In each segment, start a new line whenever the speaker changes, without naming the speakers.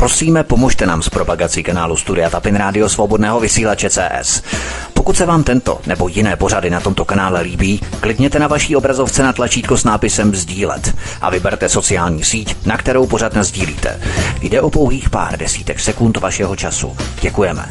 Prosíme, pomožte nám s propagací kanálu Studia Tapin Rádio Svobodného vysílače CS. Pokud se vám tento nebo jiné pořady na tomto kanále líbí, klikněte na vaší obrazovce na tlačítko s nápisem sdílet a vyberte sociální síť, na kterou pořad nasdílíte. Jde o pouhých pár desítek sekund vašeho času. Děkujeme.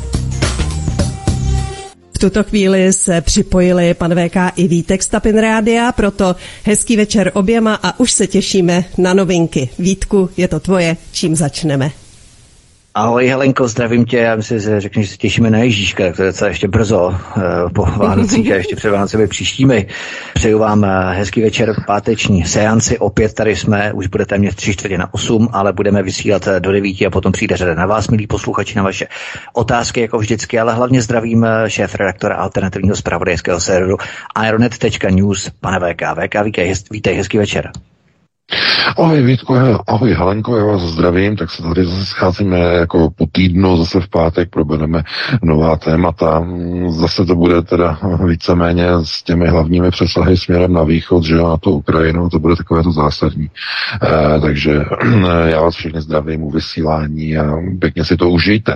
V tuto chvíli se připojili pan VK i Vítek z Tapin Rádia, proto hezký večer oběma a už se těšíme na novinky. Vítku, je to tvoje, čím začneme?
Ahoj Helenko, zdravím tě, já myslím, že řekneš, že se těšíme na Ježíška, tak to je docela ještě brzo po Vánocích a ještě před Vánocemi příštími. Přeju vám hezký večer v páteční seanci, opět tady jsme, už bude téměř 7:45, ale budeme vysílat do 9 a potom přijde řada na vás, milí posluchači, na vaše otázky jako vždycky, ale hlavně zdravím šéfredaktora alternativního zpravodajského serveru ironet.news, pane VK. Vítej, hezký večer.
Ahoj Vítko, ahoj Helenko, já vás zdravím, tak se tady zase scházíme jako po týdnu, zase v pátek probereme nová témata. Zase to bude teda víceméně s těmi hlavními přesahy směrem na východ, že na tu Ukrajinu, to bude takové to zásadní. Takže já vás všechny zdravím u vysílání a pěkně si to užijte.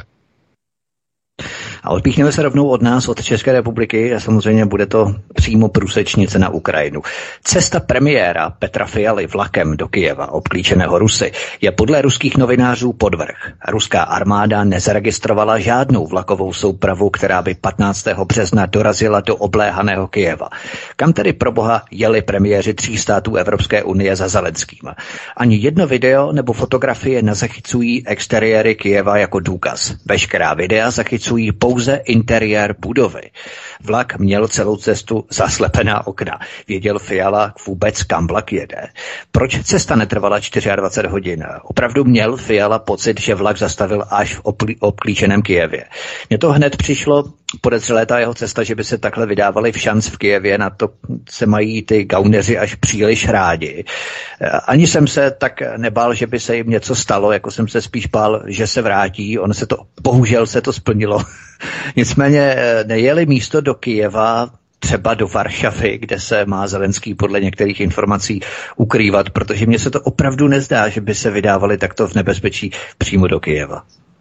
A odpíchneme se rovnou od nás, od České republiky a samozřejmě bude to přímo průsečnice na Ukrajinu. Cesta premiéra Petra Fialy vlakem do Kyjeva, obklíčeného Rusy, je podle ruských novinářů podvrh. Ruská armáda nezaregistrovala žádnou vlakovou soupravu, která by 15. března dorazila do obléhaného Kyjeva. Kam tedy proboha jeli premiéři 3 států Evropské unie za Zelenským? Ani jedno video nebo fotografie nezachycují exteriéry Kyjeva jako důkaz. Veškerá videa zachycují pouze interiér budovy. Vlak měl celou cestu zaslepená okna. Věděl Fiala vůbec, kam vlak jede? Proč cesta netrvala 24 hodin? Opravdu měl Fiala pocit, že vlak zastavil až v obklíčeném Kyjevě. Mně to hned přišlo podezřelé ta jeho cesta, že by se takhle vydávali v šanc v Kyjevě, na to se mají ty gauneři až příliš rádi. Ani jsem se tak nebál, že by se jim něco stalo, jako jsem se spíš bál, že se vrátí. Bohužel se to splnilo. Nicméně nejeli místo do Kyjeva, třeba do Varšavy, kde se má Zelenský podle některých informací ukrývat, protože mně se to opravdu nezdá, že by se vydávali takto v nebezpečí přímo do Kyjeva.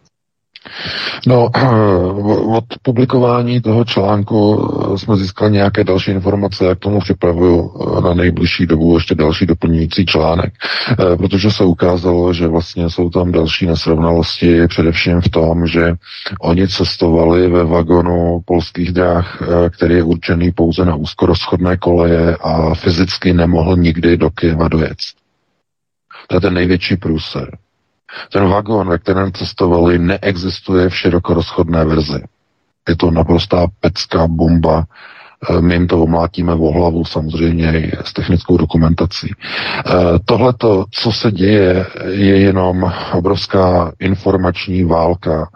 No, od publikování toho článku jsme získali nějaké další informace, jak tomu připravuju na nejbližší dobu ještě další doplňující článek, protože se ukázalo, že vlastně jsou tam další nesrovnalosti, především v tom, že oni cestovali ve vagonu polských drah, který je určený pouze na úzkorozchodné koleje a fyzicky nemohl nikdy do Kyjeva dojet. To je ten největší průser. Ten vagon, ve kterém cestovali, neexistuje v širokorozchodné verzi. Je to naprostá pecká bomba. My jim to omlátíme o hlavu, samozřejmě s technickou dokumentací. Tohleto, co se děje, je jenom obrovská informační válka,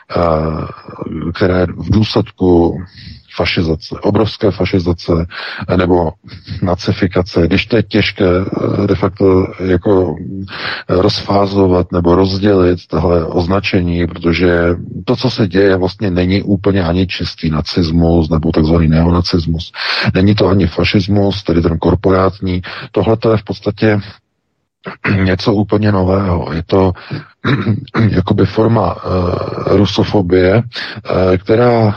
která je v důsledku fašizace, obrovské fašizace nebo nacifikace, když to je těžké de facto jako rozfázovat nebo rozdělit tahle označení, protože to, co se děje, vlastně není úplně ani čistý nacismus nebo takzvaný neonacismus. Není to ani fašismus, tedy ten korporátní. Tohle to je v podstatě něco úplně nového. Je to jakoby forma rusofobie, která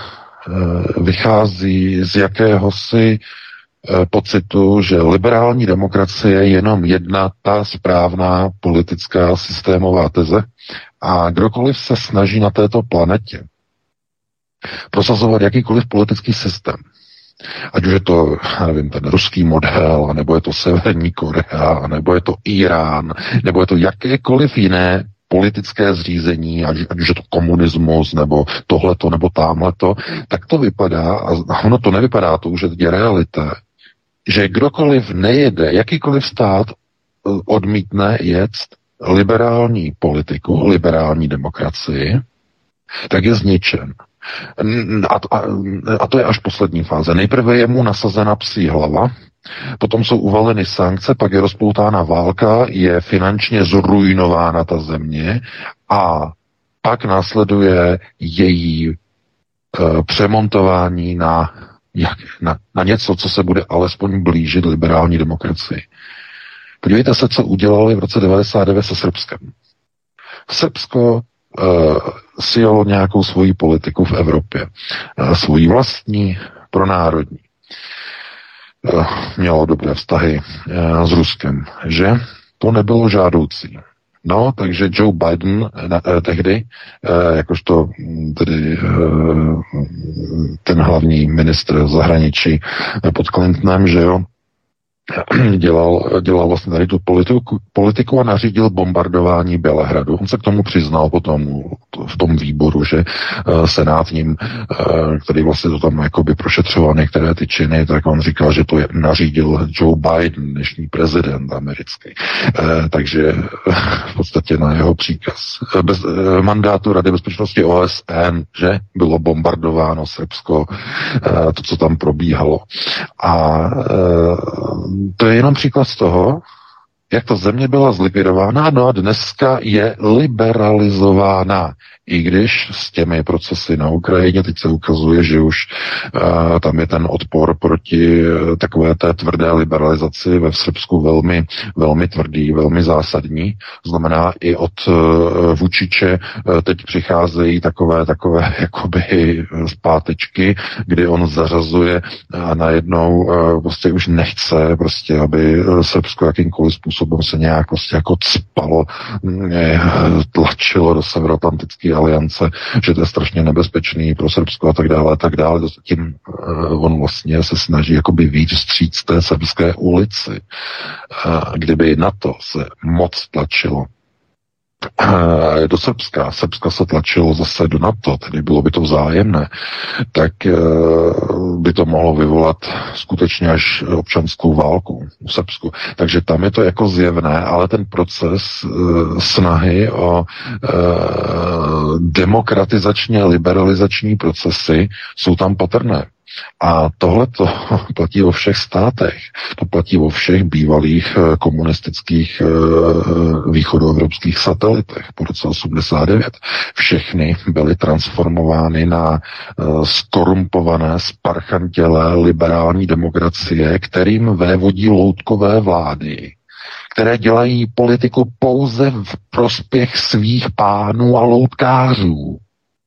vychází z jakéhosi pocitu, že liberální demokracie je jenom jedna ta správná politická systémová teze a kdokoliv se snaží na této planetě prosazovat jakýkoliv politický systém, ať už je to, já nevím, ten ruský model, nebo je to Severní Korea, nebo je to Irán, nebo je to jakékoliv jiné politické zřízení, ať už je to komunismus, nebo tohleto, nebo támhleto, tak to vypadá, a ono to nevypadá, to už je realita, že kdokoliv nejede, jakýkoliv stát odmítne jet liberální politiku, liberální demokracii, tak je zničen. A to je až poslední fáze. Nejprve je mu nasazena psí hlava, potom jsou uvaleny sankce, pak je rozpoutána válka, je finančně zrujnována ta země a pak následuje její přemontování na něco, co se bude alespoň blížit liberální demokracii. Podívejte se, co udělali v roce 1999 se Srbskem. Srbsko sjelo nějakou svoji politiku v Evropě. Svoji vlastní, pronárodní. Mělo dobré vztahy s Ruskem, že? To nebylo žádoucí. No, takže Joe Biden tehdy, jakožto tedy ten hlavní ministr zahraničí pod Clintonem, že jo, dělal vlastně tady tu politiku a nařídil bombardování Bělehradu. On se k tomu přiznal potom v tom výboru, že senátním, který vlastně to tam jakoby prošetřoval některé ty činy, tak on říkal, že to nařídil Joe Biden, dnešní prezident americký. Takže v podstatě na jeho příkaz. Bez mandátu Rady bezpečnosti OSN, že bylo bombardováno Srbsko, to, co tam probíhalo. A to je jenom příklad z toho, jak ta země byla zlikvidována, no a dneska je liberalizována. I když s těmi procesy na Ukrajině teď se ukazuje, že už tam je ten odpor proti takové té tvrdé liberalizaci ve Srbsku velmi, velmi tvrdý, velmi zásadní. Znamená, i od Vučiče teď přicházejí takové jakoby zpátečky, kdy on zařazuje a najednou prostě už nechce, prostě, aby Srbsko jakýmkoliv způsobem se nějak prostě jako cpalo, tlačilo do Severoatlantické aliance, že to je strašně nebezpečný pro Srbsko a tak dále. Tím on vlastně se snaží jakoby víc vstříc té srbské ulici. Kdyby na to se moc tlačilo do Srbska se tlačilo zase do NATO, tedy bylo by to vzájemné, tak by to mohlo vyvolat skutečně až občanskou válku v Srbsku. Takže tam je to jako zjevné, ale ten proces snahy o demokratizačně liberalizační procesy jsou tam patrné. A tohle to platí o všech státech. To platí o všech bývalých komunistických východoevropských satelitech po roce 89. Všechny byly transformovány na skorumpované, sparchantělé liberální demokracie, kterým vévodí loutkové vlády, které dělají politiku pouze v prospěch svých pánů a loutkářů.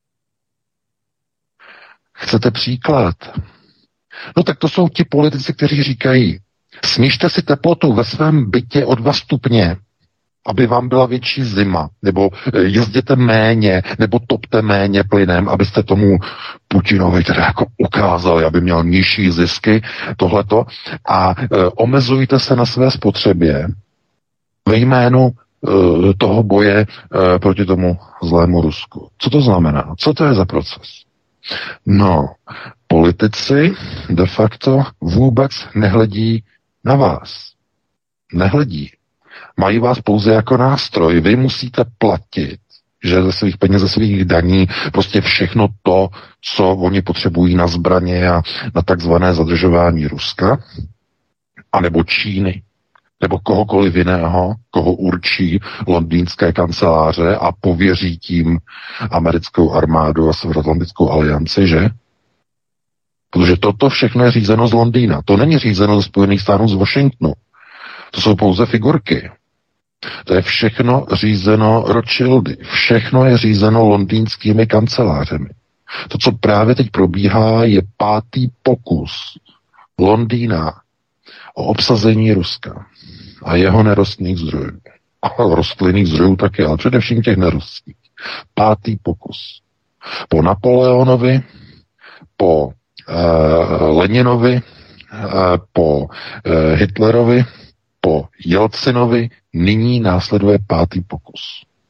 Chcete příklad? No tak to jsou ti politici, kteří říkají, snižte si teplotu ve svém bytě o 2 stupně, aby vám byla větší zima, nebo jezděte méně, nebo topte méně plynem, abyste tomu Putinovi teda jako ukázali, aby měl nižší zisky, tohleto, a omezujte se na své spotřebě ve jménu toho boje proti tomu zlému Rusku. Co to znamená? Co to je za proces? No, politici de facto vůbec nehledí na vás. Nehledí. Mají vás pouze jako nástroj. Vy musíte platit, že ze svých peněz, ze svých daní, prostě všechno to, co oni potřebují na zbraně a na takzvané zadržování Ruska, anebo Číny, nebo kohokoliv jiného, koho určí londýnské kanceláře a pověří tím americkou armádu a Severoatlantickou alianci, že? Protože toto všechno je řízeno z Londýna. To není řízeno ze Spojených států z Washingtonu. To jsou pouze figurky. To je všechno řízeno Rothschildy. Všechno je řízeno londýnskými kancelářemi. To, co právě teď probíhá, je 5. pokus Londýna o obsazení Ruska a jeho nerostných zdrojů. A rostlinných zdrojů taky, ale především těch nerostných. 5. pokus. Po Napoleonovi, po Leninovi, po Hitlerovi, po Jelcinovi, nyní následuje 5. pokus.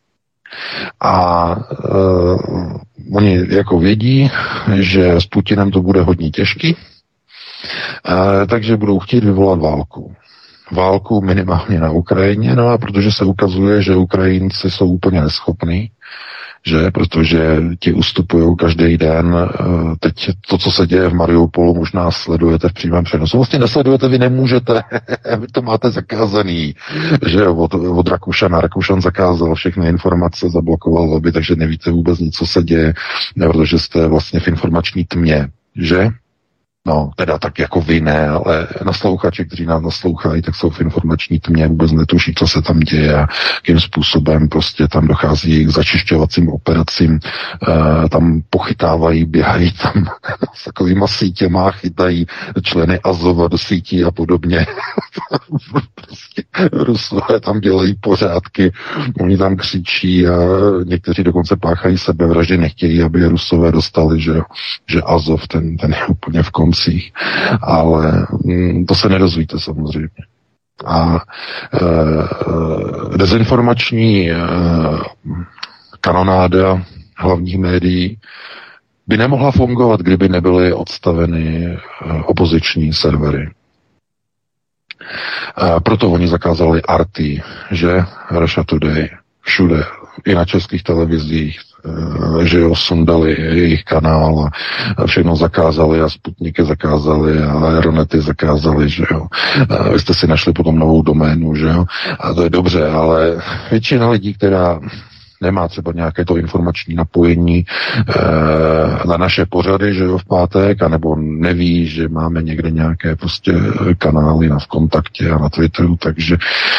A oni jako vědí, že s Putinem to bude hodně těžký, takže budou chtít vyvolat válku. Válku minimálně na Ukrajině, no a protože se ukazuje, že Ukrajinci jsou úplně neschopní, že, protože ti ustupují každý den. Teď to, co se děje v Mariupolu, možná sledujete v přímém přenosu. Vlastně nesledujete, vy nemůžete, vy to máte zakázaný, že od Rakušana. Rakušan zakázal všechny informace, zablokoval weby, takže nevíte vůbec nic, co se děje, protože jste vlastně v informační tmě, že? No, teda tak jako vy ne, ale naslouchači, kteří nám naslouchají, tak jsou v informační tmě, vůbec netuší, co se tam děje a jakým způsobem prostě tam dochází k začišťovacím operacím, tam pochytávají, běhají tam s takovýma sítěma, chytají členy Azova do sítí a podobně. Prostě Rusové tam dělají pořádky, oni tam křičí a někteří dokonce páchají sebevraždy, nechtějí, aby je Rusové dostali, že Azov, ten je úplně v koncích, ale to se nedozvíte samozřejmě. A dezinformační kanonáda hlavních médií by nemohla fungovat, kdyby nebyly odstaveny opoziční servery. Proto oni zakázali RT, že Russia Today, všude, i na českých televizích, že jo, sundali jejich kanál a všechno zakázali a Sputniky zakázali a Aeronety zakázali, že jo. Vy jste si našli potom novou doménu, že jo. A to je dobře, ale většina lidí, která nemá třeba nějaké to informační napojení na naše pořady, že jo, v pátek, anebo neví, že máme někde nějaké prostě kanály v kontaktě a na Twitteru, takže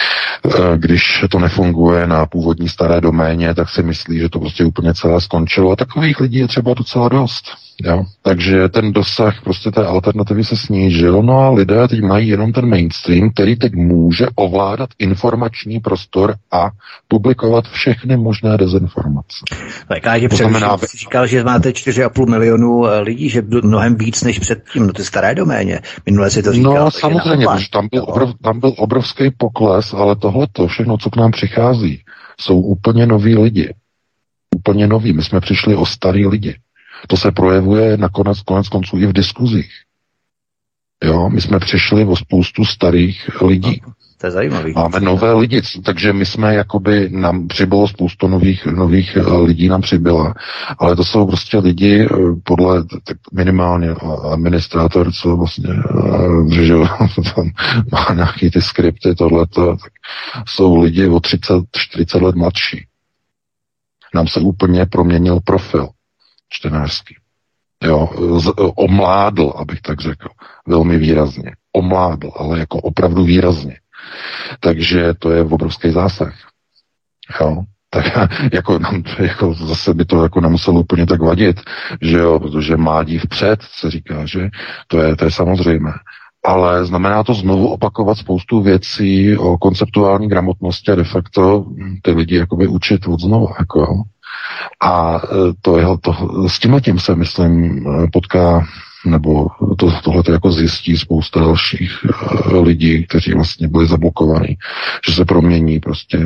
když to nefunguje na původní staré doméně, tak si myslí, že to prostě úplně celé skončilo a takových lidí je třeba docela dost. Jo? Takže ten dosah prostě té alternativy se snížil, no a lidé teď mají jenom ten mainstream, který teď může ovládat informační prostor a publikovat všechny možné dezinformace.
Tak já jsi říkal, že máte 4,5 milionu lidí, že byl mnohem víc než předtím, no ty staré doméně. Minule si to říkal.
No samozřejmě, protože tam byl obrovský pokles, ale tohleto, všechno, co k nám přichází, jsou úplně noví lidi. Úplně noví. My jsme přišli o starý lidi. To se projevuje konec konců i v diskuzích. Jo, my jsme přišli o spoustu starých lidí.
To je zajímavý.
Máme nové lidi, takže my jsme jakoby, nám přibylo spoustu nových lidí nám přibyla, ale to jsou prostě lidi podle tak minimálně administrátor, co vlastně, že tam má nějaký ty skripty, tohleto, tak jsou lidi o 30-40 let mladší. Nám se úplně proměnil profil čtenářský. Jo, omládl, abych tak řekl, velmi výrazně. Omládl, ale jako opravdu výrazně. Takže to je obrovský zásah. Jo, tak jako zase by to jako nemuselo úplně tak vadit, že jo, protože mládí vpřed, se říká, že to je samozřejmé. Ale znamená to znovu opakovat spoustu věcí o konceptuální gramotnosti a de facto ty lidi jakoby učit od znova, jako jo. A s tímhletím se, myslím, potká, nebo tohle jako zjistí spousta dalších lidí, kteří vlastně byli zablokovaní, že se promění prostě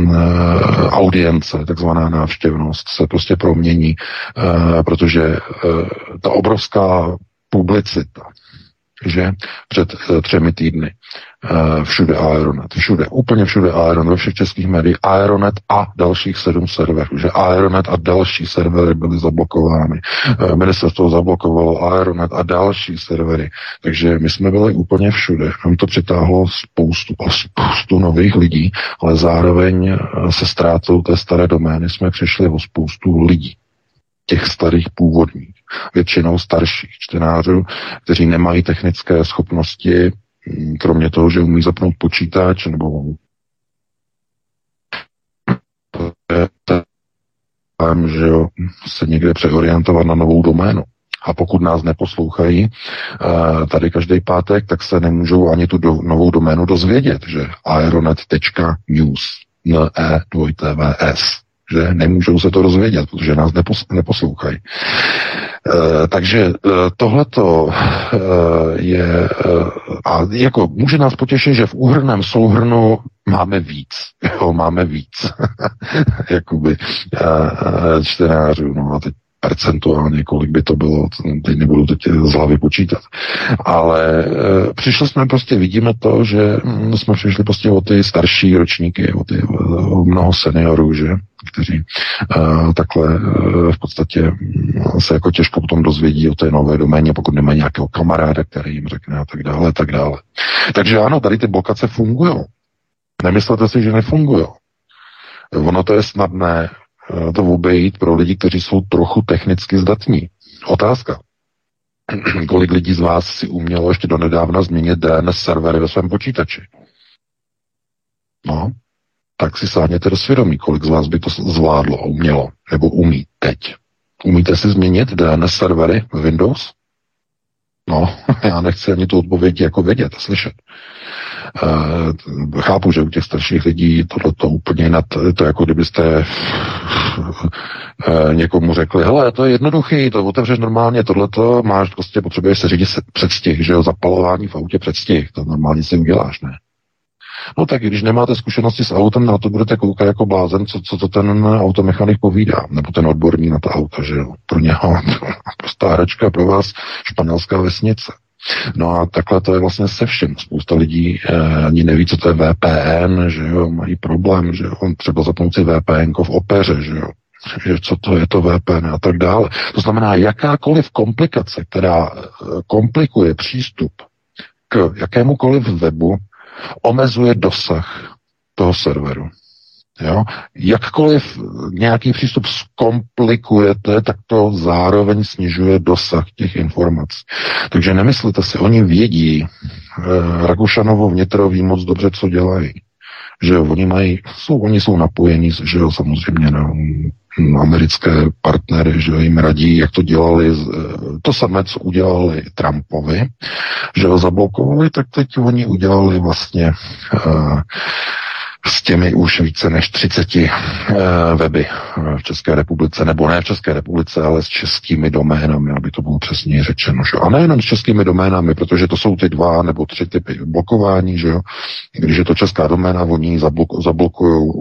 audience, takzvaná návštěvnost se prostě promění, protože ta obrovská publicita, že před 3 týdny všude Aeronet, úplně všude Aeronet, ve všech českých médiích Aeronet a dalších 7 serverů, že Aeronet a další servery byly zablokovány. Ministerstvo zablokovalo Aeronet a další servery, takže my jsme byli úplně všude. Nám to přitáhlo spoustu nových lidí, ale zároveň se ztrátou té staré domény jsme přišli o spoustu lidí. Těch starých původních, většinou starších čtenářů, kteří nemají technické schopnosti, kromě toho, že umí zapnout počítač, nebo že jo, se někde přeorientovat na novou doménu. A pokud nás neposlouchají tady každý pátek, tak se nemůžou ani tu novou doménu dozvědět, že aeronet.news NE2TVS, že nemůžou se to dozvědět, protože nás neposlouchají. Takže tohleto je, a jako může nás potěšit, že v úhrnném souhrnu máme víc, jakoby čtenářů, no a teď percentuálně, kolik by to bylo, teď nebudu z hlavy počítat. Ale přišli jsme prostě, vidíme to, že jsme přišli prostě o ty starší ročníky, o mnoho seniorů, že, kteří takhle v podstatě se jako těžko potom dozvědí o té nové doméně, pokud nemají nějakého kamaráda, který jim řekne a tak dále, tak dále. Takže ano, tady ty blokace fungují. Nemyslete si, že nefungují. Ono to je snadné to obejít pro lidi, kteří jsou trochu technicky zdatní. Otázka. Kolik lidí z vás si umělo ještě donedávna změnit DNS servery ve svém počítači? No, tak si sáhněte do svědomí, kolik z vás by to zvládlo a umělo, nebo umí teď. Umíte si změnit DNS servery v Windows? No, já nechci ani tu odpověď jako vědět a slyšet. Chápu, že u těch starších lidí tohleto úplně jinak, to jako kdybyste někomu řekli, hele, to je jednoduchý, to otevřeš normálně, tohleto máš, prostě potřebuješ se řídit předstih, že jo, zapalování v autě předstih, to normálně si uděláš, ne? No tak když nemáte zkušenosti s autem, na to budete koukat jako blázen, co to ten automechanik povídá, nebo ten odborník na ta auta, že jo. Pro něho prostá hračka, pro vás španělská vesnice. No a takhle to je vlastně se všem. Spousta lidí ani neví, co to je VPN, že jo, mají problém, že jo, třeba zapnout si VPN v opeře, že jo, že co to je to VPN a tak dále. To znamená, jakákoliv komplikace, která komplikuje přístup k jakémukoliv webu, omezuje dosah toho serveru. Jo? Jakkoliv nějaký přístup zkomplikujete, tak to zároveň snižuje dosah těch informací. Takže nemyslete si, oni vědí, Rakušanovo vnitro ví moc dobře, co dělají. Že jo, oni jsou napojení, že jo, samozřejmě na americké partnery, že jo, jim radí, jak to dělali, to samé, co udělali Trumpovi, že ho zablokovali, tak teď oni udělali vlastně s těmi už více než 30 weby v České republice, nebo ne v České republice, ale s českými doménami, aby to bylo přesně řečeno. Že? A nejenom s českými doménami, protože to jsou ty 2 nebo 3 typy blokování, že jo. Když je to česká doména, oni zablokují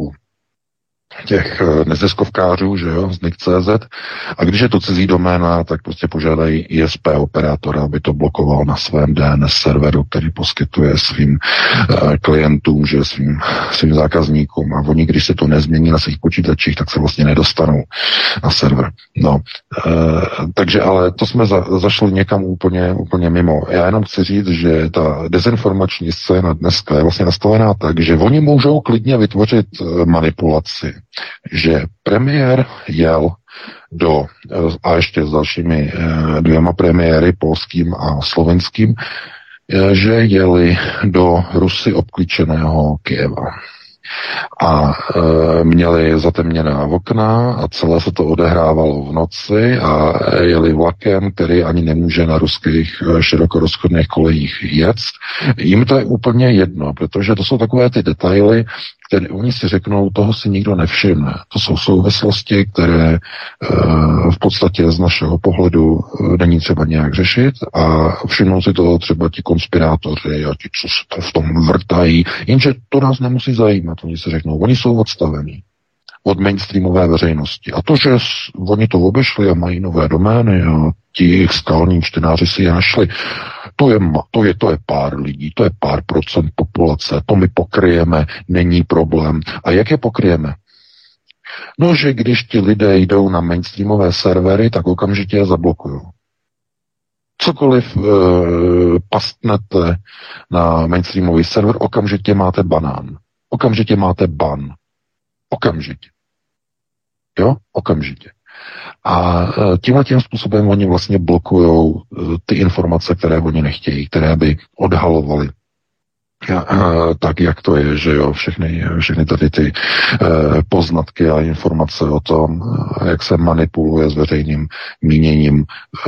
těch neziskovkářů, že jo, z NIC.cz, a když je to cizí doména, tak prostě požádají ISP operátora, aby to blokoval na svém DNS serveru, který poskytuje svým klientům, že svým zákazníkům, a oni, když se to nezmění na svých počítačích, tak se vlastně nedostanou na server. No, takže ale to jsme zašli někam úplně mimo. Já jenom chci říct, že ta dezinformační scéna dneska je vlastně nastavená tak, že oni můžou klidně vytvořit manipulaci, že premiér jel a ještě s dalšími 2 premiéry, polským a slovenským, že jeli do Rusy obklíčeného Kyjeva. A měli zatemněná okna a celé se to odehrávalo v noci a jeli vlakem, který ani nemůže na ruských širokorozchodných kolejích jet. Jim to je úplně jedno, protože to jsou takové ty detaily, které oni si řeknou, toho si nikdo nevšimne. To jsou souvislosti, které v podstatě z našeho pohledu není třeba nějak řešit a všimnou si toho třeba ti konspirátoři a ti, co se to v tom vrtají, jenže to nás nemusí zajímat, oni si řeknou, oni jsou odstavení od mainstreamové veřejnosti. A to, že oni to obešli a mají nové domény a ti jejich skalní čtenáři si je našli, to je pár lidí, to je pár procent populace, to my pokryjeme, není problém. A jak je pokryjeme? No, že když ti lidé jdou na mainstreamové servery, tak okamžitě je zablokují. Cokoliv pastnete na mainstreamový server, okamžitě máte banán. Okamžitě máte ban. Okamžitě. Jo? Okamžitě. A tímhle způsobem oni vlastně blokují ty informace, které oni nechtějí, které by odhalovaly tak, jak to je, že jo, všechny tady ty poznatky a informace o tom, jak se manipuluje s veřejným míněním.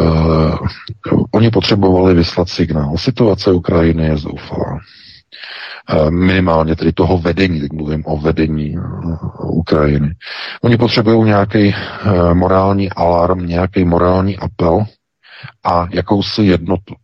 Oni potřebovali vyslat signál. Situace Ukrajiny je zoufalá. Minimálně tedy toho vedení, teď mluvím o vedení Ukrajiny. Oni potřebují nějaký morální alarm, nějaký morální apel a jakousi jednotu.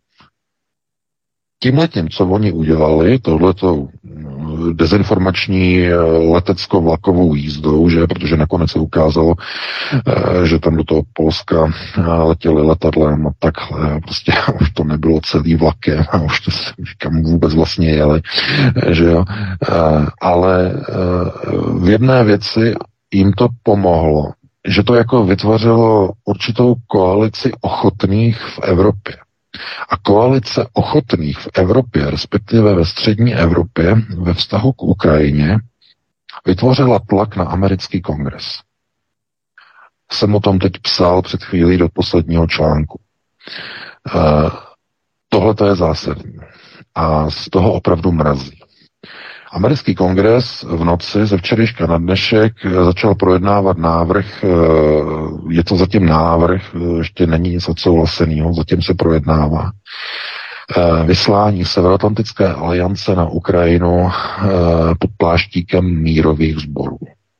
Tímhletím, co oni udělali, tohletou dezinformační letecko-vlakovou jízdou, že, protože nakonec se ukázalo, že tam do toho Polska letěli letadlem a takhle, prostě už to nebylo celý vlakem a už to se kam vůbec vlastně jeli, že jo. Ale v jedné věci jim to pomohlo, že to jako vytvořilo určitou koalici ochotných v Evropě. A koalice ochotných v Evropě, respektive ve střední Evropě, ve vztahu k Ukrajině, vytvořila tlak na americký kongres. Jsem o tom teď psal před chvílí do posledního článku. Tohle to je zásadní. A z toho opravdu mrazí. Americký kongres v noci ze včerejška na dnešek začal projednávat návrh, je to zatím návrh, ještě není nic odsouhlaseného, zatím se projednává, vyslání Severoatlantické aliance na Ukrajinu pod pláštíkem mírových sborů.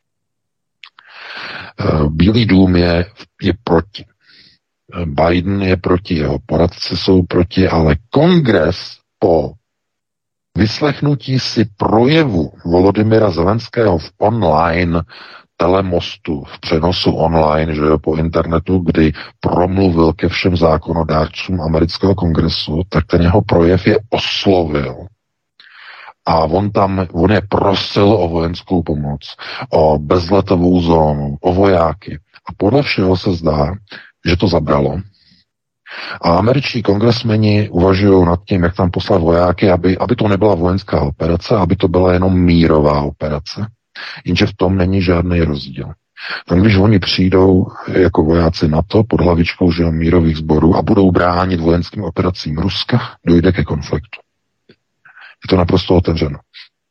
Bílý dům je proti. Biden je proti, jeho poradci jsou proti, ale kongres po vyslechnutí si projevu Volodymyra Zelenského v online telemostu, v přenosu online, že jo, po internetu, kdy promluvil ke všem zákonodárcům amerického kongresu, tak ten jeho projev je oslovil. A on je prosil o vojenskou pomoc, o bezletovou zónu, o vojáky. A podle všeho se zdá, že to zabralo. A američtí kongresmeni uvažují nad tím, jak tam poslat vojáky, aby to nebyla vojenská operace, aby to byla jenom mírová operace. Jenže v tom není žádný rozdíl. Tam, když oni přijdou jako vojáci NATO pod hlavičkou že mírových sborů a budou bránit vojenským operacím Ruska, dojde ke konfliktu. Je to naprosto otevřeno.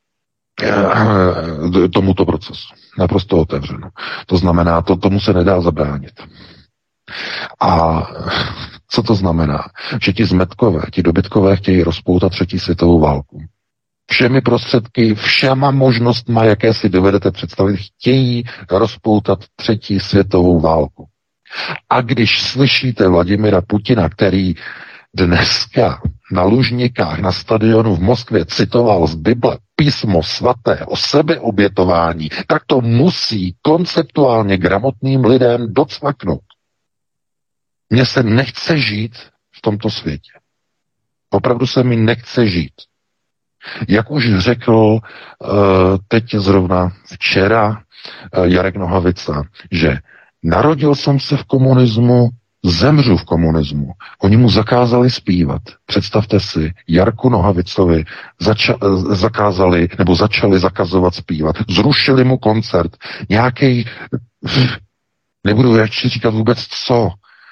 Tomuto procesu. Naprosto otevřeno. To znamená, tomu se nedá zabránit. A co to znamená? Že ti zmetkové, ti dobytkové chtějí rozpoutat 3. světovou válku. Všemi prostředky, všema možnostma, jaké si dovedete představit, chtějí rozpoutat 3. světovou válku. A když slyšíte Vladimira Putina, který dneska na Lužnikách na stadionu v Moskvě citoval z Bible písmo svaté o sebeobětování, tak to musí konceptuálně gramotným lidem docvaknout. Mně se nechce žít v tomto světě. Opravdu se mi nechce žít. Jak už řekl teď zrovna včera Jarek Nohavica, že narodil jsem se v komunismu, zemřu v komunismu. Oni mu zakázali zpívat. Představte si, Jarku Nohavicovi začali zakazovat zpívat. Zrušili mu koncert. Nějaký, nebudu ještě říkat vůbec co,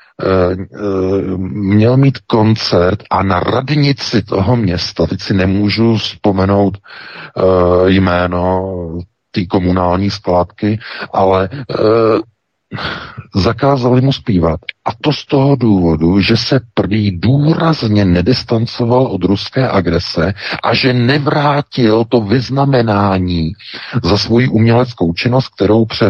měl mít koncert a na radnici toho města, teď si nemůžu vzpomenout jméno té komunální skládky, ale zakázali mu zpívat. A to z toho důvodu, že se prý důrazně nedistancoval od ruské agrese a že nevrátil to vyznamenání za svoji uměleckou činnost, kterou před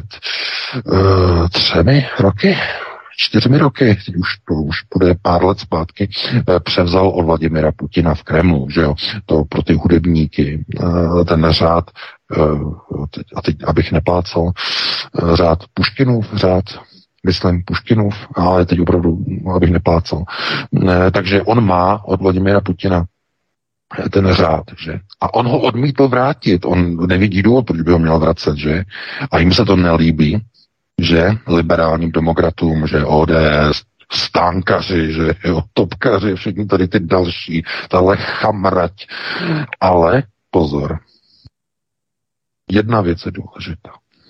4 roky, už bude pár let zpátky, převzal od Vladimira Putina v Kremlu, že jo, to pro ty hudebníky, ten řád, a teď, abych neplácal, řád Puškinův, ale teď opravdu, abych neplácal. Takže on má od Vladimira Putina ten řád, že? A on ho odmítl vrátit, on nevidí důvod, proč by ho měl vracet, že? A jim se to nelíbí, že liberálním demokratům, že ODS, stánkaři, že jo, topkaři, všichni tady ty další, tahle chamrať. Ale pozor, jedna věc je důležitá.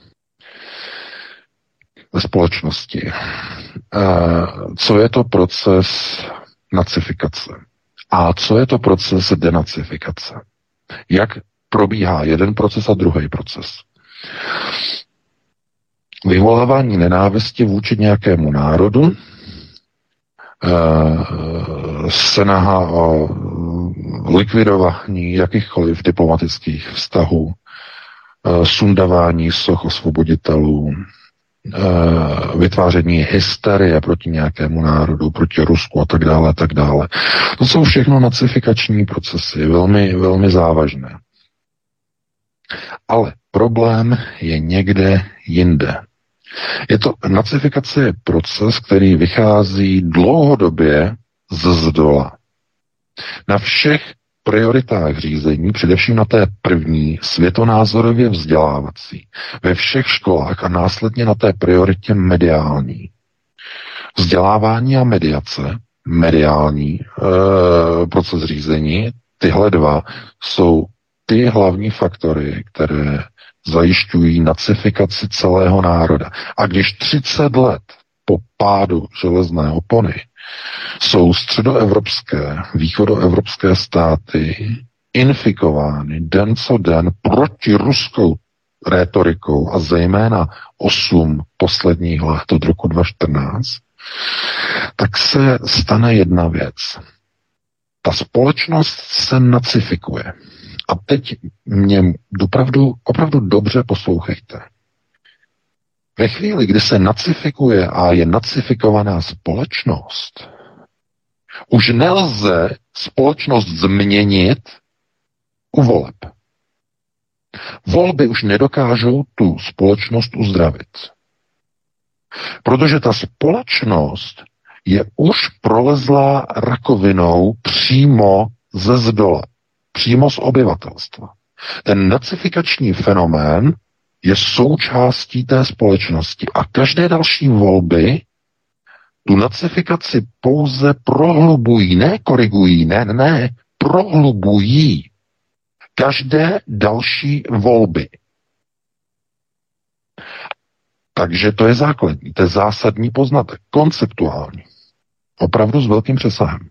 Ve společnosti. Co je to proces nacifikace? A co je to proces denacifikace? Jak probíhá jeden proces a druhý proces? Vyvolávání nenávisti vůči nějakému národu, snaha o likvidování jakýchkoliv diplomatických vztahů, sundavání soch osvoboditelů, vytváření hysterie proti nějakému národu, proti Rusku a tak dále, a tak dále. To jsou všechno nacifikační procesy, velmi, velmi závažné. Ale problém je někde jinde. Nacifikace je proces, který vychází dlouhodobě zdola. Na všech prioritách řízení, především na té první, světonázorově vzdělávací, ve všech školách a následně na té prioritě mediální. Vzdělávání a mediace, mediální proces řízení, tyhle dva jsou ty hlavní faktory, které zajišťují nacifikaci celého národa. A když 30 let po pádu železné opony jsou středoevropské, východoevropské státy infikovány den co den protiruskou rétorikou a zejména 8 posledních let od roku 2014, tak se stane jedna věc. Ta společnost se nacifikuje. A teď mě opravdu dobře poslouchejte. Ve chvíli, kdy se nacifikuje a je nacifikovaná společnost, už nelze společnost změnit u voleb. Volby už nedokážou tu společnost uzdravit. Protože ta společnost je už prolezlá rakovinou přímo ze zdola, přímo z obyvatelstva. Ten nacifikační fenomén je součástí té společnosti a každé další volby tu nacifikaci pouze prohlubují, ne korigují, ne, prohlubují každé další volby. Takže to je základní, to je zásadní poznatek, konceptuální. Opravdu s velkým přesahem.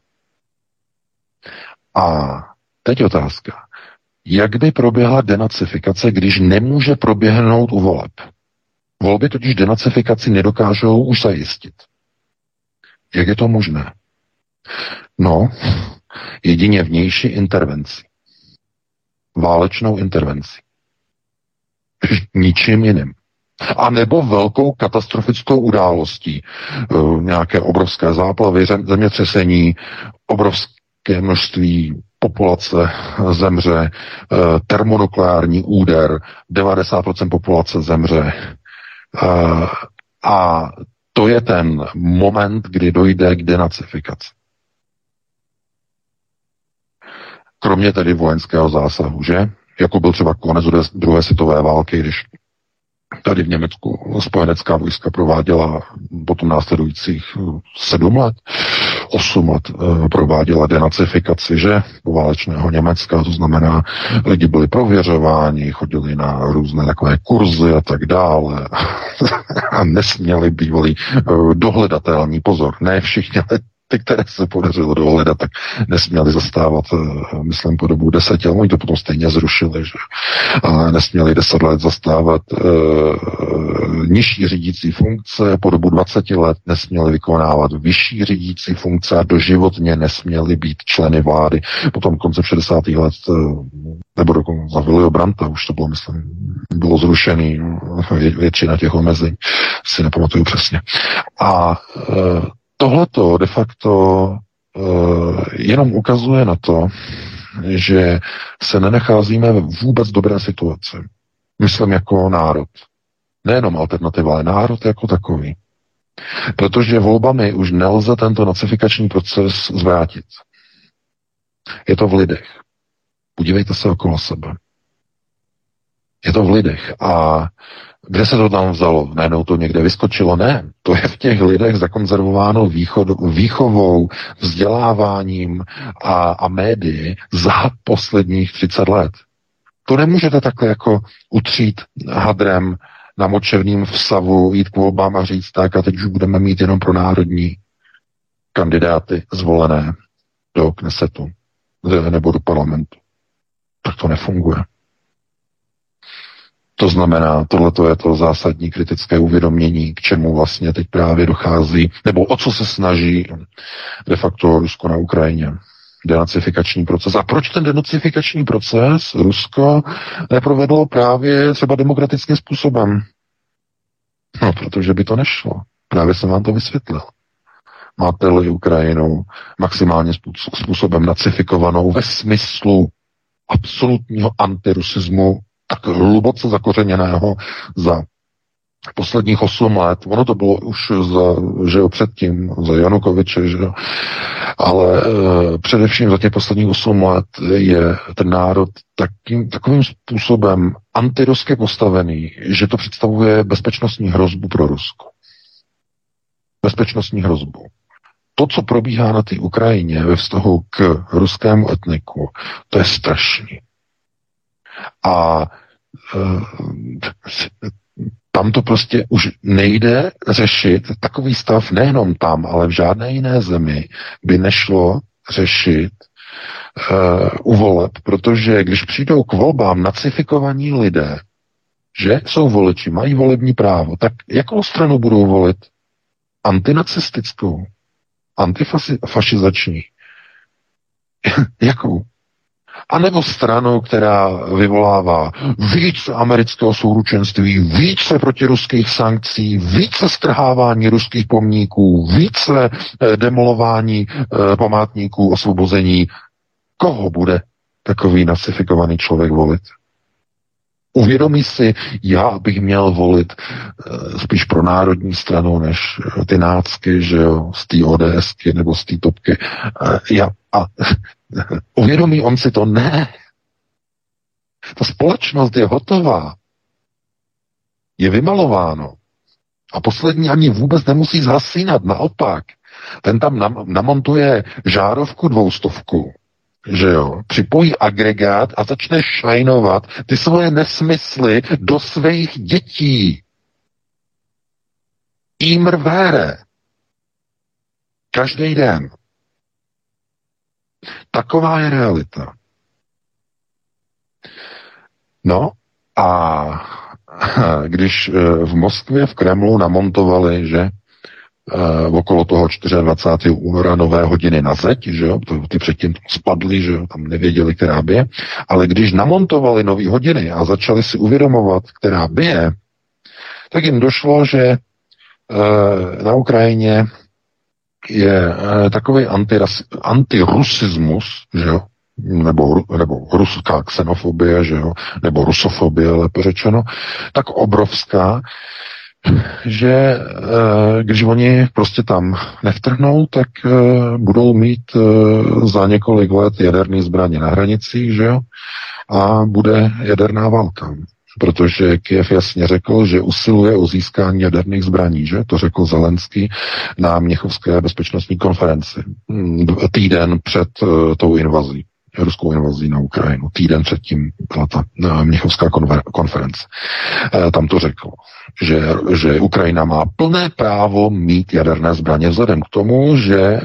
A teď otázka. Jak by proběhla denacifikace, když nemůže proběhnout u voleb? Volby totiž denacifikaci nedokážou už zajistit. Jak je to možné? No, jedině vnější intervenci. Válečnou intervenci. Ničím jiným. A nebo velkou katastrofickou událostí. Nějaké obrovské záplavy, zemětřesení, obrovské množství populace zemře, termonukleární úder, 90% populace zemře. A to je ten moment, kdy dojde k denacifikaci. Kromě tedy vojenského zásahu, že? Jako byl třeba konec druhé světové války, když tady v Německu spojenecká vojska prováděla potom následujících 8 let prováděla denacifikaci, že? Poválečného Německa, to znamená, lidi byli prověřováni, chodili na různé takové kurzy a tak dále a nesměli bývali dohledatelní, pozor, ne všichni, ale ty, které se podařilo dohledat, tak nesměli zastávat, myslím, po dobu 10 let, oni to potom stejně zrušili, že nesměli 10 let zastávat nižší řídící funkce, po dobu 20 let nesměli vykonávat vyšší řídící funkce a doživotně nesměli být členy vlády. Potom koncem 60. let, nebo dokonce za Willyho Brandta, už to bylo, myslím, bylo zrušený většina těch omezení, si nepamatuju přesně. A tohleto de facto jenom ukazuje na to, že se nenacházíme v vůbec dobré situaci. Myslím jako národ. Nejenom alternativa, ale národ jako takový. Protože volbami už nelze tento nacifikační proces zvrátit. Je to v lidech. Podívejte se okolo sebe. Je to v lidech. A kde se to tam vzalo? Najednou to někde vyskočilo? Ne. To je v těch lidech zakonzervováno výchovou, vzděláváním a médii za posledních 30 let. To nemůžete takhle jako utřít hadrem na močevním vsavu, jít k volbám a říct tak a teď už budeme mít jenom pro národní kandidáty zvolené do Knesetu nebo do parlamentu. Tak to nefunguje. To znamená, tohleto je to zásadní kritické uvědomění, k čemu vlastně teď právě dochází, nebo o co se snaží de facto Rusko na Ukrajině. Denacifikační proces. A proč ten denacifikační proces Rusko neprovedlo právě třeba demokratickým způsobem? No, protože by to nešlo. Právě jsem vám to vysvětlil. Máte-li Ukrajinu maximálně způsobem nacifikovanou ve smyslu absolutního antirusismu, tak hluboce zakořeněného za posledních 8 let. Ono to bylo už předtím, za Janukoviče, že jo. Ale především za těch posledních 8 let je ten národ takovým způsobem antirusky postavený, že to představuje bezpečnostní hrozbu pro Rusko. Bezpečnostní hrozbu. To, co probíhá na té Ukrajině ve vztahu k ruskému etniku, to je strašný. A Tam to prostě už nejde řešit, takový stav nejenom tam, ale v žádné jiné zemi by nešlo řešit u voleb, protože když přijdou k volbám nacifikovaní lidé, že jsou voliči, mají volební právo, tak jakou stranu budou volit? Antinacistickou, antifašizační. Jakou? A nebo stranu, která vyvolává více amerického souručenství, více protiruských sankcí, více strhávání ruských pomníků, více demolování památníků osvobození. Koho bude takový nacifikovaný člověk volit? Uvědomí si, já bych měl volit spíš pro národní stranu, než ty nácky, že jo, z té ODSky nebo z té topky. Uvědomí on si to? Ne. Ta společnost je hotová. Je vymalováno. A poslední ani vůbec nemusí zhasínat. Naopak. Ten tam namontuje žárovku 200, že jo, připojí agregát a začne šajnovat ty svoje nesmysly do svých dětí. Immer vére. Každý den. Taková je realita. No a když v Moskvě, v Kremlu namontovali, že okolo toho 24. února nové hodiny na zeď, že jo, ty předtím spadly, že jo, tam nevěděli, která bije, ale když namontovali nové hodiny a začali si uvědomovat, která bije, tak jim došlo, že na Ukrajině je takový antirusismus, že jo, nebo ruská xenofobie, že jo, nebo rusofobie, lépe řečeno, tak obrovská, že když oni prostě tam nevtrhnou, tak budou mít za několik let jaderné zbraně na hranicích, že jo, a bude jaderná válka. Protože Kyjev jasně řekl, že usiluje o získání jaderných zbraní, že? To řekl Zelenský na Mnichovské bezpečnostní konferenci. Týden před tou invazí, ruskou invazí na Ukrajinu. Týden předtím byla ta Mnichovská konference. Tam to řekl, že Ukrajina má plné právo mít jaderné zbraně vzhledem k tomu, že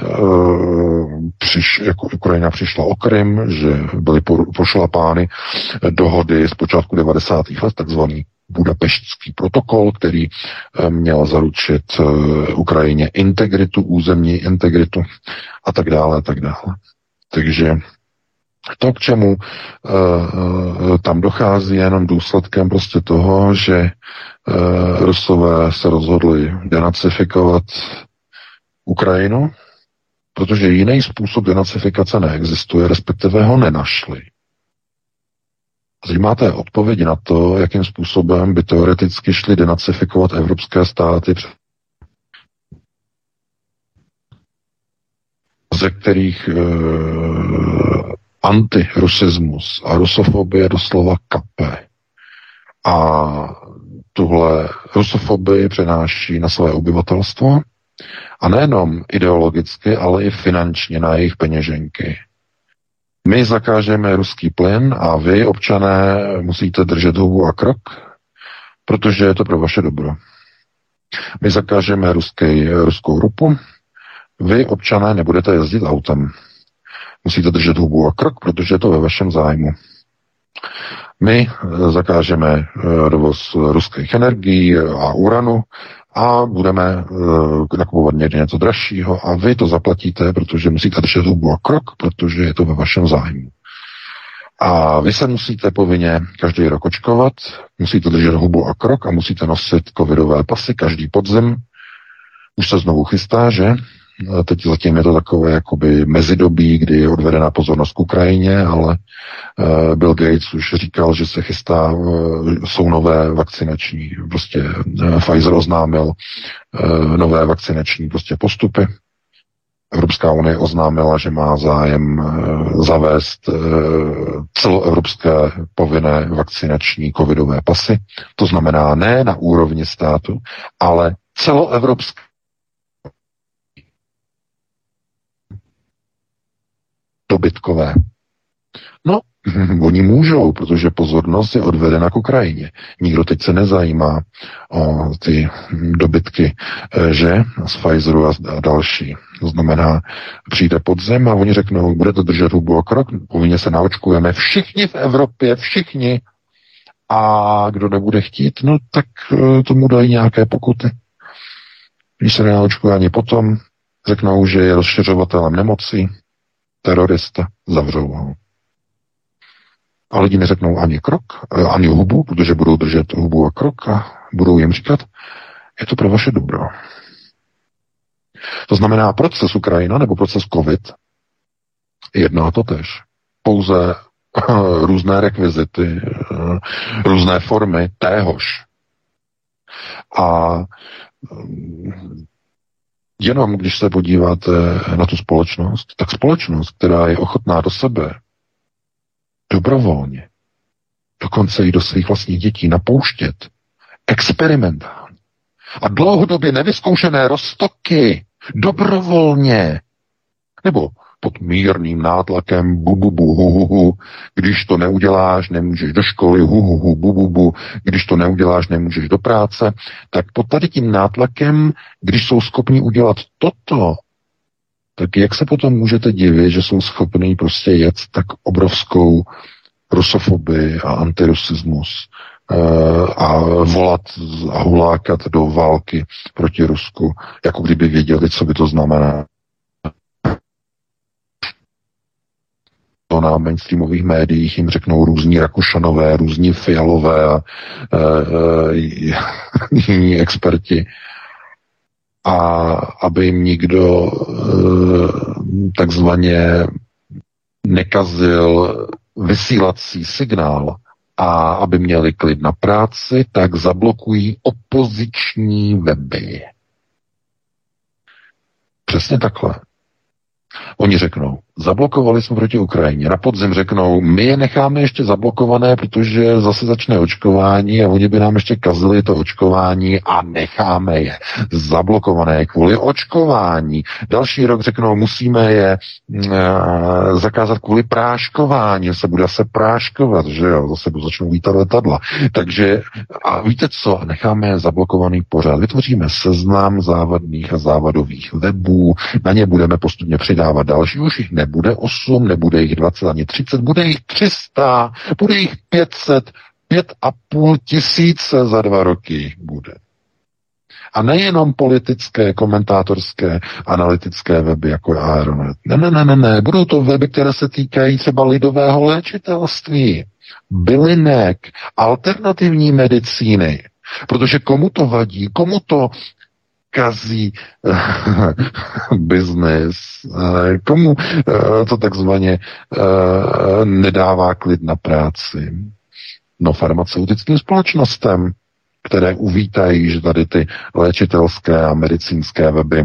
jako Ukrajina přišla o Krym, že byly pošlapány dohody z počátku 90. let, takzvaný Budapeštský protokol, který měl zaručit Ukrajině integritu, územní integritu a tak dále, a tak dále. Takže to, k čemu tam dochází, je jenom důsledkem prostě toho, že Rusové se rozhodli denacifikovat Ukrajinu, protože jiný způsob denacifikace neexistuje, respektive ho nenašli. Teď máte odpovědi na to, jakým způsobem by teoreticky šli denacifikovat evropské státy, ze kterých antirusismus a rusofobie doslova kape. A tuhle rusofobii přenáší na své obyvatelstvo a nejenom ideologicky, ale i finančně na jejich peněženky. My zakážeme ruský plyn a vy, občané, musíte držet hubu a krok, protože je to pro vaše dobro. My zakážeme ruskou ropu, vy, občané, nebudete jezdit autem. Musíte držet hubu a krok, protože je to ve vašem zájmu. My zakážeme dovoz ruských energií a uranu a budeme nakupovat někde něco dražšího a vy to zaplatíte, protože musíte držet hubu a krok, protože je to ve vašem zájmu. A vy se musíte povinně každý rok očkovat, musíte držet hubu a krok a musíte nosit covidové pasy každý podzim. Už se znovu chystá, že? Teď zatím je to takové jakoby mezidobí, kdy je odvedena pozornost k Ukrajině, ale Bill Gates už říkal, že se chystá, jsou nové vakcinační, prostě Pfizer oznámil nové vakcinační prostě postupy. Evropská unie oznámila, že má zájem zavést celoevropské povinné vakcinační covidové pasy. To znamená ne na úrovni státu, ale celoevropské. Dobytkové. No, oni můžou, protože pozornost je odvedena k Ukrajině. Nikdo teď se nezajímá o ty dobytky, že? Z Pfizeru a další. To znamená, přijde podzim a oni řeknou, budete držet hubu a krok, povinně se naočkujeme. Všichni v Evropě, všichni. A kdo nebude chtít, no tak tomu dají nějaké pokuty. Když se nenaočkuje ani potom, řeknou, že je rozšiřovatelem nemocí, terorista, zavřou ho. A lidi neřeknou ani krok, ani hubu, protože budou držet hubu a krok a budou jim říkat, je to pro vaše dobro. To znamená, proces Ukrajina nebo proces COVID jedno a to tež. Pouze různé rekvizity, různé formy téhož. A jenom když se podíváte na tu společnost, tak společnost, která je ochotná do sebe dobrovolně, dokonce i do svých vlastních dětí napouštět experimentálně a dlouhodobě nevyzkoušené roztoky dobrovolně, nebo pod mírným nátlakem bu, když to neuděláš, nemůžeš do školy, bu, když to neuděláš, nemůžeš do práce, tak pod tady tím nátlakem, když jsou schopni udělat toto, tak jak se potom můžete divit, že jsou schopní prostě jet tak obrovskou rusofobii a antirusismus a volat a hulákat do války proti Rusku, jako kdyby věděli, co by to znamená. Na mainstreamových médiích jim řeknou různí Rakušanové, různí Fialové a jiní experti. A aby jim nikdo takzvaně nekazil vysílací signál a aby měli klid na práci, tak zablokují opoziční weby. Přesně takhle. Oni řeknou, zablokovali jsme proti Ukrajině. Na podzim řeknou, my je necháme ještě zablokované, protože zase začne očkování a oni by nám ještě kazili to očkování a necháme je zablokované kvůli očkování. Další rok řeknou, musíme je zakázat kvůli práškování. Se bude se práškovat, že jo, zase začnou lítat letadla. Takže a víte co, necháme je zablokovaný pořád. Vytvoříme seznam závadných a závadových webů, na ně budeme postupně přidávat další, už jich nebude 8, nebude jich 20 ani 30, bude jich 300, bude jich 500, 5,5 tisíce za 2 roky bude. A nejenom politické, komentátorské, analytické weby, jako je Aeronet. Ne. Budou to weby, které se týkají třeba lidového léčitelství, bylinek, alternativní medicíny. Protože komu to vadí, komu to kazí biznis, komu to takzvaně nedává klid na práci. No, farmaceutickým společnostem, které uvítají, že tady ty léčitelské a medicínské weby,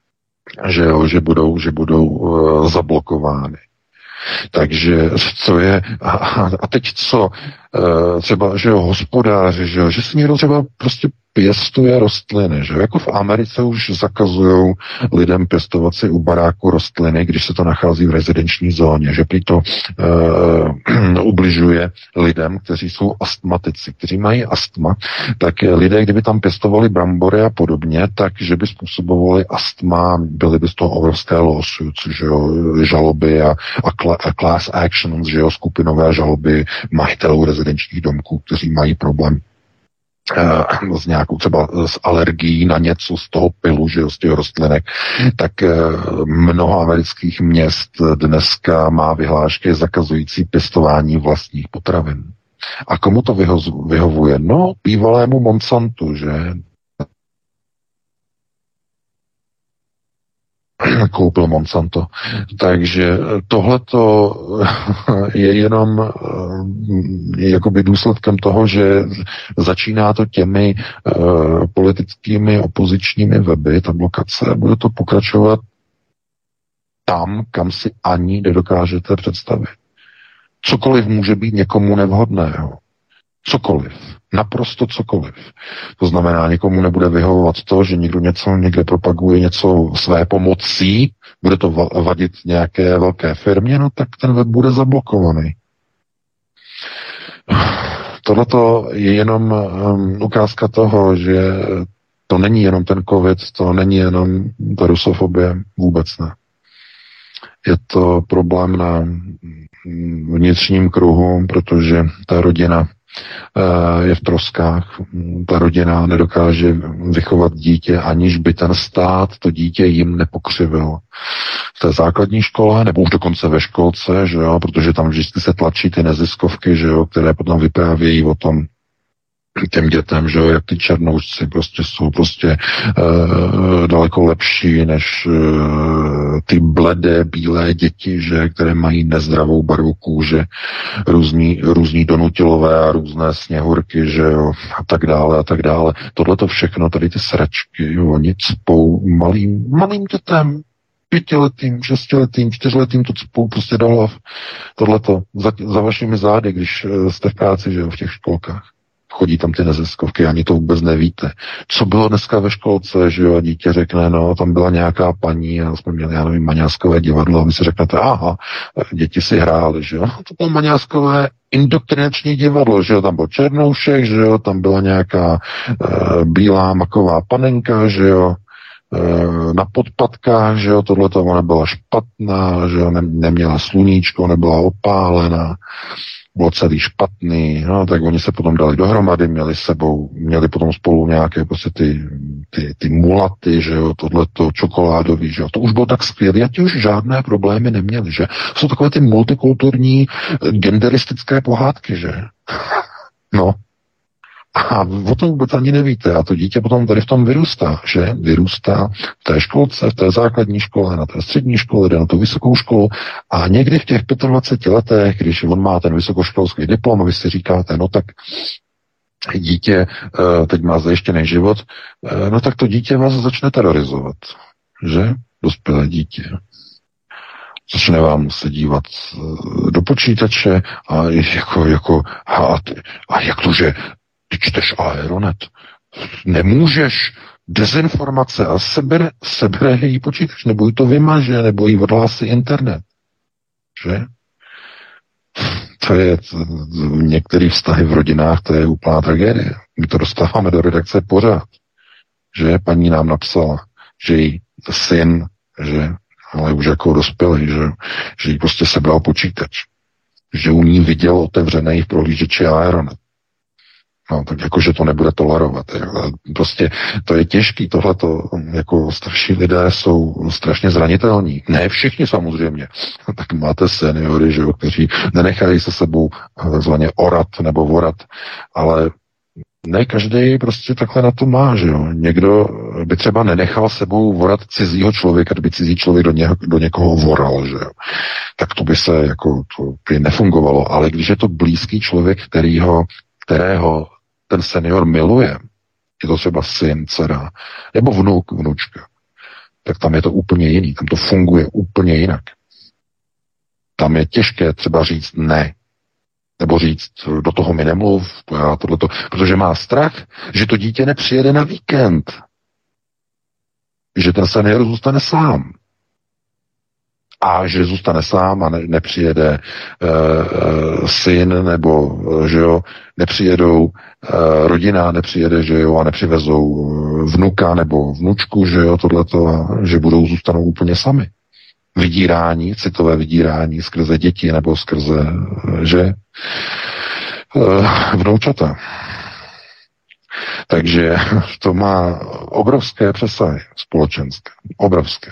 že budou zablokovány. Takže co je, a teď co, třeba, že jo, hospodáři, že si někdo třeba prostě pěstuje rostliny, že jako v Americe už zakazují lidem pěstovat si u baráku rostliny, když se to nachází v rezidenční zóně, že prý to ubližuje lidem, kteří jsou astmatici, kteří mají astma, tak lidé, kdyby tam pěstovali brambory a podobně, takže by způsobovali astma, byly by z toho obrovské lawsuits, že jo, žaloby a class actions, že jo, skupinové žaloby majitelů rezidenčních domků, kteří mají problém s nějakou třeba s alergií na něco z toho pilu, že jo, z těch rostlinek, tak mnoho amerických měst dneska má vyhlášky zakazující pěstování vlastních potravin. A komu to vyhovuje? No, bývalému Monsantu, že koupil Monsanto. Takže tohleto je jenom jakoby důsledkem toho, že začíná to těmi politickými opozičními weby, ta blokace, bude to pokračovat tam, kam si ani nedokážete představit. Cokoliv může být někomu nevhodného. Cokoliv. Naprosto cokoliv. To znamená, někomu nebude vyhovovat to, že někdo něco někde propaguje něco své pomocí, bude to vadit nějaké velké firmě, no tak ten web bude zablokovaný. Tohleto je jenom ukázka toho, že to není jenom ten covid, to není jenom ta rusofobie, vůbec ne. Je to problém na vnitřním kruhu, protože ta rodina je v troskách. Ta rodina nedokáže vychovat dítě, aniž by ten stát to dítě jim nepokřivil. V té základní škole, nebo už dokonce ve školce, že jo, protože tam vždycky se tlačí ty neziskovky, že jo, které potom vyprávějí o tom těm dětem, že jo, jak ty černoušci prostě jsou daleko lepší než ty bledé, bílé děti, že, které mají nezdravou barvu kůže, různí donutilové a různé sněhurky, že jo, a tak dále, a tak dále. Tohleto všechno, tady ty sračky, jo, oni cpou malým dětem, 5letým, 6letým, 4letým to cpou prostě do hlav. Tohleto za vašimi zády, když jste v práci, že jo, v těch školkách. Chodí tam ty neziskovky, ani to vůbec nevíte. Co bylo dneska ve školce, že jo, a dítě řekne, no, tam byla nějaká paní, a jsme měli, já nevím, Maňáskové divadlo, a vy si řeknete, aha, děti si hrály, že jo. To bylo Maňáskové indoktrinační divadlo, že jo, tam byl Černoušek, že jo, tam byla nějaká bílá maková panenka, že jo, na podpatkách, že jo, tohleto ona byla špatná, že jo, neměla sluníčko, nebyla opálená, bylo celý špatný, no, tak oni se potom dali dohromady, měli potom spolu nějaké prostě ty mulaty, že jo, tohleto čokoládový, že jo, to už bylo tak skvělé, a ti už žádné problémy neměli, že jsou takové ty multikulturní genderistické pohádky, že no. A o tom vůbec ani nevíte. A to dítě potom tady v tom vyrůstá, že? Vyrůstá v té školce, v té základní škole, na té střední škole, jde na tu vysokou školu a někdy v těch 25 letech, když on má ten vysokoškolský diplom a vy si říkáte, no tak dítě teď má zajištěný život, no tak to dítě vás začne terorizovat, že? Dospělé dítě. Začne vám se dívat do počítače a jak to, že ty čteš Aeronet. Nemůžeš, dezinformace a sebere její počítač, nebo jí to vymaže, nebo jí odhlásí internet. Že? To je některé vztahy v rodinách, to je úplná tragédie. My to dostáváme do redakce pořád. Že paní nám napsala, že jí syn, že, ale už jako dospělý, že jí prostě sebral počítač. Že u ní viděl otevřený v prohlížeči Aeronet. No, tak jako, že to nebude tolerovat. Prostě to je těžký, tohleto, jako starší lidé jsou strašně zranitelní. Ne všichni samozřejmě. Tak máte seniory, že jo, kteří nenechají se sebou takzvaně orat nebo vorat, ale ne každý prostě takhle na to má, že jo. Někdo by třeba nenechal sebou vorat cizího člověka, kdyby cizí člověk do někoho voral, že jo. Tak to by se jako, to by nefungovalo, ale když je to blízký člověk, kterého ten senior miluje, je to třeba syn, dcera, nebo vnuk, vnučka, tak tam je to úplně jiný, tam to funguje úplně jinak. Tam je těžké třeba říct ne, nebo říct, do toho mi nemluv, tohleto, protože má strach, že to dítě nepřijede na víkend, že ten senior zůstane sám. A že zůstane sám a nepřijede syn, nebo že jo, nepřijedou rodina, nepřijede, že jo, a nepřivezou vnuka nebo vnučku, že jo, tohleto, a že zůstanou úplně sami. Vydírání, citové vydírání skrze děti nebo skrze, že vnoučata. Takže to má obrovské přesahy společenské, obrovské.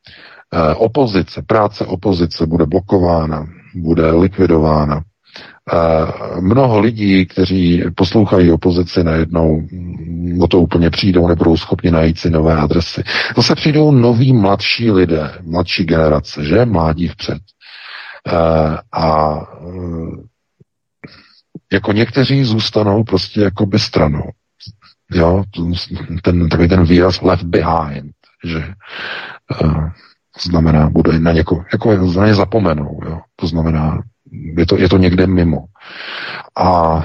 Práce opozice bude blokována, bude likvidována. Mnoho lidí, kteří poslouchají opozici, najednou o to úplně přijdou, nebudou schopni najít si nové adresy. Zase přijdou noví mladší lidé, mladší generace, že? Mládí vpřed. A jako někteří zůstanou prostě jakoby stranou. Jo? Takový ten výraz left behind, že znamená, bude na někoho, jako na ně zapomenou, jo. To znamená, je to někde mimo. A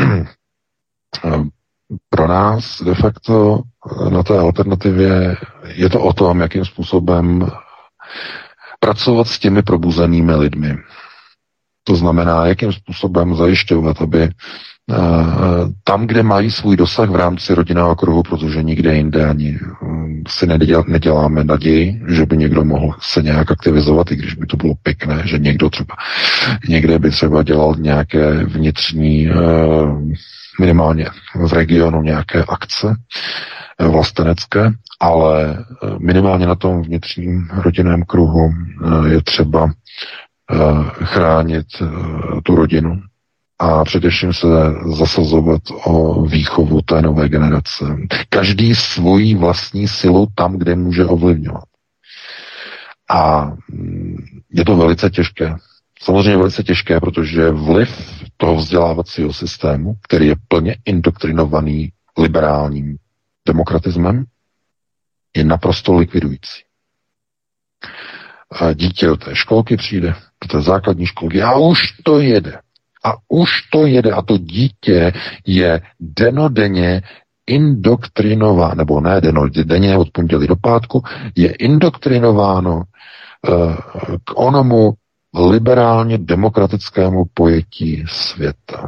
pro nás de facto na té alternativě je to o tom, jakým způsobem pracovat s těmi probuzenými lidmi. To znamená, jakým způsobem zajišťovat, aby tam, kde mají svůj dosah v rámci rodinného kruhu, protože nikde jinde ani si neděláme naději, že by někdo mohl se nějak aktivizovat, i když by to bylo pěkné, že někdo třeba někde by třeba dělal nějaké vnitřní, minimálně v regionu nějaké akce vlastenecké, ale minimálně na tom vnitřním rodinném kruhu je třeba chránit tu rodinu a především se zasazovat o výchovu té nové generace. Každý svojí vlastní silou tam, kde může ovlivňovat. A je to velice těžké. Samozřejmě velice těžké, protože vliv toho vzdělávacího systému, který je plně indoktrinovaný liberálním demokratismem, je naprosto likvidující. A dítě do té školky přijde, do té základní školky a už to jede. A to dítě je denodenně indoktrinováno, nebo ne denodenně od pondělí do pátku, je indoktrinováno k onomu liberálně demokratickému pojetí světa.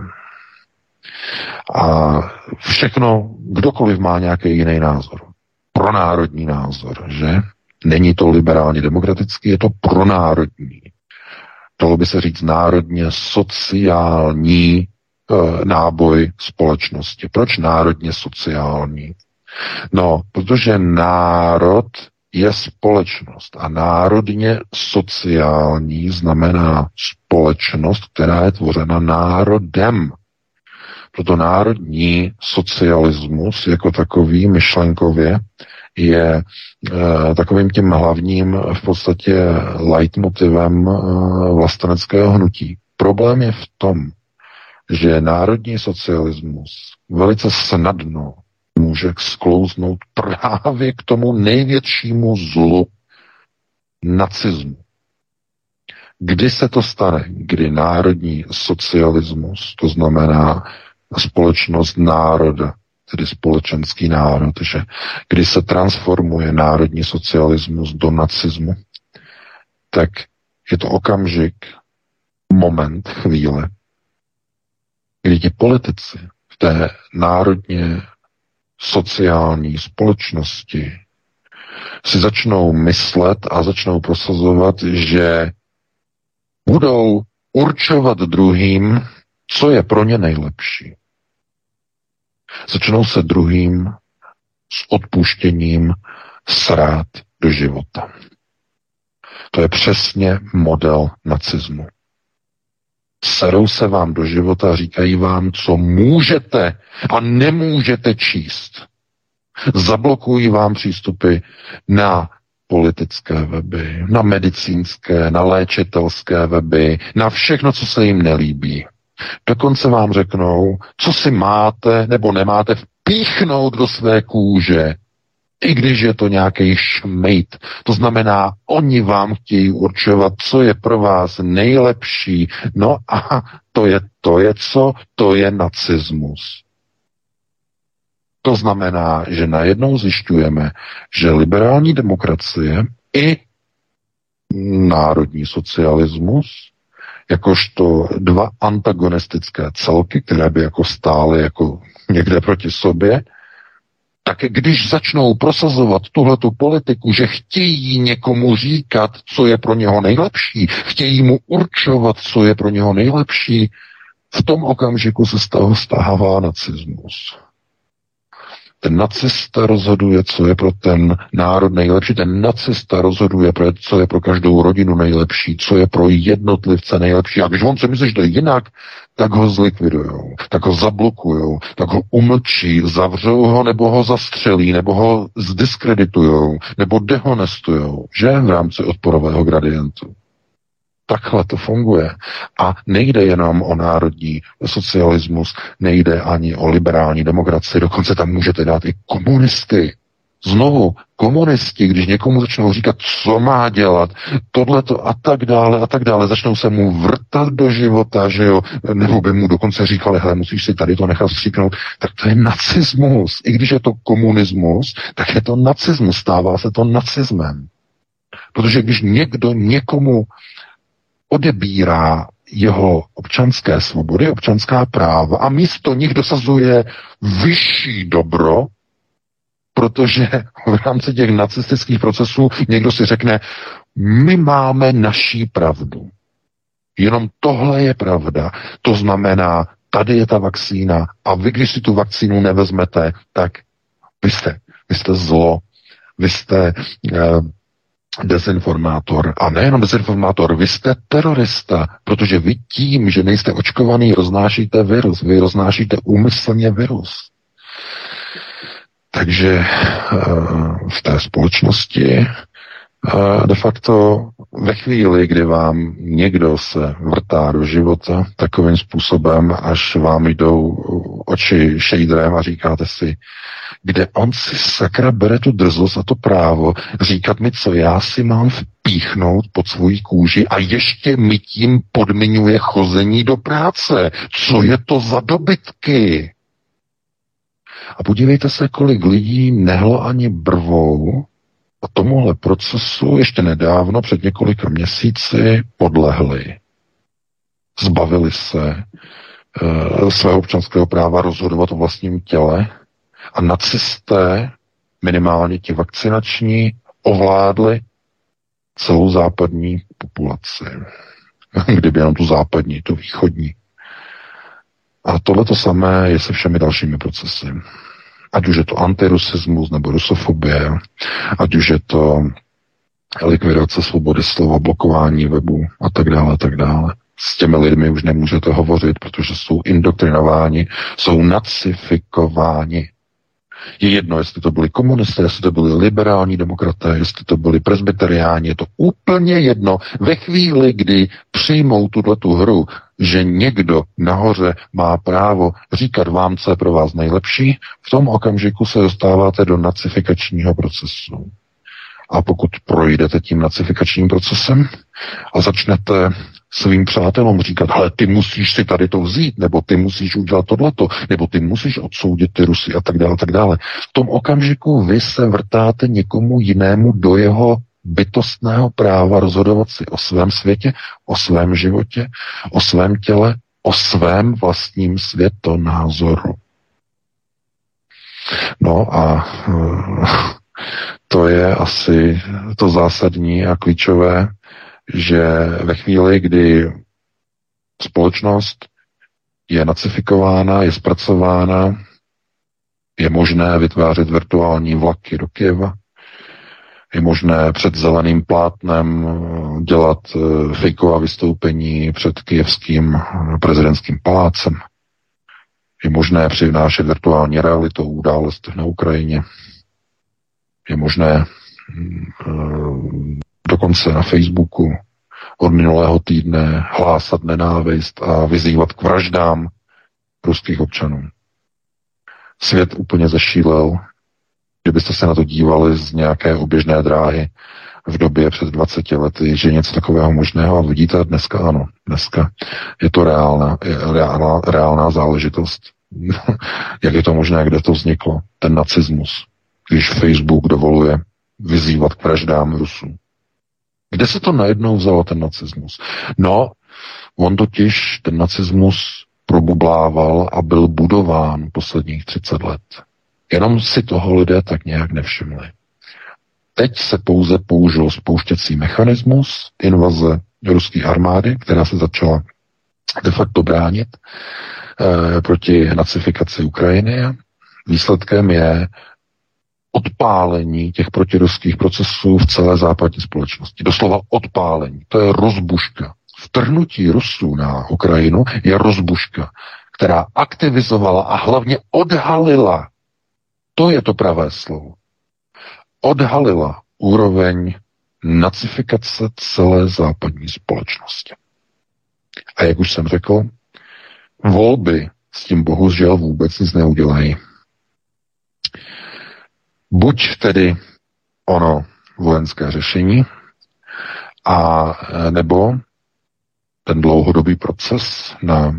A všechno, kdokoliv má nějaký jiný názor, pronárodní názor, že? Není to liberálně demokratický, je to pronárodní. Dalo by se říct národně sociální náboj společnosti. Proč národně sociální? No, protože národ je společnost a národně sociální znamená společnost, která je tvořena národem. Proto národní socialismus jako takový myšlenkově je takovým tím hlavním v podstatě leitmotivem vlasteneckého hnutí. Problém je v tom, že národní socialismus velice snadno může sklouznout právě k tomu největšímu zlu nacismu. Kdy se to stane? Kdy národní socialismus, to znamená společnost národa, tedy společenský národ, že kdy se transformuje národní socialismus do nacismu, tak je to okamžik, moment, chvíle, kdy ti politici v té národně sociální společnosti si začnou myslet a začnou prosazovat, že budou určovat druhým, co je pro ně nejlepší. Začnou se druhým s odpuštěním srát do života. To je přesně model nacismu. Serou se vám do života a říkají vám, co můžete a nemůžete číst. Zablokují vám přístupy na politické weby, na medicínské, na léčitelské weby, na všechno, co se jim nelíbí. Dokonce vám řeknou, co si máte nebo nemáte vpíchnout do své kůže, i když je to nějaký šmejt. To znamená, oni vám chtějí určovat, co je pro vás nejlepší. No a to je nacismus. To znamená, že najednou zjišťujeme, že liberální demokracie i národní socialismus, jakožto dva antagonistické celky, které by jako stály jako někde proti sobě, tak když začnou prosazovat tuhletu politiku, že chtějí někomu říkat, co je pro něho nejlepší, chtějí mu určovat, co je pro něho nejlepší, v tom okamžiku se z toho stává nacismus. Ten nacista rozhoduje, co je pro ten národ nejlepší. Ten nacista rozhoduje, co je pro každou rodinu nejlepší, co je pro jednotlivce nejlepší. A když on si myslí, že to je jinak, tak ho zlikvidujou, tak ho zablokujou, tak ho umlčí, zavřou ho, nebo ho zastřelí, nebo ho zdiskreditujou, nebo dehonestujou, že v rámci odporového gradientu. Takhle to funguje. A nejde jenom o národní socialismus, nejde ani o liberální demokracii, dokonce tam můžete dát i komunisty. Znovu, komunisti, když někomu začnou říkat, co má dělat, tohleto a tak dále, začnou se mu vrtat do života, že jo, nebo by mu dokonce říkali, hele, musíš si tady to nechat stříknout, tak to je nacismus. I když je to komunismus, tak je to nacismus, stává se to nacismem. Protože když někdo někomu odebírá jeho občanské svobody, občanská práva a místo nich dosazuje vyšší dobro, protože v rámci těch nacistických procesů někdo si řekne, my máme naší pravdu. Jenom tohle je pravda. To znamená, tady je ta vakcína a vy, když si tu vakcínu nevezmete, tak vy jste zlo, vy jste dezinformátor. A nejenom dezinformátor, vy jste terorista, protože vy tím, že nejste očkovaný, roznášíte virus. Vy roznášíte úmyslně virus. Takže v té společnosti de facto ve chvíli, kdy vám někdo se vrtá do života takovým způsobem, až vám jdou oči šejdrem a říkáte si, kde on si sakra bere tu drzost a to právo říkat mi, co já si mám vpíchnout pod svoji kůži a ještě mi tím podmiňuje chození do práce. Co je to za dobytky? A podívejte se, kolik lidí nehlo ani brvou a tomuhle procesu ještě nedávno, před několika měsíci, podlehli. Zbavili se svého občanského práva rozhodovat o vlastním těle a nacisté, minimálně ti vakcinační, ovládli celou západní populaci. Kdyby jenom tu západní, tu východní. A tohle to samé je se všemi dalšími procesy. Ať už je to antirusismus nebo rusofobie, ať už je to likvidace svobody slova, blokování webu a tak dále, a tak dále. S těmi lidmi už nemůžete hovořit, protože jsou indoktrinováni, jsou nacifikováni. Je jedno, jestli to byli komunisté, jestli to byli liberální demokraté, jestli to byli presbyteriáni, je to úplně jedno. Ve chvíli, kdy přijmou tuhletu hru, že někdo nahoře má právo říkat vám, co je pro vás nejlepší, v tom okamžiku se dostáváte do nacifikačního procesu. A pokud projdete tím nacifikačním procesem a začnete svým přátelům říkat, ale ty musíš si tady to vzít, nebo ty musíš udělat tohleto, nebo ty musíš odsoudit ty Rusy a tak dále, tak dále. V tom okamžiku vy se vrtáte někomu jinému do jeho bytostného práva rozhodovat si o svém světě, o svém životě, o svém těle, o svém vlastním světonázoru. No a to je asi to zásadní a klíčové, že ve chvíli, kdy společnost je nacifikována, je zpracována, je možné vytvářet virtuální vlaky do Kyjeva, je možné před zeleným plátnem dělat fejková vystoupení před kyjevským prezidentským palácem, je možné přinášet virtuální realitu o událostech na Ukrajině, je možné dokonce na Facebooku od minulého týdne hlásat nenávist a vyzývat k vraždám ruských občanů. Svět úplně zešílel. Kdybyste se na to dívali z nějaké oběžné dráhy v době před 20 lety, že něco takového možného, a vidíte dneska ano. Dneska je to reálná záležitost. Jak je to možné, kde to vzniklo? Ten nacismus. Když Facebook dovoluje vyzývat k vraždám Rusů. Kde se to najednou vzalo, ten nacismus? No, on totiž ten nacismus probublával a byl budován posledních 30 let. Jenom si toho lidé tak nějak nevšimli. Teď se pouze použil spouštěcí mechanismus invaze ruské armády, která se začala de facto bránit proti nacifikaci Ukrajiny. Výsledkem je odpálení těch protiruských procesů v celé západní společnosti. Doslova odpálení. To je rozbuška. Vtrhnutí Rusů na Ukrajinu je rozbuška, která aktivizovala a hlavně odhalila, to je to pravé slovo, odhalila úroveň nacifikace celé západní společnosti. A jak už jsem řekl, volby s tím bohužel vůbec nic neudělají. Buď tedy ono vojenské řešení, a nebo ten dlouhodobý proces na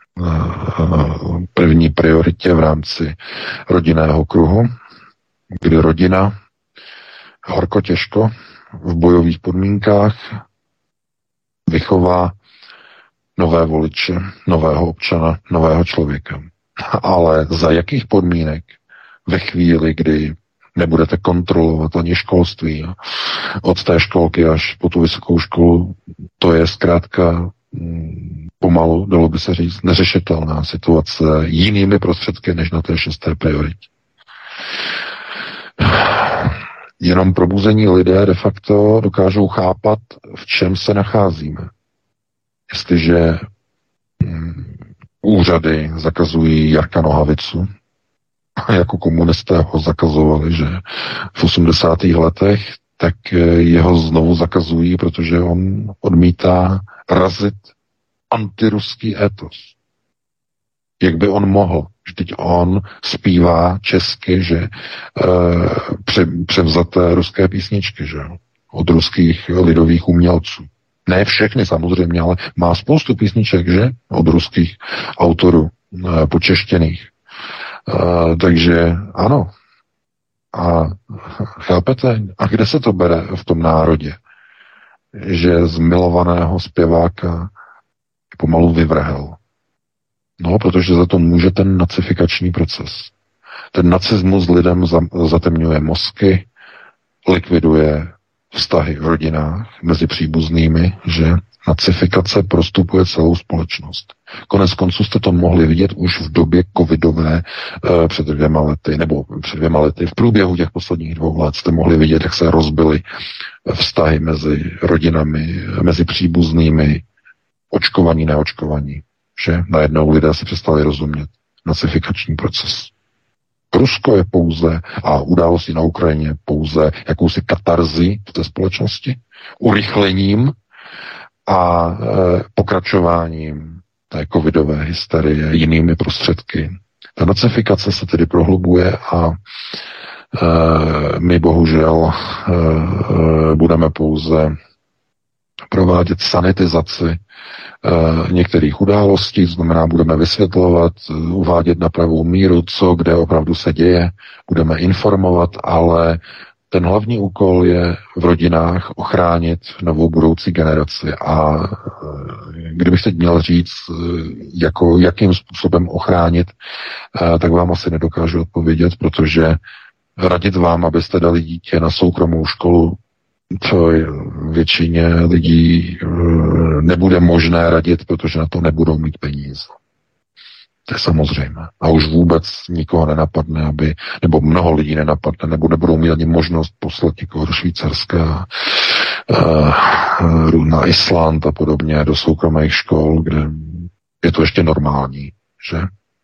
první prioritě v rámci rodinného kruhu, kdy rodina horko těžko v bojových podmínkách vychová nové voliče, nového občana, nového člověka. Ale za jakých podmínek ve chvíli, kdy nebudete kontrolovat ani školství od té školky až po tu vysokou školu, to je zkrátka pomalu, dalo by se říct, neřešitelná situace jinými prostředky než na té 6. prioritě. Jenom probuzení lidé de facto dokážou chápat, v čem se nacházíme. Jestliže úřady zakazují Jarka Nohavicu, jako komunisté ho zakazovali, že v 80. letech, tak jeho znovu zakazují, protože on odmítá razit antiruský etos. Jak by on mohl? Vždyť on zpívá česky, že převzaté ruské písničky, že od ruských lidových umělců. Ne všechny samozřejmě, ale má spoustu písniček, že? Od ruských autorů, počeštěných. Takže ano. A chápete? A kde se to bere v tom národě? Že z milovaného zpěváka pomalu vyvrhel. No, protože za to může ten nacifikační proces. Ten nacismus lidem zatemňuje mozky, likviduje vztahy v rodinách mezi příbuznými, že nacifikace prostupuje celou společnost. Konec konců jste to mohli vidět už v době covidové před 2 lety, nebo před 2 lety, v průběhu těch posledních 2 let jste mohli vidět, jak se rozbily vztahy mezi rodinami, mezi příbuznými, očkovaní, neočkovaní. Že najednou lidé si přestali rozumět. Nacifikační proces. Rusko je pouze, a události na Ukrajině pouze jakousi katarzí v té společnosti, urychlením a pokračováním té covidové hysterie jinými prostředky. Ta nacifikace se tedy prohlubuje a my bohužel budeme pouze provádět sanitizaci některých událostí, to znamená, budeme vysvětlovat, uvádět na pravou míru, co kde opravdu se děje, budeme informovat, ale ten hlavní úkol je v rodinách ochránit novou budoucí generaci. A kdybych teď měl říct, jakým způsobem ochránit, tak vám asi nedokážu odpovědět, protože radit vám, abyste dali dítě na soukromou školu, to většině lidí nebude možné radit, protože na to nebudou mít peníze. To je samozřejmé. A už vůbec nikoho nenapadne, nebo mnoho lidí nenapadne, nebo nebudou mít ani možnost poslat někoho do Švýcarska, na Island a podobně, do soukromých škol, kde je to ještě normální, že?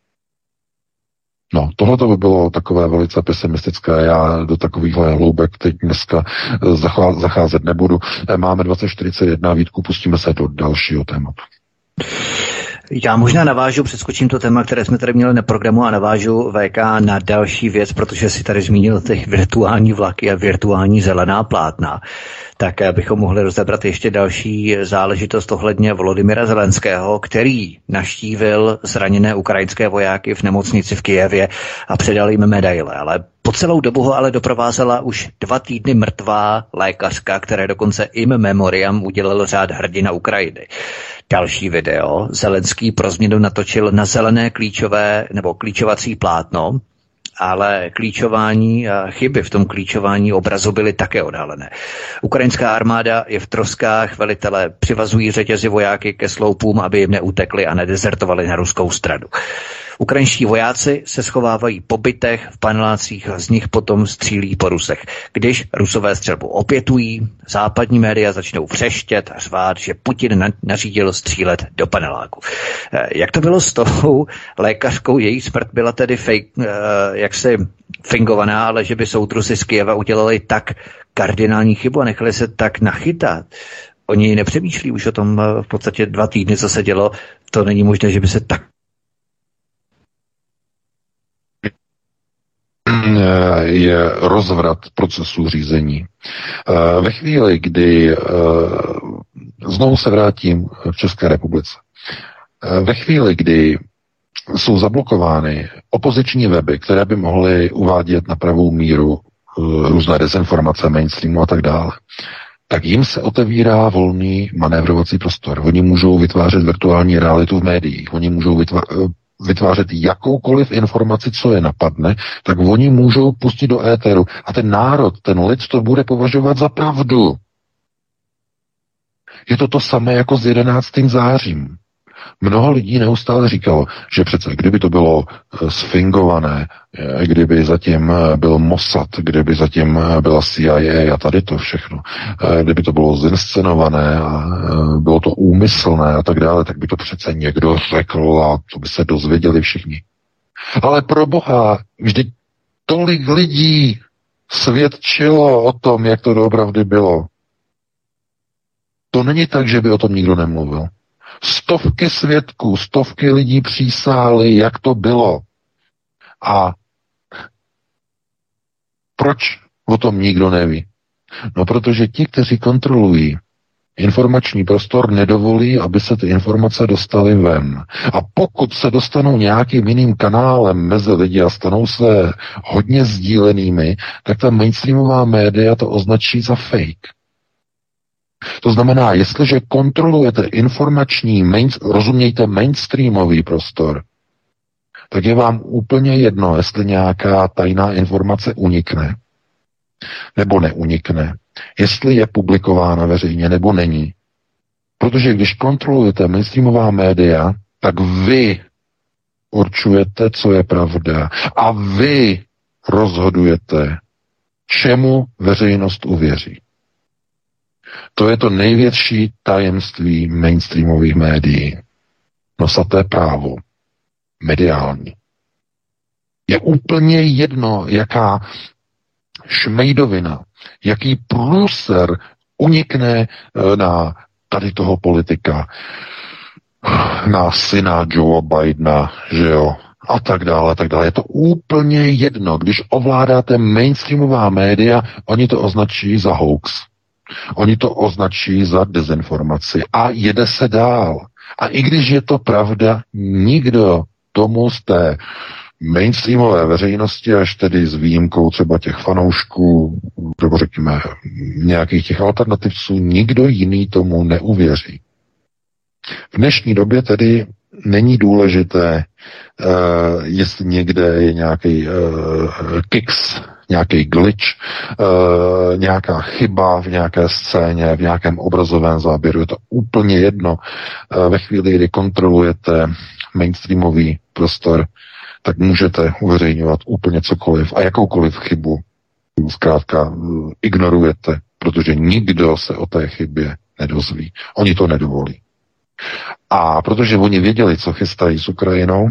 No, tohle to by bylo takové velice pesimistické. Já do takovýchhle hloubek teď dneska zacházet nebudu. Máme 20:41, Vítku, pustíme se do dalšího tématu.
Já možná navážu, přeskočím to téma, které jsme tady měli na programu a navážu VK na další věc, protože si tady zmínil ty virtuální vlaky a virtuální zelená plátna. Tak bychom mohli rozebrat ještě další záležitost ohledně Volodymyra Zelenského, který navštívil zraněné ukrajinské vojáky v nemocnici v Kyjevě a předal jim medaile. Ale po celou dobu ho ale doprovázela už 2 týdny mrtvá lékařka, které dokonce in memoriam udělil řád hrdina Ukrajiny. Další video Zelenský pro změnu natočil na zelené klíčové nebo klíčovací plátno, ale klíčování a chyby v tom klíčování obrazu byly také odhalené. Ukrajinská armáda je v troskách, velitelé přivazují řetězy vojáky ke sloupům, aby jim neutekli a nedezertovali na ruskou stranu. Ukrajinští vojáci se schovávají po bytech, v panelácích, z nich potom střílí po Rusech. Když Rusové střelbu opětují, západní média začnou všeštět a řvát, že Putin nařídil střílet do paneláku. Jak to bylo s tou lékařkou? Její smrt byla tedy jaksi fingovaná, ale že by soudruzi z Kyjeva udělali tak kardinální chybu a nechali se tak nachytat. Oni nepřemýšlí už o tom v podstatě 2 týdny, co se dělo. To není možné, že by se tak
je rozvrat procesu řízení. Ve chvíli, kdy znovu se vrátím k České republice, ve chvíli, kdy jsou zablokovány opoziční weby, které by mohly uvádět na pravou míru různé dezinformace, mainstreamu a tak dále, tak jim se otevírá volný manévrovací prostor. Oni můžou vytvářet virtuální realitu v médiích, oni můžou vytvářet jakoukoliv informaci, co je napadne, tak oni můžou pustit do éteru. A ten národ, ten lid to bude považovat za pravdu. Je to samé jako s 11. zářím. Mnoho lidí neustále říkalo, že přece kdyby to bylo sfingované, kdyby zatím byl Mossad, kdyby zatím byla CIA a tady to všechno, kdyby to bylo zinscenované a bylo to úmyslné a tak dále, tak by to přece někdo řekl a to by se dozvěděli všichni. Ale pro Boha, vždyť tolik lidí svědčilo o tom, jak to doopravdy bylo. To není tak, že by o tom nikdo nemluvil. Stovky svědků, stovky lidí přísáhly, jak to bylo. A proč o tom nikdo neví? No, protože ti, kteří kontrolují informační prostor, nedovolí, aby se ty informace dostaly ven. A pokud se dostanou nějakým jiným kanálem mezi lidi a stanou se hodně sdílenými, tak ta mainstreamová média to označí za fake. To znamená, jestliže kontrolujete informační, rozumějte mainstreamový prostor, tak je vám úplně jedno, jestli nějaká tajná informace unikne nebo neunikne, jestli je publikována veřejně nebo není. Protože když kontrolujete mainstreamová média, tak vy určujete, co je pravda. A vy rozhodujete, čemu veřejnost uvěří. To je to největší tajemství mainstreamových médií. Nosaté právo. Mediální. Je úplně jedno, jaká šmejdovina, jaký průser unikne na tady toho politika, na syna Joea Bidena, že jo, a tak dále, tak dále. Je to úplně jedno. Když ovládáte mainstreamová média, oni to označí za hoax. Oni to označí za dezinformaci a jede se dál. A i když je to pravda, nikdo tomu z té mainstreamové veřejnosti, až tedy s výjimkou třeba těch fanoušků, nebo řekněme nějakých těch alternativců, nikdo jiný tomu neuvěří. V dnešní době tedy není důležité, jestli někde je nějaký kiks, nějaký glitch, nějaká chyba v nějaké scéně, v nějakém obrazovém záběru. Je to úplně jedno. Ve chvíli, kdy kontrolujete mainstreamový prostor, tak můžete uveřejňovat úplně cokoliv a jakoukoliv chybu zkrátka ignorujete, protože nikdo se o té chybě nedozví. Oni to nedovolí. A protože oni věděli, co chystají s Ukrajinou,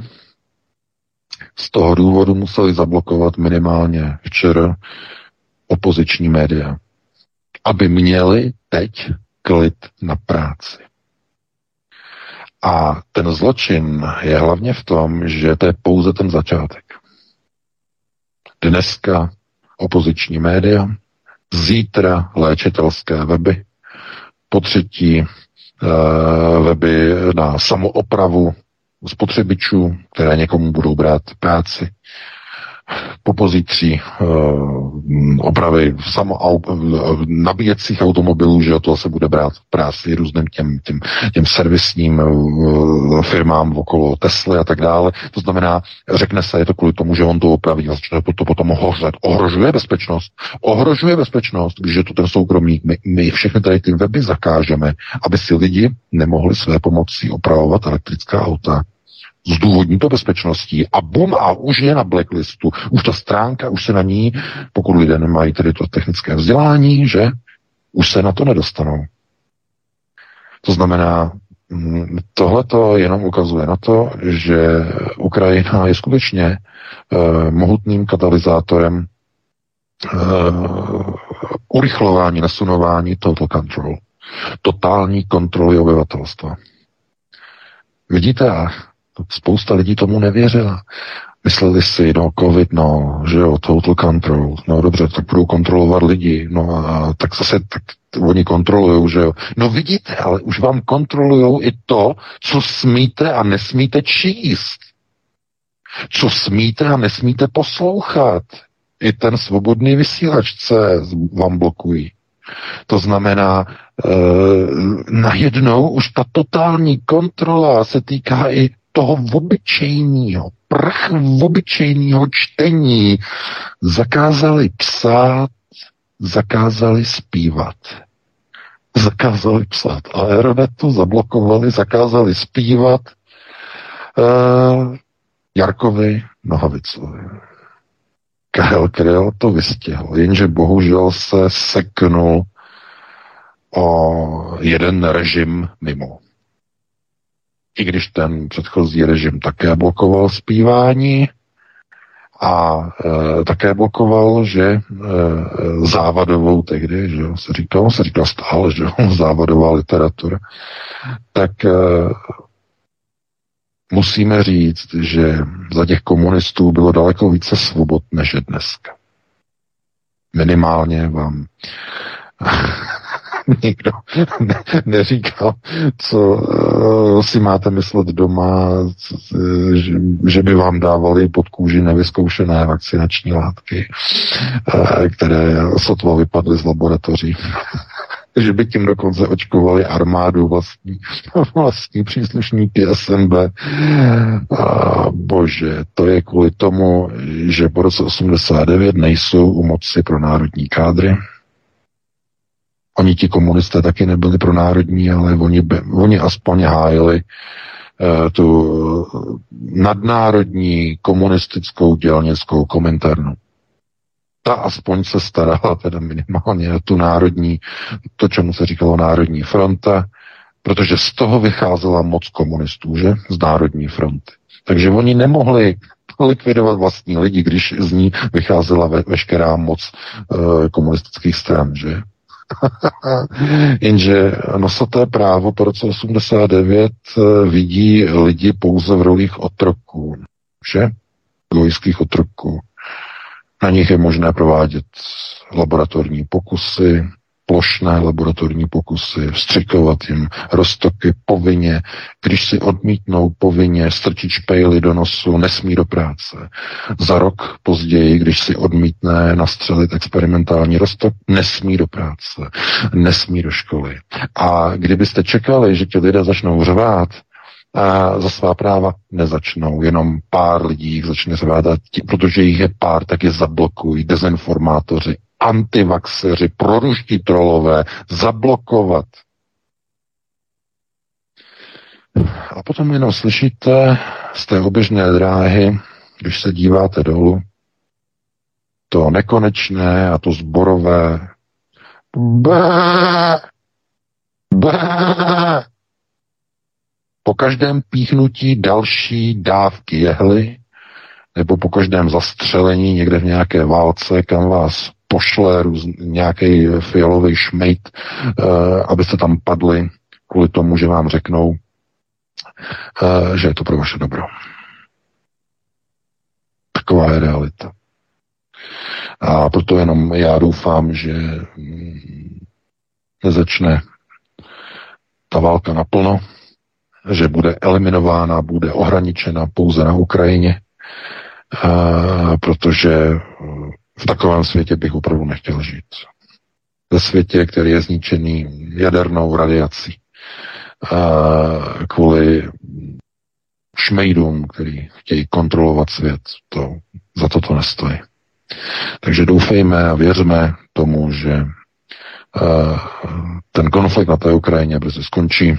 z toho důvodu museli zablokovat minimálně včera opoziční média, aby měli teď klid na práci. A ten zločin je hlavně v tom, že to je pouze ten začátek. Dneska opoziční média, zítra léčitelské weby, potřetí weby na samoopravu spotřebičů, které někomu budou brát práci. Popozítří opravy nabíjecích automobilů, že to se bude brát práci různým těm servisním firmám okolo Tesly a tak dále. To znamená, řekne se, je to kvůli tomu, že on to opraví a začne to potom hořet. Ohrožuje bezpečnost. Ohrožuje bezpečnost, když je to ten soukromník. My všechny tady ty weby zakážeme, aby si lidi nemohli své pomocí opravovat elektrická auta. Zdůvodní to bezpečností a bum, a už je na blacklistu. Už ta stránka, už se na ní, pokud lidé nemají tedy to technické vzdělání, že už se na to nedostanou. To znamená, tohleto jenom ukazuje na to, že Ukrajina je skutečně mohutným katalyzátorem urychlování, nasunování total control. Totální kontroly obyvatelstva. Vidíte, spousta lidí tomu nevěřila. Mysleli si, covid, že jo, total control. No dobře, tak budou kontrolovat lidi. No a tak zase tak oni kontrolujou, že jo. No vidíte, ale už vám kontrolujou i to, co smíte a nesmíte číst. Co smíte a nesmíte poslouchat. I ten svobodný vysílač vám blokují. To znamená, najednou už ta totální kontrola se týká i toho obyčejného, obyčejného čtení. Zakázali psát, zakázali zpívat. Zakázali psát Aeronetu, zablokovali, zakázali zpívat Jarkovi Nohavicovi. Karel Kryl to vystihl, jenže bohužel se seknul o jeden režim mimo. I když ten předchozí režim také blokoval zpívání a také blokoval, že závadovou tehdy, že se říkal stále, že závadová literatura, tak musíme říct, že za těch komunistů bylo daleko více svobod, než je dneska. Minimálně vám nikdo neříkal, co si máte myslet doma, že by vám dávali pod kůži nevyzkoušené vakcinační látky, které sotva vypadly z laboratoří. Že by tím dokonce očkovali armádu vlastní příslušníky SNB. Bože, to je kvůli tomu, že po roce 89 nejsou u moci pro národní kádry. Oni ti komunisté taky nebyli pro národní, ale oni aspoň hájili tu nadnárodní komunistickou dělnickou Kominternů. Ta aspoň se starala teda minimálně tu národní, to, čemu se říkalo Národní fronta, protože z toho vycházela moc komunistů, že? Z Národní fronty. Takže oni nemohli likvidovat vlastní lidi, když z ní vycházela veškerá moc komunistických stran, že? Jenže nosaté právo po roce 89 vidí lidi pouze v rolích otroků, že? Gojských otroků. Na nich je možné provádět laboratorní pokusy, plošné laboratorní pokusy, vstřikovat jim roztoky povinně. Když si odmítnou povinně strčit špejly do nosu, nesmí do práce. Za rok později, když si odmítne nastřelit experimentální roztok, nesmí do práce, nesmí do školy. A kdybyste čekali, že ti lidé začnou řvát, a za svá práva nezačnou, jenom pár lidí jich začne řvát, protože jich je pár, tak je zablokují dezinformátoři, antivaxeři, proruští trolové, zablokovat. A potom jenom slyšíte z té oběžné dráhy, když se díváte dolů, to nekonečné a to zborové po každém píchnutí další dávky jehly, nebo po každém zastřelení někde v nějaké válce, kam vás pošle nějaký fialový šmejt, abyste tam padli kvůli tomu, že vám řeknou, že je to pro vaše dobro. Taková je realita. A proto jenom já doufám, že nezačne ta válka naplno, že bude eliminována, bude ohraničena pouze na Ukrajině, protože v takovém světě bych opravdu nechtěl žít. Ve světě, který je zničený jadernou radiací, kvůli šmejdům, který chtějí kontrolovat svět, za to nestojí. Takže doufejme a věřme tomu, že ten konflikt na té Ukrajině brzy skončí,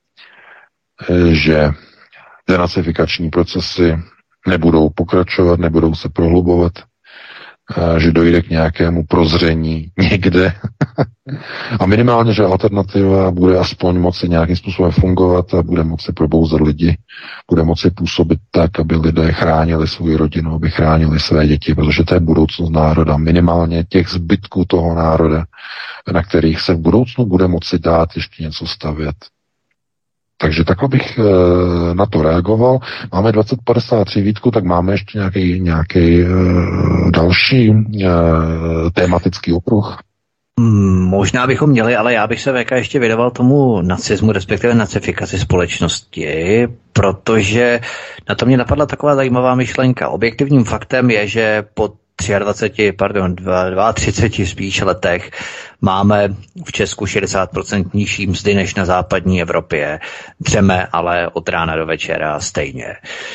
že denacifikační procesy nebudou pokračovat, nebudou se prohlubovat, že dojde k nějakému prozření někde a minimálně, že alternativa bude aspoň moci nějakým způsobem fungovat a bude moci probouzet lidi, bude moci působit tak, aby lidé chránili svou rodinu, aby chránili své děti, protože to je budoucnost národa, minimálně těch zbytků toho národa, na kterých se v budoucnu bude moci dát ještě něco stavět. Takže takhle bych na to reagoval. Máme 2053 Vítku, tak máme ještě nějaký další tematický okruh.
Možná bychom měli, ale já bych se VK ještě věnoval tomu nacismu, respektive nacifikaci společnosti, protože na to mě napadla taková zajímavá myšlenka. Objektivním faktem je, že po 32 spíš letech máme v Česku 60% nižší mzdy než na západní Evropě. Dřeme ale od rána do večera stejně.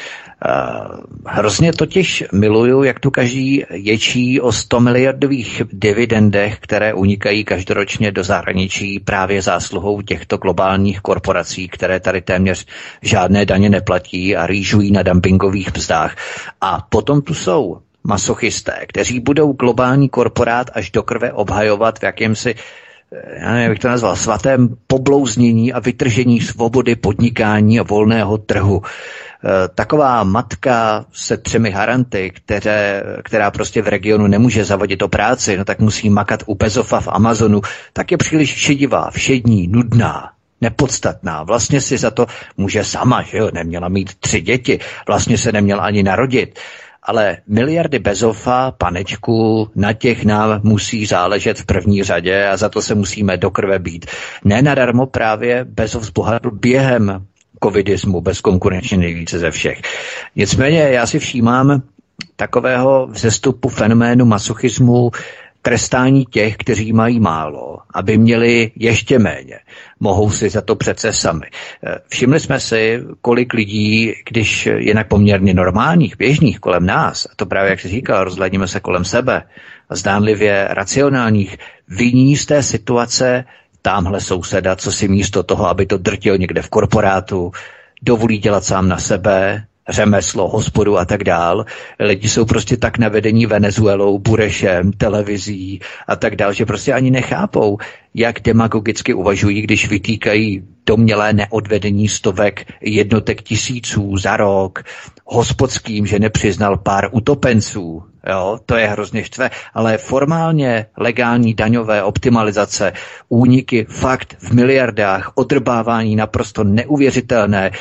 Hrozně totiž miluju, jak tu každý ječí o 100 miliardových dividendech, které unikají každoročně do zahraničí právě zásluhou těchto globálních korporací, které tady téměř žádné daně neplatí a rýžují na dumpingových mzdách. A potom tu jsou masochisté, kteří budou globální korporát až do krve obhajovat v jakémsi, já nevím, jak bych to nazval, svatém poblouznění a vytržení svobody podnikání a volného trhu. Taková matka se 3 haranty, která prostě v regionu nemůže zavodit o práci, no tak musí makat u Bezova v Amazonu, tak je příliš šedivá, všední, nudná, nepodstatná. Vlastně si za to může sama, že jo, neměla mít 3 děti, vlastně se neměla ani narodit. Ale miliardy Bezova, panečku, na těch nám musí záležet v první řadě a za to se musíme do krve bít. Nenadarmo právě Bezos zbohatl během covidismu bezkonkurenčně nejvíce ze všech. Nicméně já si všímám takového vzestupu fenoménu masochismu, trestání těch, kteří mají málo, aby měli ještě méně. Mohou si za to přece sami. Všimli jsme si, kolik lidí, když jinak poměrně normálních, běžných kolem nás, a to právě, jak jsi říkal, rozhlédneme se kolem sebe, zdánlivě racionálních, viní z té situace támhle souseda, co si místo toho, aby to drtil někde v korporátu, dovolí dělat sám na sebe, řemeslo, hospodu a tak dál. Lidi jsou prostě tak navedení Venezuelou, Burešem, televizí a tak dál, že prostě ani nechápou, jak demagogicky uvažují, když vytýkají domnělé neodvedení stovek jednotek tisíců za rok, hospodským, že nepřiznal pár utopenců. Jo, to je hrozně štve, ale formálně legální daňové optimalizace, úniky fakt v miliardách, odrbávání naprosto neuvěřitelné,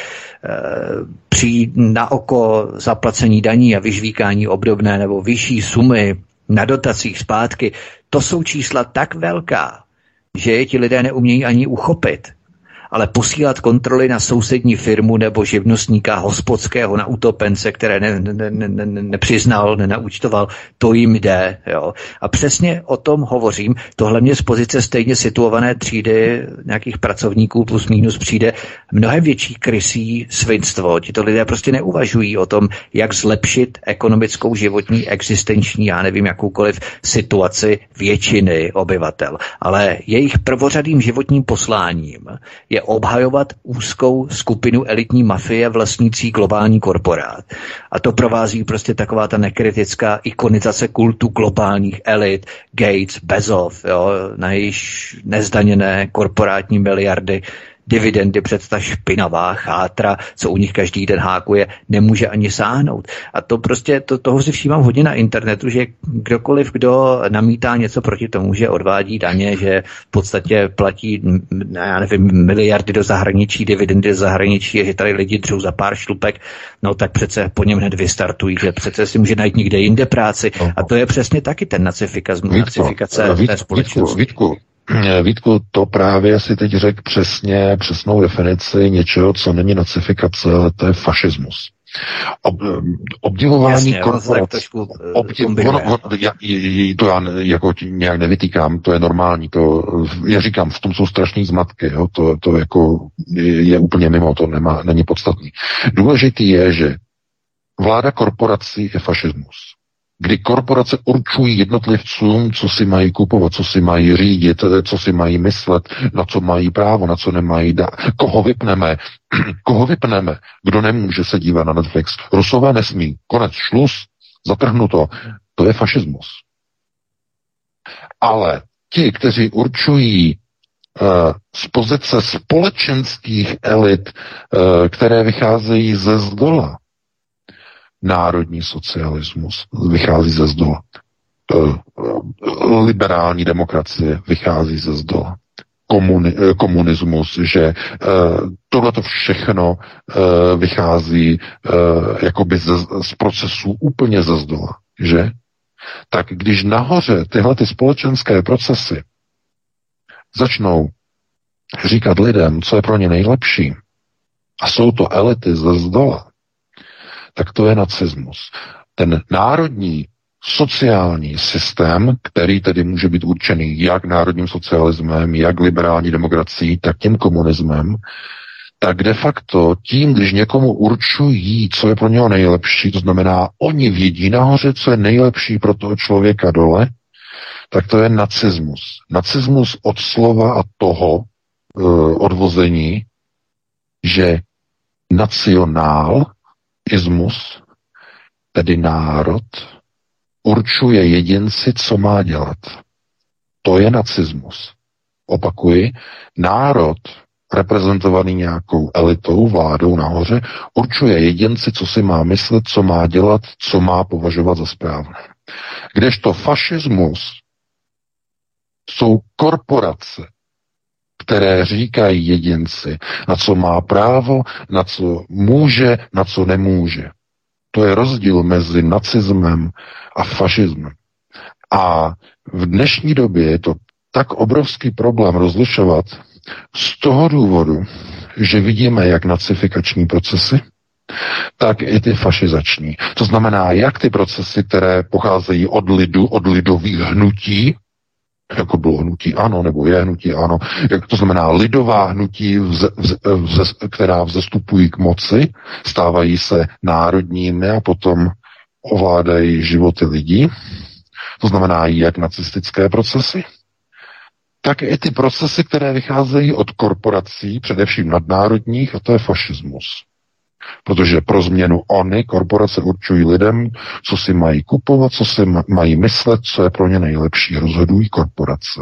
na oko zaplacení daní a vyžvíkání obdobné nebo vyšší sumy na dotacích zpátky, to jsou čísla tak velká, že je ti lidé neumějí ani uchopit. Ale posílat kontroly na sousední firmu nebo živnostníka hospodského na utopence, které nepřiznal, nenaučtoval, to jim jde. Jo. A přesně o tom hovořím. Tohle mě z pozice stejně situované třídy nějakých pracovníků plus minus přijde mnohem větší krysí svinstvo. Tito lidé prostě neuvažují o tom, jak zlepšit ekonomickou, životní, existenční, já nevím, jakoukoliv situaci většiny obyvatel. Ale jejich prvořadým životním posláním je obhajovat úzkou skupinu elitní mafie vlastnící globální korporát. A to provází prostě taková ta nekritická ikonizace kultu globálních elit, Gates, Bezos, jo, na jejíž nezdaněné korporátní miliardy, dividendy před ta špinavá chátra, co u nich každý den hákuje, nemůže ani sáhnout. A to prostě, toho si všímám hodně na internetu, že kdokoliv, kdo namítá něco proti tomu, že odvádí daně, že v podstatě platí, já nevím, miliardy do zahraničí, dividendy do zahraničí, že tady lidi dřou za pár šlupek, no tak přece po něm hned vystartují, že přece si může najít někde jinde práci. A to je přesně taky ten nacifikace té společnosti.
Vítku, to právě si teď řekl přesnou definici něčeho, co není nacifikace, ale to je fašismus. Obdivování korporací. To já jako nějak nevytýkám, to je normální, to já říkám, v tom jsou strašný zmatky, jo, to jako je úplně mimo, to není podstatný. Důležitý je, že vláda korporací je fašismus. Kdy korporace určují jednotlivcům, co si mají kupovat, co si mají řídit, co si mají myslet, na co mají právo, na co nemají dát. Koho vypneme? Kdo nemůže se dívat na Netflix? Rusové nesmí. Konec, šluz, zatrhnuto. To je fašismus. Ale ti, kteří určují z pozice společenských elit, které vycházejí ze zdola, národní socialismus vychází ze zdola. Liberální demokracie vychází ze zdola. Komunismus, že tohleto všechno vychází jakoby z procesů úplně ze zdola, že? Tak když nahoře tyhle ty společenské procesy začnou říkat lidem, co je pro ně nejlepší, a jsou to elity ze zdola, tak to je nacismus. Ten národní sociální systém, který tedy může být určený jak národním socialismem, jak liberální demokracií, tak tím komunismem, tak de facto tím, když někomu určují, co je pro něho nejlepší, to znamená, oni vědí nahoře, co je nejlepší pro toho člověka dole, tak to je nacismus. Nacismus od slova a toho odvození, že nacionalismus, tedy národ, určuje jedinci, co má dělat. To je nacismus. Opakuji, národ, reprezentovaný nějakou elitou, vládou nahoře, určuje jedinci, co si má myslet, co má dělat, co má považovat za správné. Kdežto fašismus jsou korporace, které říkají jedinci, na co má právo, na co může, na co nemůže. To je rozdíl mezi nacismem a fašismem. A v dnešní době je to tak obrovský problém rozlišovat z toho důvodu, že vidíme jak nacifikační procesy, tak i ty fašizační. To znamená, jak ty procesy, které pocházejí od lidu, od lidových hnutí, jako bylo hnutí ANO, nebo je hnutí ANO, to znamená lidová hnutí, která vzestupují k moci, stávají se národními a potom ovládají životy lidí. To znamená jak nacistické procesy, tak i ty procesy, které vycházejí od korporací, především nadnárodních, a to je fašismus. Protože pro změnu korporace určují lidem, co si mají kupovat, co si mají myslet, co je pro ně nejlepší. Rozhodují korporace.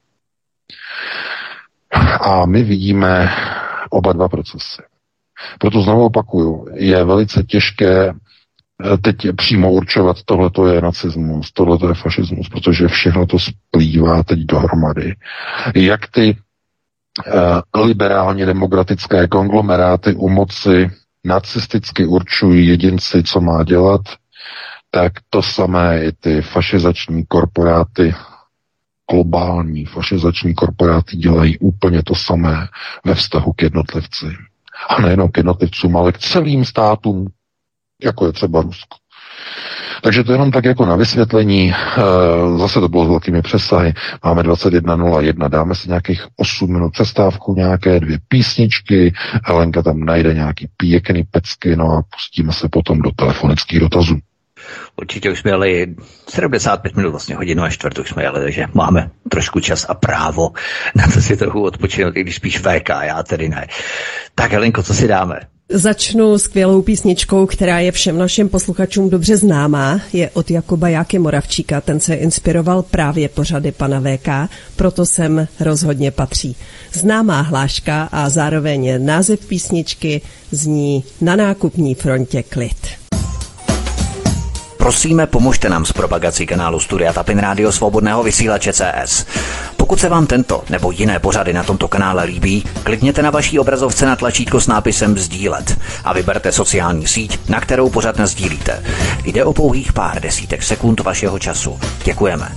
A my vidíme oba dva procesy. Proto znovu opakuju, je velice těžké teď přímo určovat, tohleto je nacismus, tohleto je fašismus, protože všechno to splývá teď dohromady. Jak ty liberálně demokratické konglomeráty u moci nacisticky určují jedinci, co má dělat, tak to samé i ty fašizační korporáty, globální fašizační korporáty dělají úplně to samé ve vztahu k jednotlivci. A nejenom k jednotlivcům, ale k celým státům, jako je třeba Rusko. Takže to jenom tak jako na vysvětlení, zase to bylo s velkými přesahy, máme 21:01, dáme si nějakých 8 minut přestávku, nějaké 2 písničky, Helenka tam najde nějaký pěkný pecky, no a pustíme se potom do telefonických dotazů.
Určitě už jsme jeli 75 minut, vlastně hodinu a čtvrt už jsme jeli, takže máme trošku čas a právo na to si trochu odpočinout, i když spíš VK, já tedy ne. Tak Helenko, co si dáme?
Začnu skvělou písničkou, která je všem našim posluchačům dobře známá. Je od Jakuba Jáky Moravčíka, ten se inspiroval právě pořady pana VK, proto sem rozhodně patří. Známá hláška a zároveň název písničky zní Na nákupní frontě klid.
Prosíme, pomožte nám s propagací kanálu Studia Tapin Rádio Svobodného vysílače CS. Pokud se vám tento nebo jiné pořady na tomto kanále líbí, klikněte na vaší obrazovce na tlačítko s nápisem sdílet a vyberte sociální síť, na kterou pořad nasdílíte. Jde o pouhých pár desítek sekund vašeho času. Děkujeme.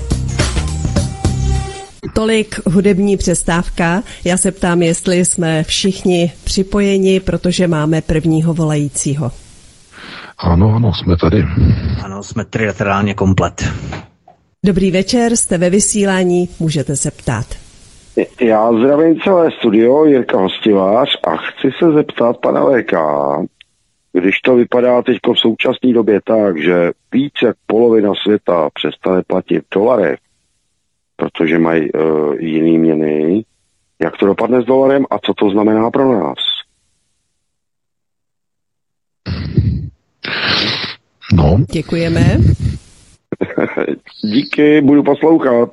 Tolik hudební přestávka. Já se ptám, jestli jsme všichni připojeni, protože máme prvního volajícího.
Ano, jsme tady.
Ano, jsme trilaterálně komplet.
Dobrý večer, jste ve vysílání, můžete se ptát.
Já zdravím celé studio, Jirka Hostivář, a chci se zeptat pana VK, když to vypadá teď v současné době tak, že víc jak polovina světa přestane platit v dolarech, protože mají jiný měny, jak to dopadne s dolarem a co to znamená pro nás?
No.
Děkujeme.
Díky, budu poslouchat.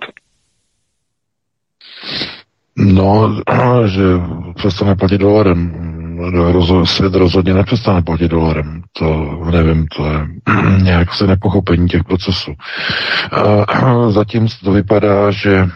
No, že přestane platit dolarem. Svět rozhodně nepřestane platit dolarem. To nevím, to je nějak se nepochopení těch procesů. Zatím to vypadá, že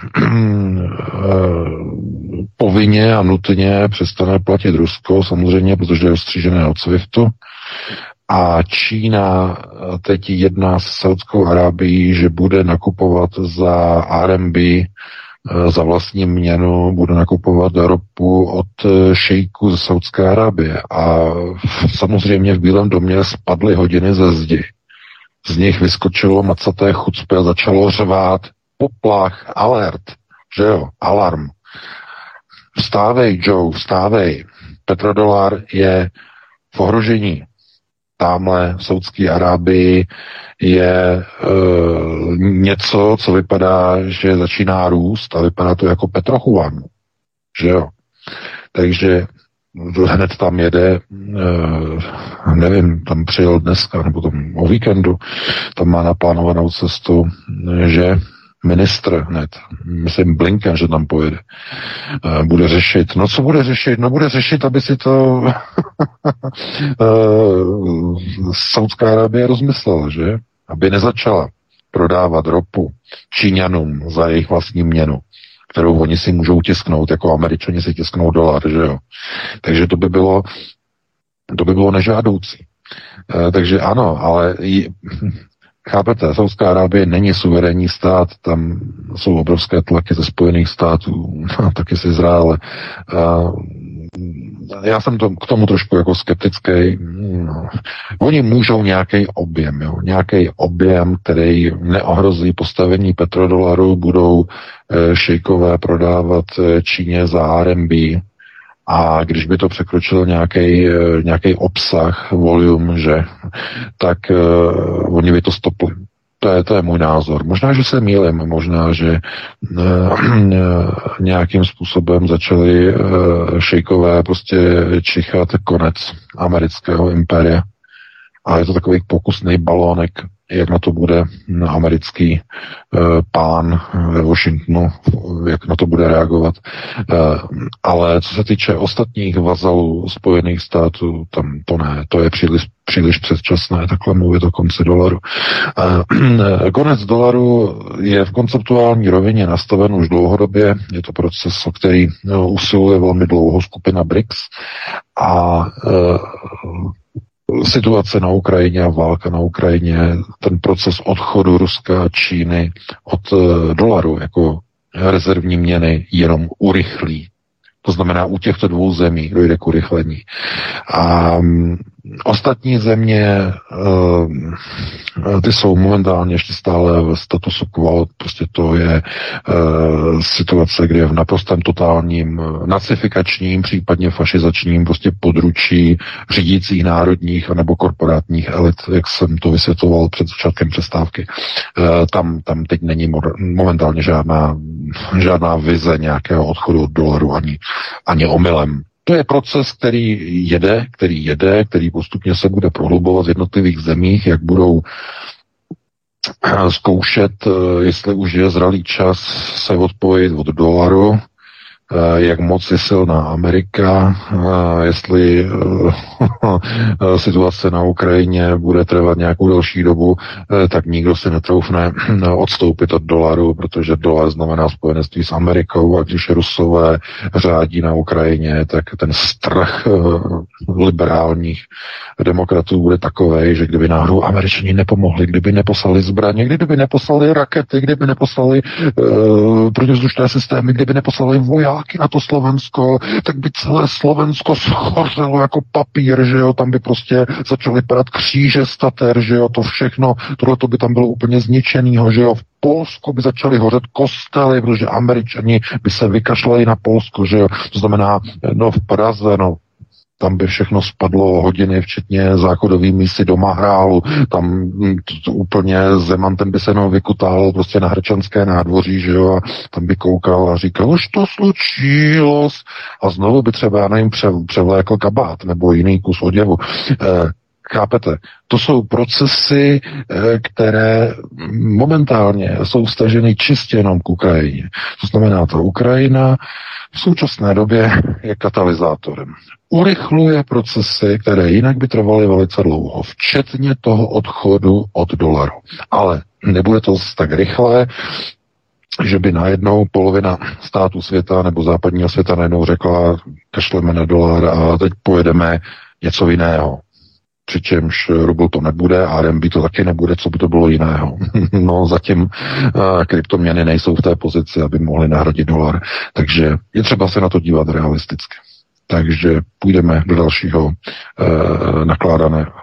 povinně a nutně přestane platit Rusko, samozřejmě, protože je ostřížené od SWIFTu. A Čína teď jedná s Saudskou Arábií, že bude nakupovat za RMB, za vlastní měnu, bude nakupovat ropu od šejků ze Saudské Arábie. A samozřejmě v Bílém domě spadly hodiny ze zdi. z nich vyskočilo macaté chucpe a začalo řvát poplach, alert, že jo, alarm. Vstávej, Joe, vstávej. Petrodolar je v ohrožení. Támhle v Saudské Arábii je něco, co vypadá, že začíná růst a vypadá to jako Petrochuan. Že jo? Takže hned tam jede, nevím, tam přijel dneska, nebo tam o víkendu, tam má naplánovanou cestu, že ministr hned, myslím Blinken, že tam pojede, bude řešit. No co bude řešit? No bude řešit, aby si to Saudská Arábie rozmyslela, že? Aby nezačala prodávat ropu Číňanům za jejich vlastní měnu, kterou oni si můžou tisknout, jako Američani si tisknou dolar, že jo? Takže to by bylo nežádoucí. Takže ano, ale chápete, Saudská Arábie není suverénní stát, tam jsou obrovské tlaky ze Spojených států, taky z Izraele. Já jsem k tomu trošku jako skeptický. Oni můžou nějaký objem, který neohrozí postavení petrodolaru, budou šejkové prodávat Číně za RMB, a když by to překročilo nějaký obsah, volume, že, tak oni by to stopli. To je můj názor. Možná, že se mýlím, možná, že nějakým způsobem začali šejkové prostě čichat konec amerického impéria. A je to takový pokusný balónek, jak na to bude americký pán ve Washingtonu, jak na to bude reagovat. Ale co se týče ostatních vazalů Spojených států, tam to ne, to je příliš předčasné, takhle mluvit o konci dolaru. Konec dolaru je v konceptuální rovině nastaven už dlouhodobě, je to proces, o který usiluje velmi dlouho skupina BRICS a situace na Ukrajině a válka na Ukrajině, ten proces odchodu Ruska a Číny od dolaru jako rezervní měny jenom urychlí. To znamená, u těchto dvou zemí dojde k urychlení. A ostatní země, ty jsou momentálně ještě stále v statusu quo, prostě to je situace, kde je v naprostém totálním nacifikačním, případně fašizačním prostě područí řídících národních anebo korporátních elit, jak jsem to vysvětloval před začátkem přestávky. Tam teď není momentálně žádná vize nějakého odchodu od dolaru ani omylem. To je proces, který postupně se bude prohlubovat v jednotlivých zemích, jak budou zkoušet, jestli už je zralý čas se odpojit od dolaru, jak moc je silná Amerika, jestli situace na Ukrajině bude trvat nějakou delší dobu, tak nikdo si netroufne odstoupit od dolaru, protože dolar znamená spojenectví s Amerikou a když Rusové řádí na Ukrajině, tak ten strach liberálních demokratů bude takovej, že kdyby náhodou Američani nepomohli, kdyby neposlali zbraně, kdyby neposlali rakety, kdyby neposlali protivzdušné systémy, kdyby neposlali vojáky na to Slovensko, tak by celé Slovensko schořelo jako papír, že jo, tam by prostě začaly padat kříže stater, že jo, to všechno, tohleto by tam bylo úplně zničenýho, že jo, v Polsku by začaly hořet kostely, protože Američani by se vykašlali na Polsko, že jo, to znamená, no v Praze, no tam by všechno spadlo hodiny, včetně záchodový místy do Mahrálu, tam úplně Zeman, ten by se jenom vykutál prostě na Hradčanské nádvoří, že jo, a tam by koukal a říkal, už to slučilo, a znovu by třeba, já nevím, převlékl kabát nebo jiný kus oděvu. Chápete? To jsou procesy, které momentálně jsou vztaženy čistě jenom k Ukrajině. To znamená, ta Ukrajina v současné době je katalyzátorem. Urychluje procesy, které jinak by trvaly velice dlouho, včetně toho odchodu od dolaru. Ale nebude to tak rychlé, že by najednou polovina států světa nebo západního světa najednou řekla, kašleme na dolar a teď pojedeme něco jiného. Přičemž rubl to nebude a RMB to taky nebude, co by to bylo jiného. No zatím kryptoměny nejsou v té pozici, aby mohly nahradit dolar. Takže je třeba se na to dívat realisticky. Takže půjdeme do dalšího nakládaného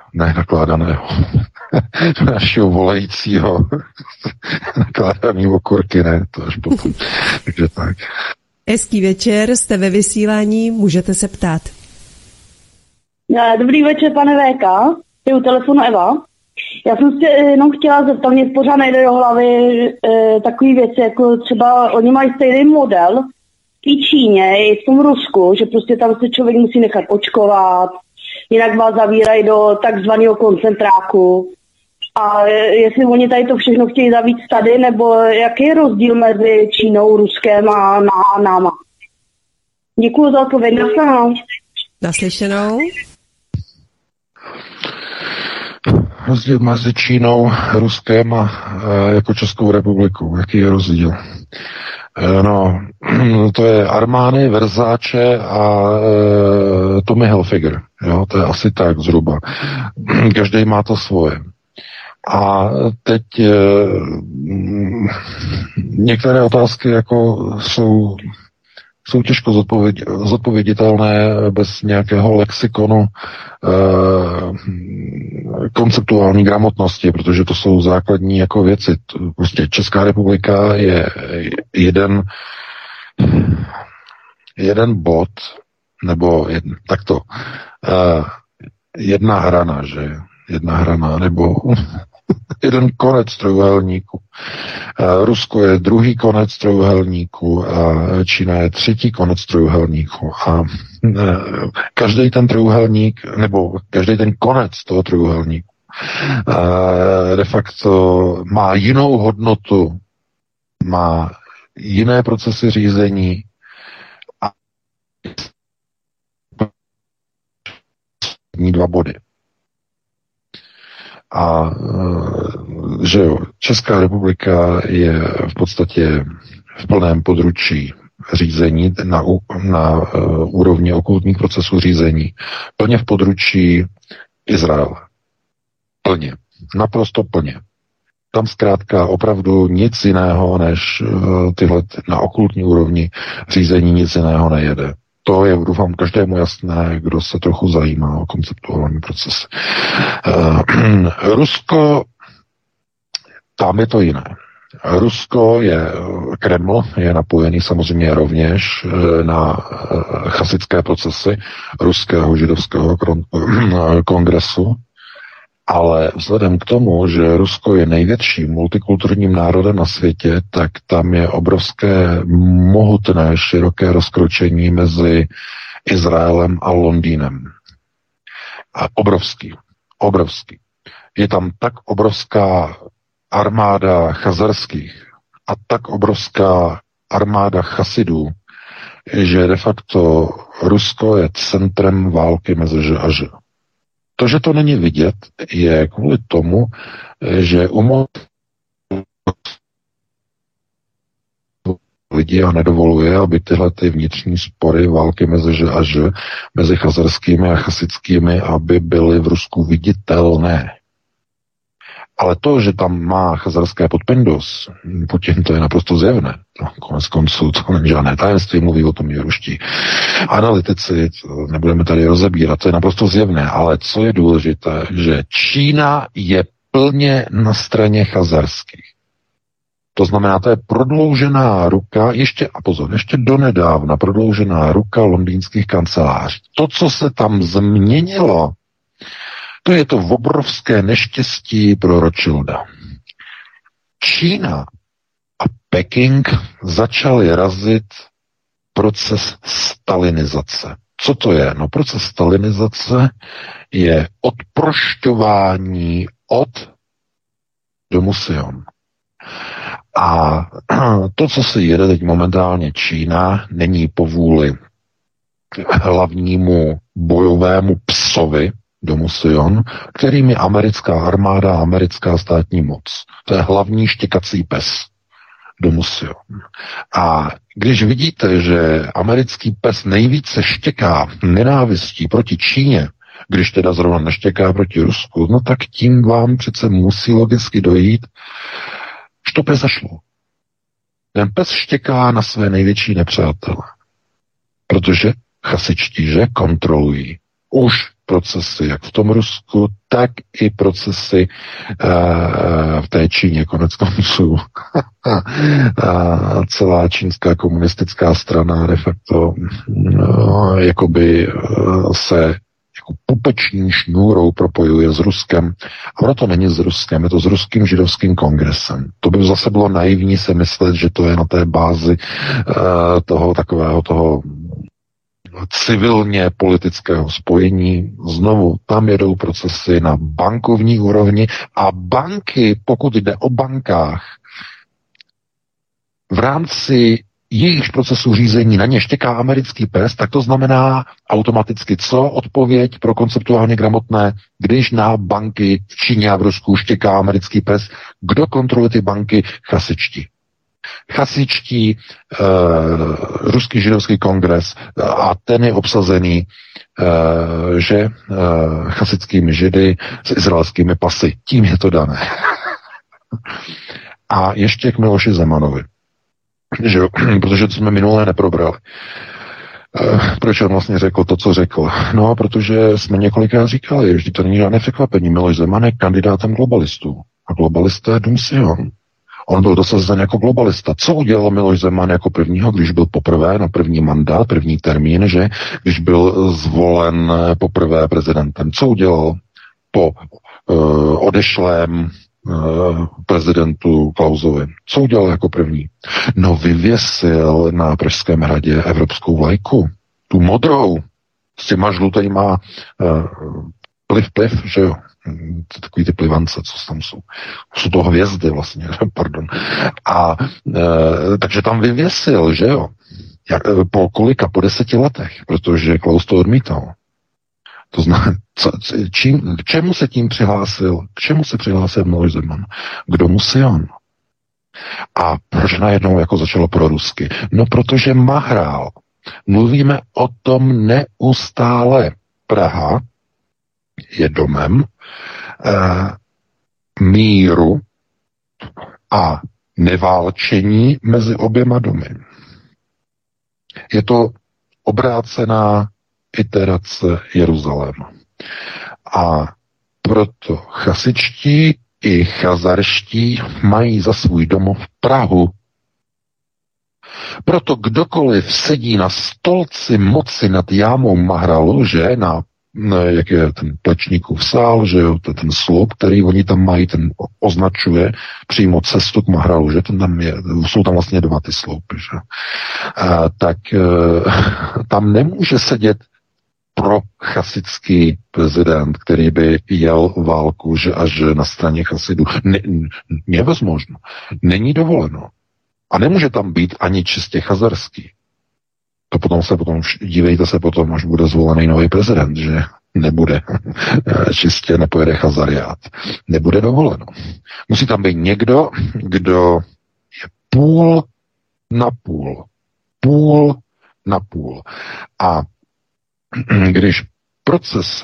nakládaného. Našeho volajícího nakládaný okurky, ne, to až potom. Takže tak.
Hezký večer, jste ve vysílání, můžete se ptát.
Dobrý večer, pane VK, je u telefonu Eva. Já jsem se jenom chtěla zeptat, mě pořád nejde do hlavy takový věci, jako třeba oni mají stejný model v té Číně i v tom Rusku, že prostě tam se člověk musí nechat očkovat, jinak vás zavírají do takzvaného koncentráku. A jestli oni tady to všechno chtějí zavít tady, nebo jaký je rozdíl mezi Čínou, Ruskem a náma? Děkuji za odpověď.
Naslyšenou.
Rozdíl mezi Čínou, Ruskem a jako Českou republikou. Jaký je rozdíl? No, to je Armani, Versace a Tommy Hilfiger. Jo, to je asi tak zhruba. Každý má to svoje. A teď některé otázky jako jsou těžko zodpověditelné bez nějakého lexikonu konceptuální gramotnosti, protože to jsou základní jako věci. Prostě Česká republika je jeden bod, nebo takto, jedna hrana, že? Jedna hrana, nebo jeden konec trojúhelníku. Rusko je druhý konec trojúhelníku a Čína je třetí konec trojúhelníku. A každý ten trojúhelník, nebo každý ten konec toho trojúhelníku de facto má jinou hodnotu, má jiné procesy řízení a dva body. A že jo, Česká republika je v podstatě v plném područí řízení na úrovni okultních procesů řízení, plně v područí Izraele. Plně. Naprosto plně. Tam zkrátka opravdu nic jiného, než tyhle na okultní úrovni řízení nic jiného nejede. To je, doufám, každému jasné, kdo se trochu zajímá o konceptuální procesy. Rusko, tam je to jiné. Rusko Kreml je napojený samozřejmě rovněž na chasické procesy ruského židovského kongresu, ale vzhledem k tomu, že Rusko je největším multikulturním národem na světě, tak tam je obrovské, mohutné, široké rozkročení mezi Izraelem a Londýnem. A obrovský. Je tam tak obrovská armáda chazarských a tak obrovská armáda chasidů, že de facto Rusko je centrem války mezi Ž a Ž. To, že to není vidět, je kvůli tomu, že lidi a nedovoluje, aby tyhle ty vnitřní spory, války mezi Ž a Ž, mezi chazarskými a chasickými, aby byly v Rusku viditelné. Ale to, že tam má chazarské podpindos, Putin, to je naprosto zjevné. Konec konců to není žádné tajemství, mluví o tom i ruští analytici, nebudeme tady rozebírat, to je naprosto zjevné. Ale co je důležité, že Čína je plně na straně chazarských. To znamená, to je prodloužená ruka, ještě donedávna prodloužená ruka londýnských kanceláří. To, co se tam změnilo, to je to obrovské neštěstí pro Rothschilda. Čína a Peking začali razit proces stalinizace. Co to je? No, proces stalinizace je odprošťování od domu Sion. A to, co se jede teď momentálně Čína, není povůli hlavnímu bojovému psovi domu Sion, kterým je americká armáda a americká státní moc. To je hlavní štěkací pes domu Sion. A když vidíte, že americký pes nejvíce štěká nenávistí proti Číně, když teda zrovna neštěká proti Rusku, no tak tím vám přece musí logicky dojít, že to pes zašlo. Ten pes štěká na své největší nepřátele, protože chasičtí, že kontrolují už procesy, jak v tom Rusku, tak i procesy v té Číně, konec konců. Celá čínská komunistická strana de facto jakoby se jako pupeční šňůrou propojuje s Ruskem. A ono to není s Ruskem, je to s ruským židovským kongresem. To by zase bylo naivní se myslet, že to je na té bázi toho takového toho civilně politického spojení. Znovu, tam jedou procesy na bankovní úrovni a banky, pokud jde o bankách, v rámci jejich procesu řízení na ně štěká americký pes, tak to znamená automaticky co? Odpověď pro konceptuálně gramotné, když na banky v Číně a v Rusku štěká americký pes, kdo kontroluje ty banky? Chasičtí, ruský židovský kongres a ten je obsazený že chasickými židy s izraelskými pasy. Tím je to dané. A ještě k Miloši Zemanovi. Že jo? Protože to jsme minulé neprobrali. Proč on vlastně řekl to, co řekl? No, protože jsme několikrát říkali, že to není žádné překvapení. Miloš Zeman je kandidátem globalistů. A globalista je Dům Sion. On byl dosazen jako globalista. Co udělal Miloš Zeman jako prvního, když byl poprvé na první mandát, první termín, že? Když byl zvolen poprvé prezidentem. Co udělal po odešlém prezidentu Klausovi? Co udělal jako první? No, vyvěsil na Pražském hradě evropskou vlajku. Tu modrou. S těma žlutejma pliv, že jo? Takový ty plivance, co tam jsou. Jsou to hvězdy vlastně, pardon. A takže tam vyvěsil, že jo? Po kolika? Po 10 letech, protože Klaus to odmítal. To znamená, k čemu se tím přihlásil? K čemu se přihlásil Miloš Zeman? K Domu Sion. A proč najednou jako začalo prorusky? No, protože mahrál. Mluvíme o tom neustále. Praha je domem míru a neválčení mezi oběma domy. Je to obrácená iterace Jeruzaléma. A proto chasičtí i chazarští mají za svůj domov Prahu. Proto kdokoliv sedí na stolci moci nad jámou Mahralu, že jak je ten Plečníkův sál, že jo, to je ten sloup, který oni tam mají, ten označuje přímo cestu k Mahralu, že tam jsou tam vlastně 2 ty sloupy, že? Tak tam nemůže sedět pro chasický prezident, který by jel válku, že až na straně chasidů. Nevozможno. Není dovoleno. A nemůže tam být ani čistě chazarský. To potom dívejte se potom, až bude zvolený nový prezident, že nebude čistě, nepojede chazariát. Nebude dovoleno. Musí tam být někdo, kdo je půl na půl. Půl na půl. A když proces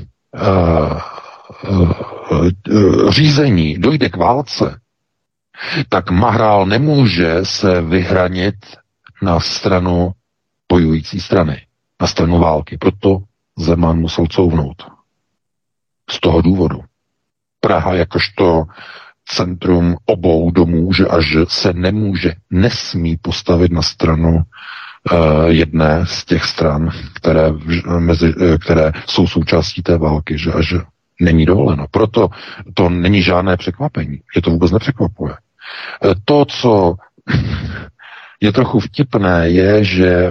řízení dojde k válce, tak Mahrál nemůže se vyhranit na stranu bojující strany, na stranu války. Proto Zeman musel couvnout. Z toho důvodu. Praha jakožto centrum obou domů, že až se nesmí postavit na stranu jedné z těch stran, které jsou součástí té války, že až není dovoleno. Proto to není žádné překvapení. Je to vůbec nepřekvapuje. To, co je trochu vtipné, je, že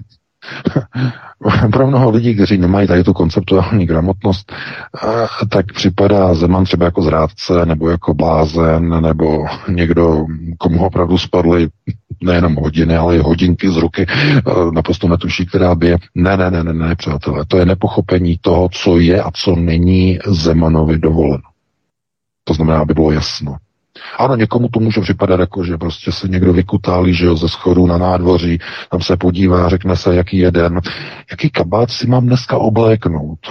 pro mnoho lidí, kteří nemají tady tu konceptuální gramotnost, tak připadá Zeman třeba jako zrádce, nebo jako blázen, nebo někdo, komu opravdu spadly nejenom hodiny, ale i hodinky z ruky, naprosto netuší, která by je. Ne, přátelé, to je nepochopení toho, co je a co není Zemanovi dovoleno. To znamená, aby bylo jasno. Ano, někomu to může připadat jako, že prostě se někdo vykutálí, že jo, ze schodů na nádvoří, tam se podívá, řekne se, jaký je den, jaký kabát si mám dneska obléknout.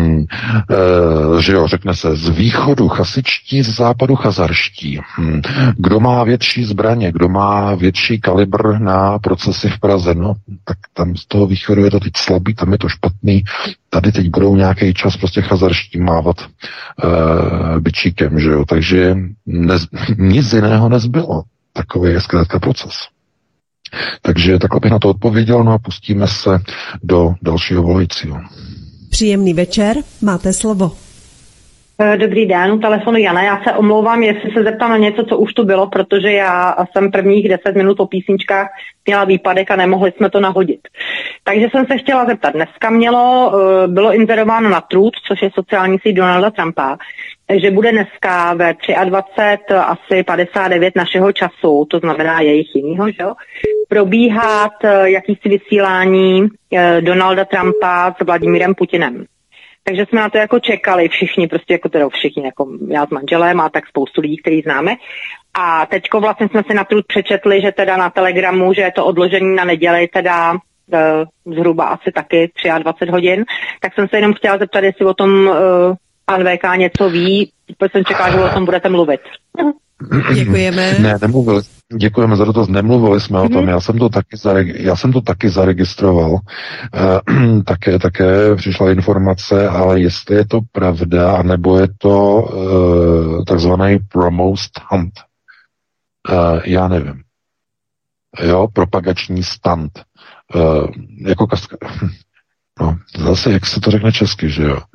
Že jo, řekne se, z východu chasičtí, z západu chazarští. Kdo má větší zbraně, kdo má větší kalibr na procesy v Praze, no, tak tam z toho východu je to teď slabý, tam je to špatný, tady teď budou nějaký čas prostě chazarští mávat bičíkem, že jo, takže nic jiného nezbylo. Takový je zkrátka proces. Takže takhle bych na to odpověděl, no a pustíme se do dalšího volajícího.
Příjemný večer, máte slovo.
Dobrý den, telefonu Jana. Já se omlouvám, jestli se zeptám na něco, co už tu bylo, protože já jsem prvních 10 minut po písničkách měla výpadek a nemohli jsme to nahodit. Takže jsem se chtěla zeptat. Dneska bylo inzerováno na Truth, což je sociální síť Donalda Trumpa, že bude dneska ve 23 asi 59 našeho času, to znamená jejich jinýho, že jo, probíhat jakýsi vysílání Donalda Trumpa s Vladimírem Putinem. Takže jsme na to jako čekali všichni, prostě jako teda všichni, jako já s manželem a tak spoustu lidí, který známe. A teďko vlastně jsme si na Truth přečetli, že teda na Telegramu, že je to odložení na neděli, teda zhruba asi taky 23 hodin. Tak jsem se jenom chtěla zeptat, jestli o tom pan VK něco ví, protože jsem čekala, že o tom budete mluvit.
Děkujeme.
Ne, nemluvili. Děkujeme za dotaz. Nemluvili jsme o tom. Já jsem to taky zaregistroval. Také přišla informace, ale jestli je to pravda, nebo je to takzvaný promo stunt. Já nevím. Jo, propagační stunt. Jako no, zase, jak se to řekne česky, že jo?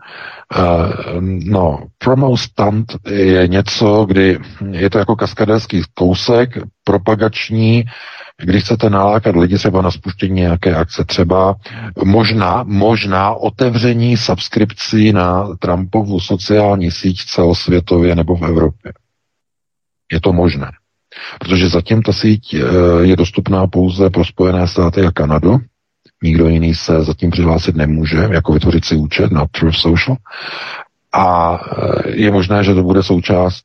Promo stunt je něco, kdy je to jako kaskadérský kousek, propagační, kdy chcete nalákat lidi třeba na spuštění nějaké akce, třeba možná otevření subskripcí na Trumpovu sociální síť celosvětově nebo v Evropě. Je to možné. Protože zatím ta síť je dostupná pouze pro Spojené státy a Kanadu. Nikdo jiný se zatím přihlásit nemůže, jako vytvořit si účet na Truth Social. A je možné, že to bude součást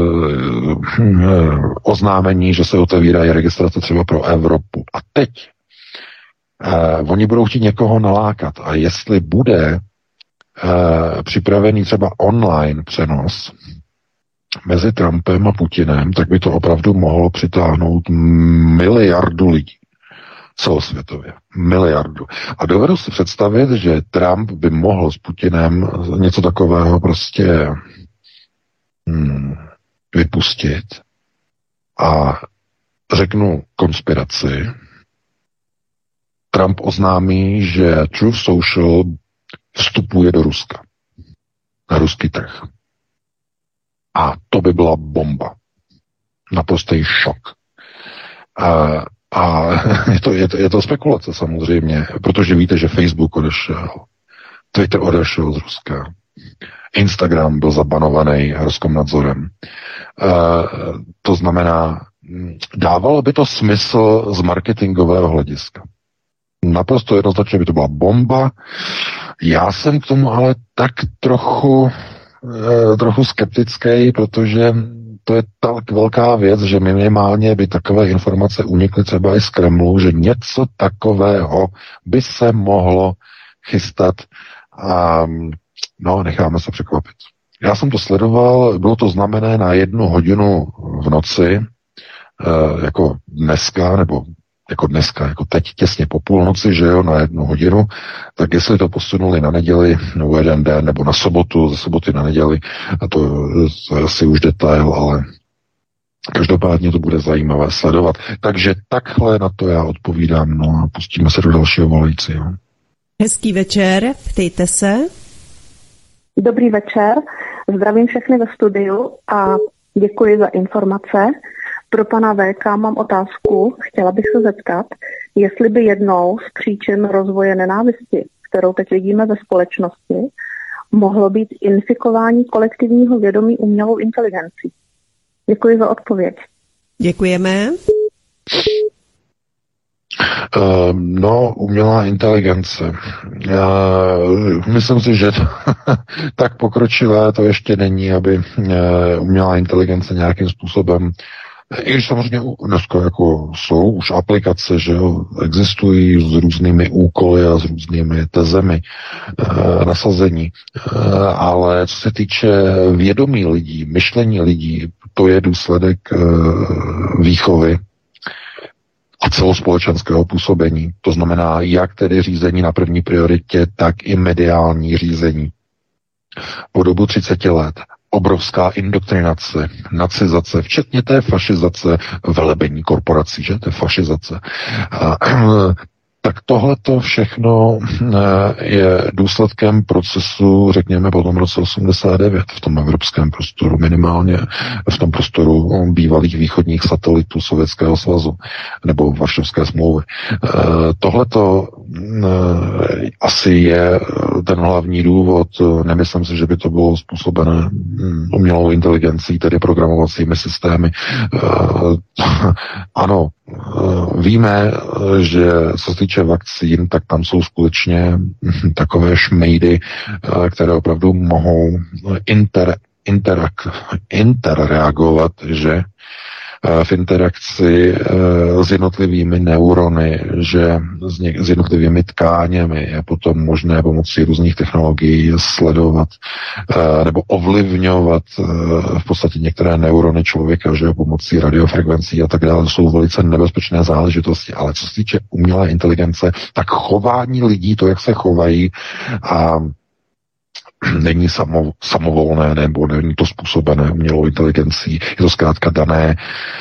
oznámení, že se otevírají registrace třeba pro Evropu. A teď oni budou chtít někoho nalákat. A jestli bude připravený třeba online přenos mezi Trumpem a Putinem, tak by to opravdu mohlo přitáhnout miliardu lidí. Celosvětově. Miliardu. A dovedu si představit, že Trump by mohl s Putinem něco takového prostě vypustit. A řeknu konspiraci. Trump oznámí, že Truth Social vstupuje do Ruska. Na ruský trh. A to by byla bomba. Naprostý šok. A je to spekulace samozřejmě, protože víte, že Facebook odešel, Twitter odešel z Ruska, Instagram byl zabanovaný Roskomnadzorem. To znamená, dávalo by to smysl z marketingového hlediska. Naprosto jednoznačně by to byla bomba. Já jsem k tomu ale tak trochu skeptický, protože to je tak velká věc, že minimálně by takové informace unikly třeba i z Kremlu, že něco takového by se mohlo chystat a necháme se překvapit. Já jsem to sledoval, bylo to znamené na 1 hodinu v noci, jako dneska, nebo jako teď těsně po půlnoci, že jo, na 1 hodinu, tak jestli to posunuli na neděli, nebo jeden den, nebo na sobotu, ze soboty na neděli, a to je asi už detail, ale každopádně to bude zajímavé sledovat. Takže takhle na to já odpovídám, no a pustíme se do dalšího volajícího.
Hezký večer, ptejte se.
Dobrý večer, zdravím všechny ve studiu a děkuji za informace. Pro pana VK mám otázku, chtěla bych se zeptat, jestli by jednou z příčin rozvoje nenávisti, kterou teď vidíme ve společnosti, mohlo být infikování kolektivního vědomí umělou inteligencí. Děkuji za odpověď.
Děkujeme.
No, umělá inteligence. Myslím si, že tak pokročilé to ještě není, aby umělá inteligence nějakým způsobem, i když samozřejmě dneska jako jsou už aplikace, že jo, existují s různými úkoly a s různými tezemi nasazení, ale co se týče vědomí lidí, myšlení lidí, to je důsledek výchovy a celospolečenského působení. To znamená, jak tedy řízení na první prioritě, tak i mediální řízení. Po dobu 30 let obrovská indoktrinace, nacizace, včetně té fašizace, velebení korporací, že? To je fašizace. Tak tohleto všechno je důsledkem procesu, řekněme, po tom roce 89 v tom evropském prostoru, minimálně v tom prostoru bývalých východních satelitů Sovětského svazu nebo Varšavské smlouvy. Tohleto asi je ten hlavní důvod. Nemyslím si, že by to bylo způsobené umělou inteligencí, tedy programovacími systémy. Ano, víme, že co se týče vakcín, tak tam jsou takové šmejdy, které opravdu mohou interreagovat, že v interakci s jednotlivými neurony, že s jednotlivými tkáněmi je potom možné pomocí různých technologií sledovat nebo ovlivňovat v podstatě některé neurony člověka, že pomocí radiofrekvencí a tak dále. To jsou velice nebezpečné záležitosti, ale co se týče umělé inteligence, tak chování lidí, to, jak se chovají a není samovolné, nebo není to způsobené umělou inteligencí, je to zkrátka dané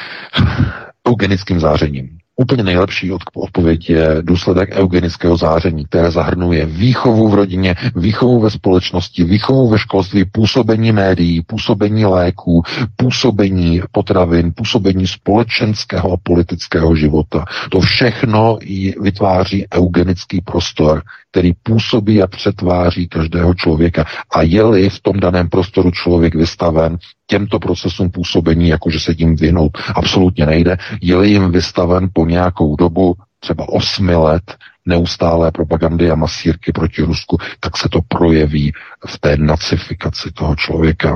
eugenickým zářením. Úplně nejlepší odpověď je důsledek eugenického záření, které zahrnuje výchovu v rodině, výchovu ve společnosti, výchovu ve školství, působení médií, působení léků, působení potravin, působení společenského a politického života. To všechno vytváří eugenický prostor, který působí a přetváří každého člověka. A je-li v tom daném prostoru člověk vystaven těmto procesům působení, jakože se tím vyhnout absolutně nejde, je-li jim vystaven po nějakou dobu, třeba 8 let, neustálé propagandy a masírky proti Rusku, tak se to projeví v té nacifikaci toho člověka.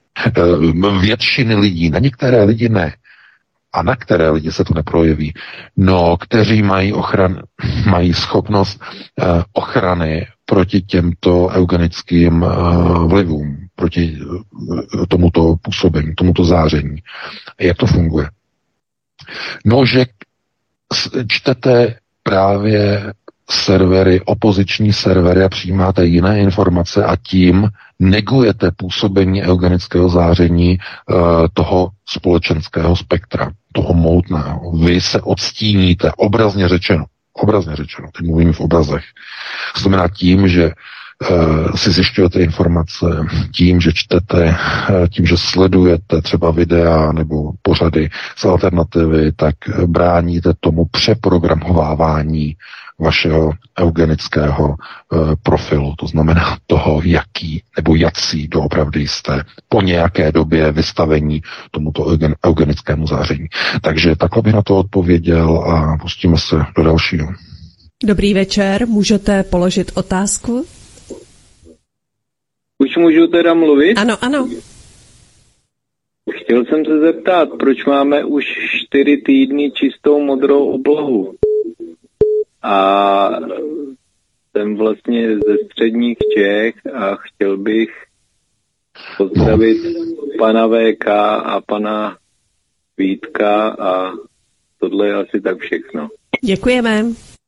Většiny lidí, na některé lidi ne. A na které lidi se to neprojeví? No, kteří mají schopnost ochrany proti těmto eugenickým vlivům, proti tomuto působení, tomuto záření. Jak to funguje? No, že čtete právě servery, opoziční servery a přijímáte jiné informace a tím negujete působení eugenického záření toho společenského spektra, toho mohutného. Vy se odstíníte, obrazně řečeno, teď mluvím v obrazech. To znamená tím, že si zjišťujete informace, tím, že čtete, tím, že sledujete třeba videa nebo pořady z alternativy, tak bráníte tomu přeprogramovávání vašeho eugenického profilu, to znamená toho, jaký nebo jací doopravdy jste po nějaké době vystavení tomuto eugenickému záření. Takže takhle bych na to odpověděl a pustíme se do dalšího.
Dobrý večer, můžete položit otázku?
Už můžu teda mluvit?
Ano, ano.
Chtěl jsem se zeptat, proč máme už 4 týdny čistou modrou oblohu? A jsem vlastně ze středních Čech a chtěl bych pozdravit pana VK a pana Vítka a tohle je asi tak všechno.
Děkujeme.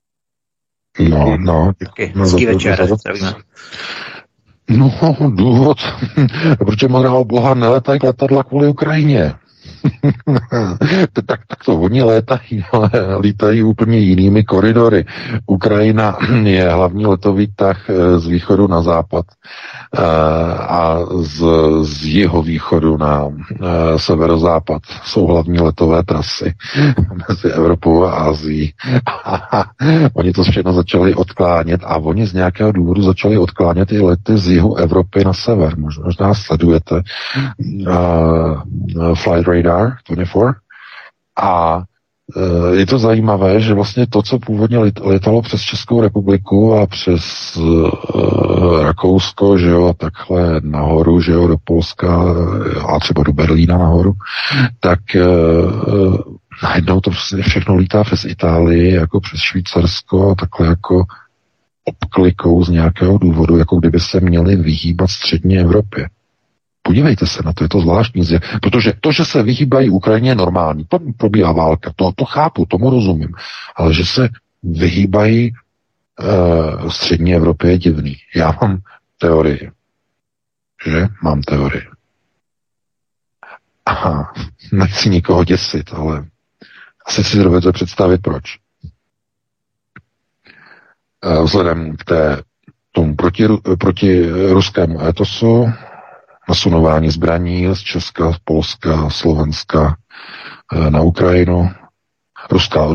No.
Hezký večer. Zdravíme.
No, důvod, protože modrá obloha neletají letadla kvůli Ukrajině. tak to oni létají, ale lítají úplně jinými koridory. Ukrajina je hlavní letový tah z východu na západ a z jihovýchodu na severozápad jsou hlavní letové trasy mezi Evropou a Asií. Oni to všechno začali odklánět a oni z nějakého důvodu začali odklánět i lety z jihu Evropy na sever. Možná sledujete Flight Radar 24 a je to zajímavé, že vlastně to, co původně letalo přes Českou republiku a přes Rakousko, že jo, a takhle nahoru, že jo, do Polska a třeba do Berlína nahoru, tak najednou to prostě všechno lítá přes Itálii, jako přes Švýcarsko, takhle jako obklikou z nějakého důvodu, jako kdyby se měli vyhýbat střední Evropě. Podívejte se na to, je to zvláštní, protože to, že se vyhýbají Ukrajině, je normální. To probíhá válka, to chápu, tomu rozumím. Ale že se vyhýbají střední Evropě, je divný. Já mám teorii. Že? Mám teorii. Aha, nechci nikoho děsit, ale asi si dovedete představit, proč. Vzhledem k tomu proti ruskému etosu, nasunování zbraní z Česka, Polska, Slovenska na Ukrajinu, ruská.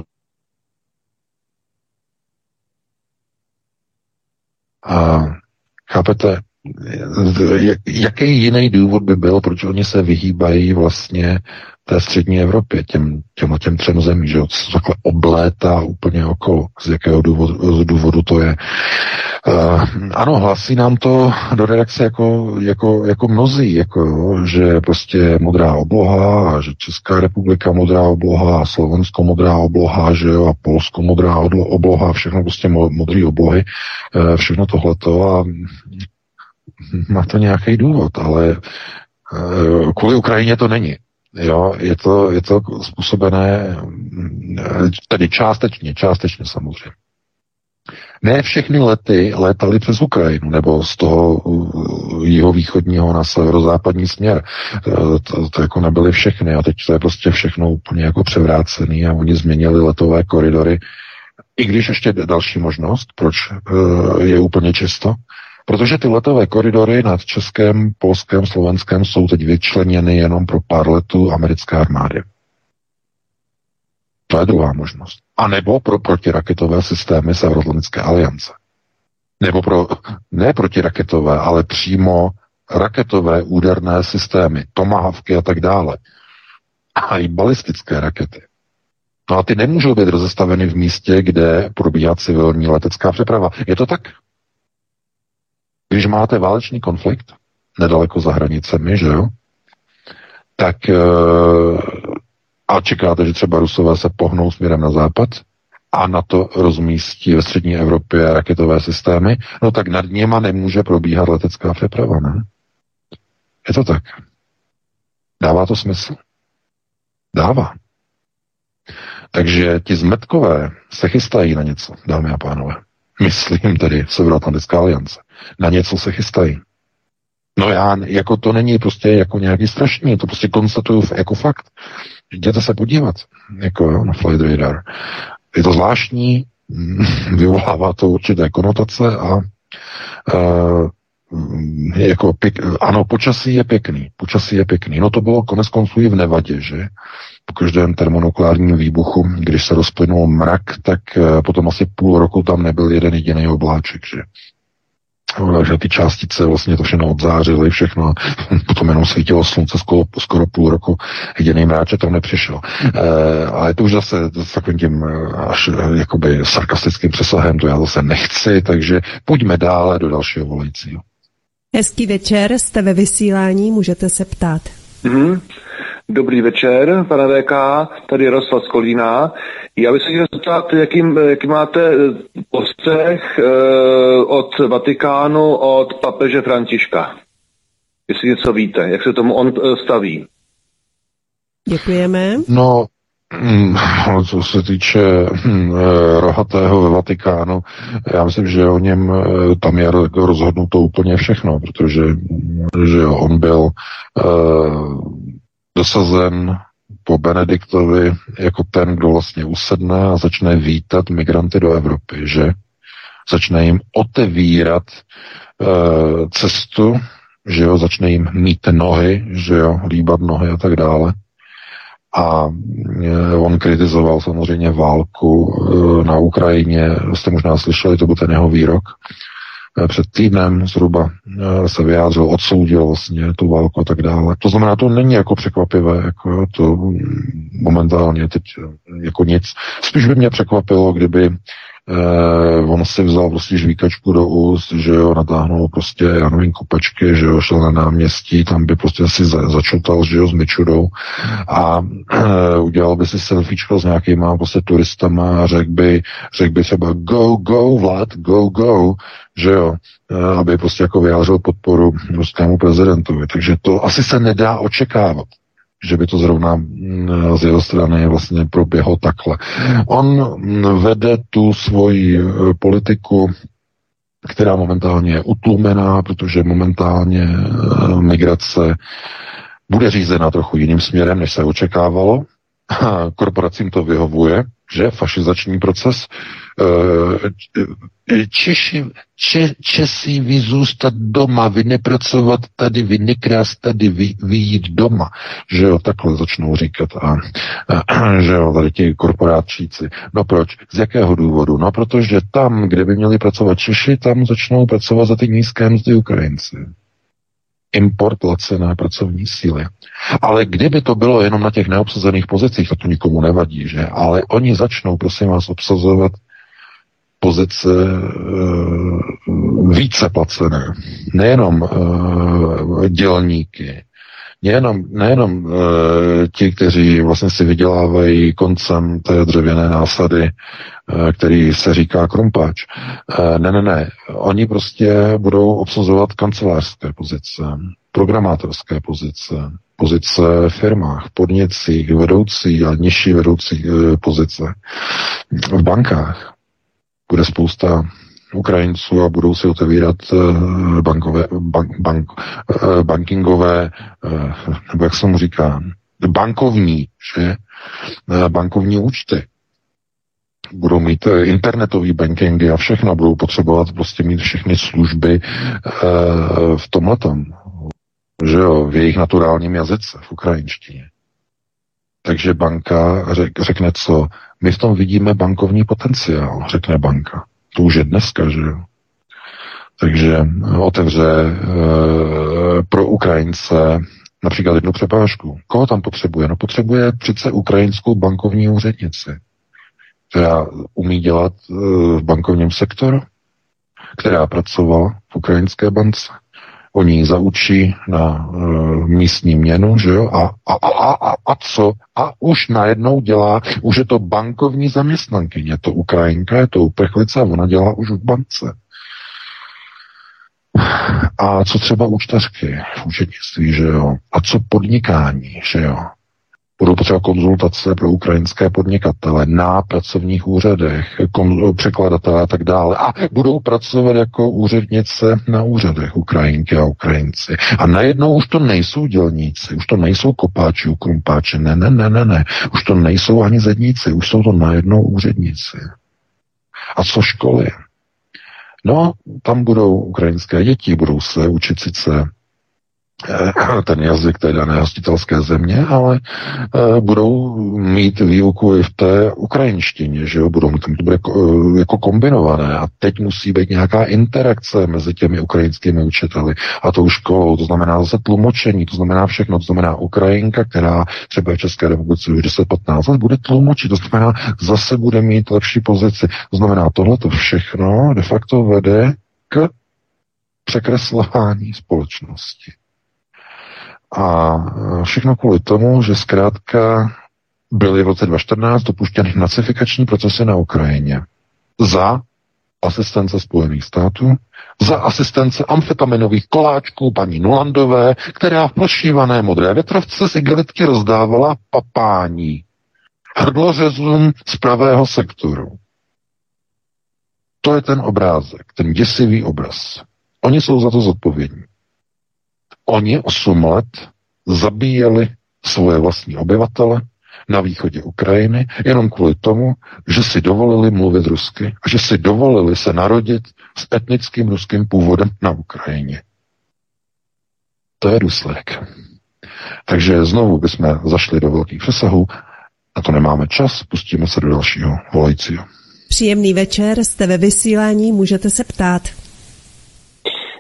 A chápete, jaký jiný důvod by byl, proč oni se vyhýbají vlastně té střední Evropě, těm třem zemí, že se takhle oblétá úplně okolo, z jakého důvodu to je. Ano, hlásí nám to do redakce jako mnozí, že prostě modrá obloha, a že Česká republika modrá obloha, a Slovensko modrá obloha, že jo, a Polsko modrá obloha, všechno prostě modré oblohy, všechno tohleto a má to nějaký důvod, ale kvůli Ukrajině to není. Jo, je to způsobené, tedy částečně samozřejmě. Ne všechny lety létaly přes Ukrajinu, nebo z toho jihovýchodního na severozápadní směr. To jako nebyly všechny a teď to je prostě všechno úplně jako převrácený a oni změnili letové koridory. I když ještě další možnost, proč je úplně čisto, protože ty letové koridory nad Českém, Polském, Slovenském jsou teď vyčleněny jenom pro pár letů americké armády. To je druhá možnost. A nebo pro protiraketové systémy Severoatlantické aliance. Nebo ne protiraketové, ale přímo raketové úderné systémy, tomahawky a tak dále. A i balistické rakety. No a ty nemůžou být rozestaveny v místě, kde probíhá civilní letecká přeprava. Je to tak? Když máte válečný konflikt nedaleko za hranicemi, že jo, tak a čekáte, že třeba Rusové se pohnou směrem na západ a na to rozmístí ve střední Evropě raketové systémy, no tak nad něma nemůže probíhat letecká přeprava, ne? Je to tak. Dává to smysl? Dává. Takže ti zmetkové se chystají na něco, dámy a pánové. Myslím tedy Severoatlantická aliance. Na něco se chystají. No já, jako to není prostě jako nějaký strašný, to prostě konstatuju jako fakt. Jděte se podívat, jako na Flight Radar. Je to zvláštní, vyvolává to určité konotace a ano, počasí je pěkný. No to bylo konec konců i v Nevadě, že? Po každém termonukleárním výbuchu, když se rozplynul mrak, tak potom asi půl roku tam nebyl jeden jediný obláček, že? Takže ty částice vlastně to všechno odzářily, všechno, potom jenom svítilo slunce skoro půl roku, jediný mráček tam nepřišel. Ale je to už zase takovým tím až jakoby sarkastickým přesahem, to já zase nechci, takže pojďme dále do dalšího volajícího.
Hezký večer, jste ve vysílání, můžete se ptát.
Dobrý večer, pane VK, tady Jaroslav z Kolína. Já bych se chtěl zeptat, jaký máte postřeh od Vatikánu, od papeže Františka. Jestli něco víte, jak se tomu on staví.
Děkujeme.
No, co se týče rohatého ve Vatikánu, já myslím, že o něm tam je rozhodnuto úplně všechno, protože že on byl dosazen po Benediktovi jako ten, kdo vlastně usedne a začne vítat migranty do Evropy, že? Začne jim otevírat cestu, že jo, začne jim mít nohy, že jo, líbat nohy a tak dále. A on kritizoval samozřejmě válku na Ukrajině, jste možná slyšeli, to byl ten jeho výrok. před týdnem zhruba se vyjádřil, odsoudil vlastně tu válku a tak dále. To znamená, to není jako překvapivé, jako to momentálně teď jako nic. Spíš by mě překvapilo, kdyby on si vzal prostě žvíkačku do úst, že jo, natáhnul prostě, já nevím, kopačky, že jo, šel na náměstí, tam by prostě si začutal, že jo, s Mičurou a udělal by si selfiečko s nějakýma prostě turistama a řekl by třeba go, Vlad, go, že jo, aby prostě jako vyjádřil podporu ruskému prezidentovi. Takže to asi se nedá očekávat, že by to zrovna z jeho strany vlastně proběhlo takhle. On vede tu svoji politiku, která momentálně je utlumená, protože momentálně migrace bude řízena trochu jiným směrem, než se očekávalo. Korporacím to vyhovuje, že fašizační proces. Česi vy zůstat doma, vy nepracovat tady, vy nekrást tady, vy jít doma. Že jo, takhle začnou říkat. A že jo, tady ti korporátčíci. No proč? Z jakého důvodu? No protože tam, kde by měli pracovat Češi, tam začnou pracovat za ty nízké mzdy Ukrajinci. Import lacené pracovní síly. Ale kdyby to bylo jenom na těch neobsazených pozicích, tak to nikomu nevadí, že? Ale oni začnou, prosím vás, obsazovat pozice více placené. Nejenom dělníky, nejenom ti, kteří vlastně si vydělávají koncem té dřevěné násady, který se říká krumpáč. Ne. Oni prostě budou obsazovat kancelářské pozice, programátorské pozice v firmách, podnicích, vedoucí a nižší vedoucí pozice. V bankách bude spousta Ukrajinců a budou si otevírat bankingové, nebo jak se mu říká, bankovní účty. Budou mít internetový bankingy a všechno, budou potřebovat prostě mít všechny služby v tomhletom, že jo, v jejich naturálním jazyce, v ukrajinštině. Takže banka řekne co? My v tom vidíme bankovní potenciál, řekne banka. To už je dneska, že jo. Takže otevře pro Ukrajince například jednu přepážku. Koho tam potřebuje? No potřebuje přece ukrajinskou bankovní úřednici, která umí dělat v bankovním sektoru, která pracovala v ukrajinské bance. Oni ji zaučí na místní měnu, že jo? A co? A už najednou dělá, už je to bankovní zaměstnankyně, je to Ukrajinka, je to uprchlice a ona dělá už v bance. A co třeba účtařky v účetnictví, že jo? A co podnikání, že jo? Budou potřeba konzultace pro ukrajinské podnikatele na pracovních úřadech, překladatele a tak dále. A budou pracovat jako úřednice na úřadech Ukrajinky a Ukrajinci. A najednou už to nejsou dělníci, už to nejsou kopáči, krumpáči, ne. Už to nejsou ani zedníci, už jsou to najednou úředníci. A co školy? No, tam budou ukrajinské děti, budou se učit sice ten jazyk té dané hostitelské země, ale budou mít výuku i v té ukrajinštině, že jo, to bude jako kombinované a teď musí být nějaká interakce mezi těmi ukrajinskými učiteli a tou školou, to znamená zase tlumočení, to znamená všechno, to znamená Ukrajinka, která třeba v České republice už 10-15 let bude tlumočit, to znamená zase bude mít lepší pozici, to znamená tohleto všechno de facto vede k překreslování společnosti. A všechno kvůli tomu, že zkrátka byly v roce 2014 dopuštěny nacifikační procesy na Ukrajině za asistence Spojených států, za asistence amfetaminových koláčků paní Nulandové, která v plošívané modré větrovce si igelitky rozdávala papání hrdlořezům z pravého sektoru. To je ten obrázek, ten děsivý obraz. Oni jsou za to zodpovědní. Oni 8 let zabíjeli svoje vlastní obyvatele na východě Ukrajiny jenom kvůli tomu, že si dovolili mluvit rusky a že si dovolili se narodit s etnickým ruským původem na Ukrajině. To je důsledek. Takže znovu bychom zašli do velkých přesahů, na to nemáme čas, pustíme se do dalšího volajícího.
Příjemný večer, jste ve vysílání, můžete se ptát.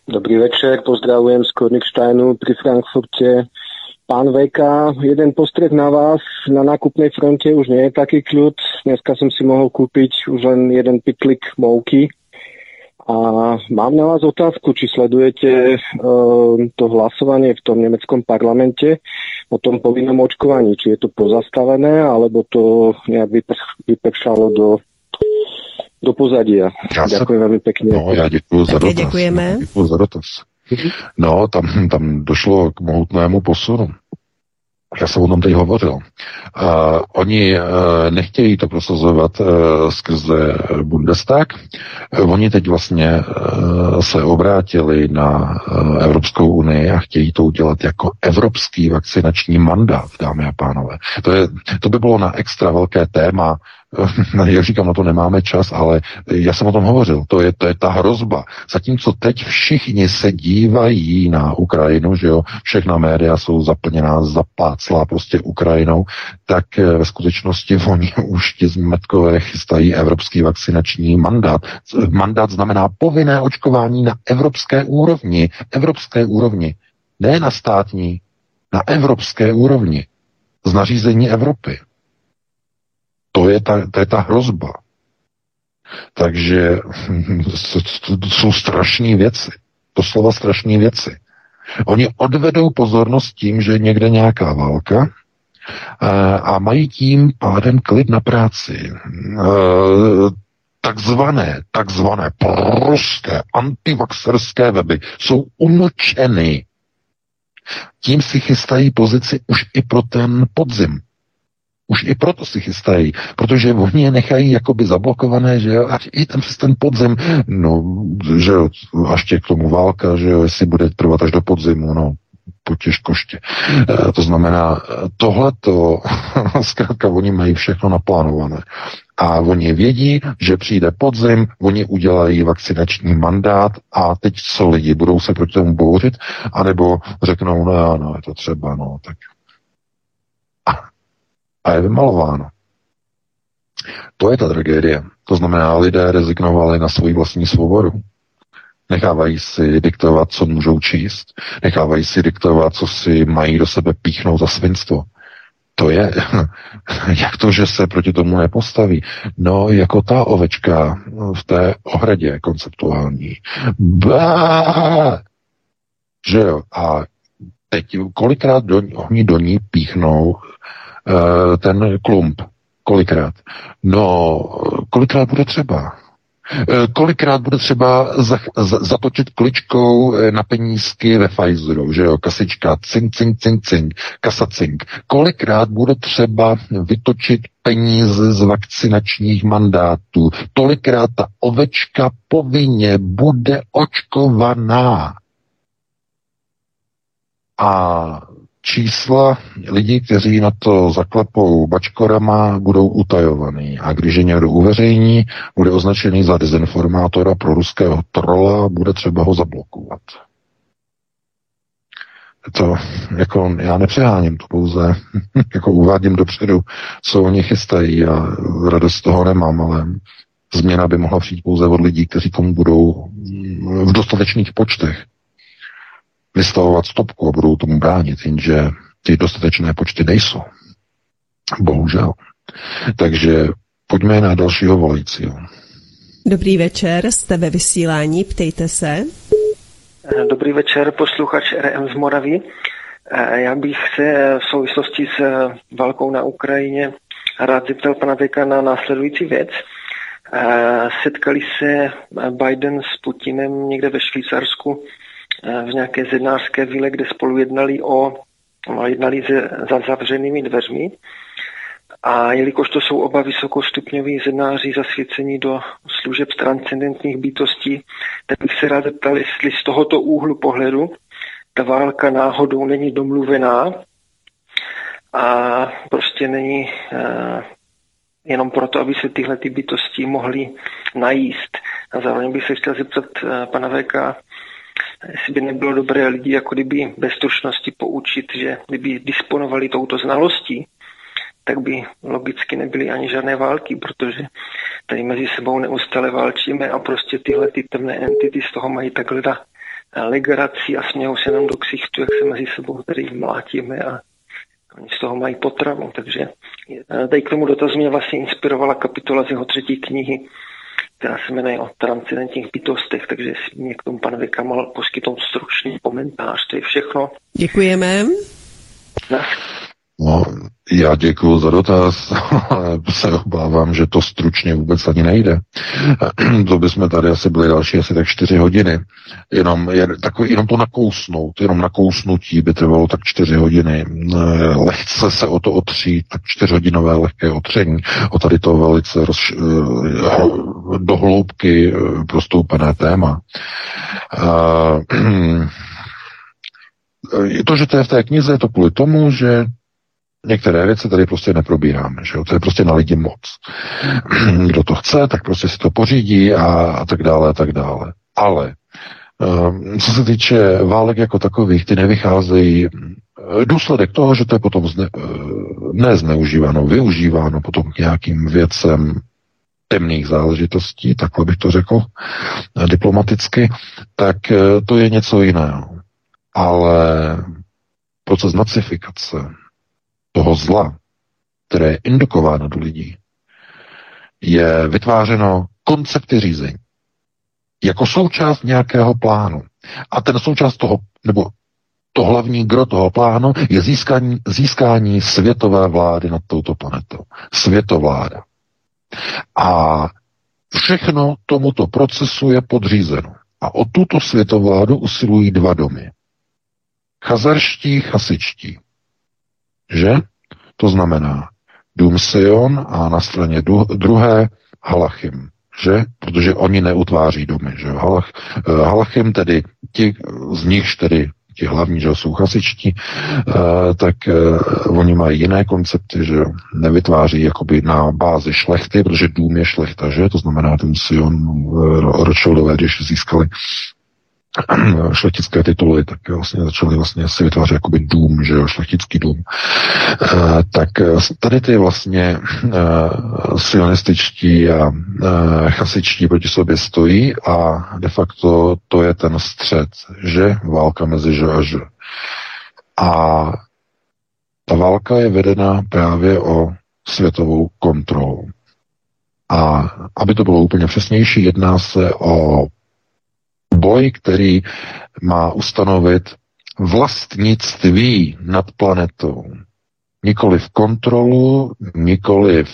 Dobrý večer, pozdravujem z Kornigsteinu pri Frankfurte. Pán VK, jeden postreh na vás. Na nákupnej fronte už nie je taký kľud. Dneska som si mohol kúpiť už len jeden pytlik mouky. A mám na vás otázku, či sledujete to hlasovanie v tom nemeckom parlamente o tom povinnom očkovaní. Či je to pozastavené, alebo to nejak vypršalo do pozadia. Ďakujem veľmi pekne.
No, já děkuji za dotaz.
Děkujeme.
Děkuji za dotaz. No, tam došlo k mohutnému posunu. Já jsem o tom teď hovořil. Oni nechtějí to prosazovat skrze Bundestag. Oni teď vlastně se obrátili na Evropskou unii a chtějí to udělat jako evropský vakcinační mandát, dámy a pánové. To by bylo na extra velké téma. Jak říkám, na to nemáme čas, ale já jsem o tom hovořil. To je ta hrozba. Zatímco teď všichni se dívají na Ukrajinu, že jo, všechna média jsou zaplněná, zapláclá prostě Ukrajinou, tak ve skutečnosti oni už ti zmetkové chystají evropský vakcinační mandát. Mandát znamená povinné očkování na evropské úrovni. Evropské úrovni. Ne na státní, na evropské úrovni. Z nařízení Evropy. To je ta hrozba. Takže to jsou strašné věci. Doslova strašné věci. Oni odvedou pozornost tím, že je někde nějaká válka a mají tím pádem klid na práci. Takzvané proruské antivaxerské weby jsou umlčeny. Tím si chystají pozici už i pro ten podzim. Už i proto si chystají, protože oni je nechají jakoby zablokované, že jo, až i ten podzim, no, že jo, až tě k tomu válka, že jo, jestli bude trvat až do podzimu, no, potěž koště. To znamená, tohleto, zkrátka oni mají všechno naplánované. A oni vědí, že přijde podzim, oni udělají vakcinační mandát a teď co lidi, budou se proti tomu bouřit, anebo řeknou, no, je to třeba, no, tak a je vymalováno. To je ta tragédie. To znamená, lidé rezignovali na svou vlastní svobodu. Nechávají si diktovat, co můžou číst. Nechávají si diktovat, co si mají do sebe píchnout za svinstvo. To je, jak to, že se proti tomu nepostaví? No, jako ta ovečka v té ohradě konceptuální. Že jo? A teď kolikrát oni do ní píchnou ten klump. Kolikrát? No, kolikrát bude třeba? Kolikrát bude třeba zatočit kličkou na penízky ve Pfizeru, že jo, kasička, cink, kasa cink. Kolikrát bude třeba vytočit peníze z vakcinačních mandátů. Tolikrát ta ovečka povinně bude očkovaná. A čísla lidí, kteří na to zaklepou bačkorama, budou utajovaný. A když je někdo uveřejní, bude označený za dezinformátora pro ruského trola, bude třeba ho zablokovat. To, jako, já nepřeháním, to pouze jako uvádím dopředu, co oni chystají a radost z toho nemám, ale změna by mohla přijít pouze od lidí, kteří tomu budou v dostatečných počtech vystavovat stopku a budou tomu bránit, jenže ty dostatečné počty nejsou. Bohužel. Takže pojďme na dalšího volajícího.
Dobrý večer, jste ve vysílání, ptejte se.
Dobrý večer, posluchač RM z Moravy. Já bych se v souvislosti s válkou na Ukrajině rád zeptal pana Veka na následující věc. Setkali se Biden s Putinem někde ve Švýcarsku v nějaké zednářské vile, kde spolu jednali za zavřenými dveřmi. A jelikož to jsou oba vysokostupňoví zednáři zasvěcení do služeb transcendentních bytostí, tak bych se rád zeptal, jestli z tohoto úhlu pohledu ta válka náhodou není domluvená a prostě není jenom proto, aby se tyhle ty bytosti mohly najíst. A zároveň bych se chtěl zeptat pana VK, jestli by nebylo dobré lidi jako kdyby bez stručnosti poučit, že kdyby disponovali touto znalostí, tak by logicky nebyly ani žádné války, protože tady mezi sebou neustále válčíme a prostě tyhle ty temné entity z toho mají takhle legrací a smějou se nám do ksichtu, jak se mezi sebou tady mlátíme a oni z toho mají potravu. Takže tady k tomu dotazu mě vlastně inspirovala kapitola z jeho 3. knihy, která se jmenuje O transcendentních bytostech, takže jestli mě k tomu pan Veka mohl poskytnout stručný komentář, to je všechno.
Děkujeme.
No, já děkuju za dotaz, ale se obávám, že to stručně vůbec ani nejde. To bychom tady asi byli další asi tak 4 hodiny. Jenom to nakousnout, jenom nakousnutí by trvalo tak 4 hodiny. Lehce se o to otřít, tak 4hodinové lehké otření. O tady to velice dohloubky prostoupené téma. To, že to je v té knize, je to kvůli tomu, že některé věci tady prostě neprobíráme, že jo? To je prostě na lidi moc. Kdo to chce, tak prostě si to pořídí a tak dále, a tak dále. Ale co se týče válek jako takových, ty nevycházejí důsledek toho, že to je potom nezneužíváno, využíváno potom k nějakým věcem temných záležitostí, takhle bych to řekl diplomaticky, tak to je něco jiného. Ale proces nacifikace toho zla, které je indukováno do lidí, je vytvářeno koncepty řízení jako součást nějakého plánu. A ten součást toho, nebo to hlavní gro toho plánu je získání světové vlády nad touto planetou. Světovláda. A všechno tomuto procesu je podřízeno. A o tuto světovládu usilují 2 domy. Chazarští, chasičtí. Že? To znamená dům Sion a na straně druhé Halachim. Že? Protože oni neutváří domy. Že? Halachim, tedy ti z nichž tedy ti hlavní, že jsou chasičtí, tak oni mají jiné koncepty, že nevytváří jakoby na bázi šlechty, protože dům je šlechta, že? To znamená ten Sion, Rothschildové, když získali šlechtické tituly, tak vlastně začali vlastně si vytvářet jakoby dům, že jo, šlechtický dům. Tak tady ty vlastně sionističtí a chasičtí proti sobě stojí a de facto to je ten střed, že? Válka mezi že a že. A ta válka je vedena právě o světovou kontrolu. A aby to bylo úplně přesnější, jedná se o boj, který má ustanovit vlastnictví nad planetou. Nikoliv kontrolu, nikoliv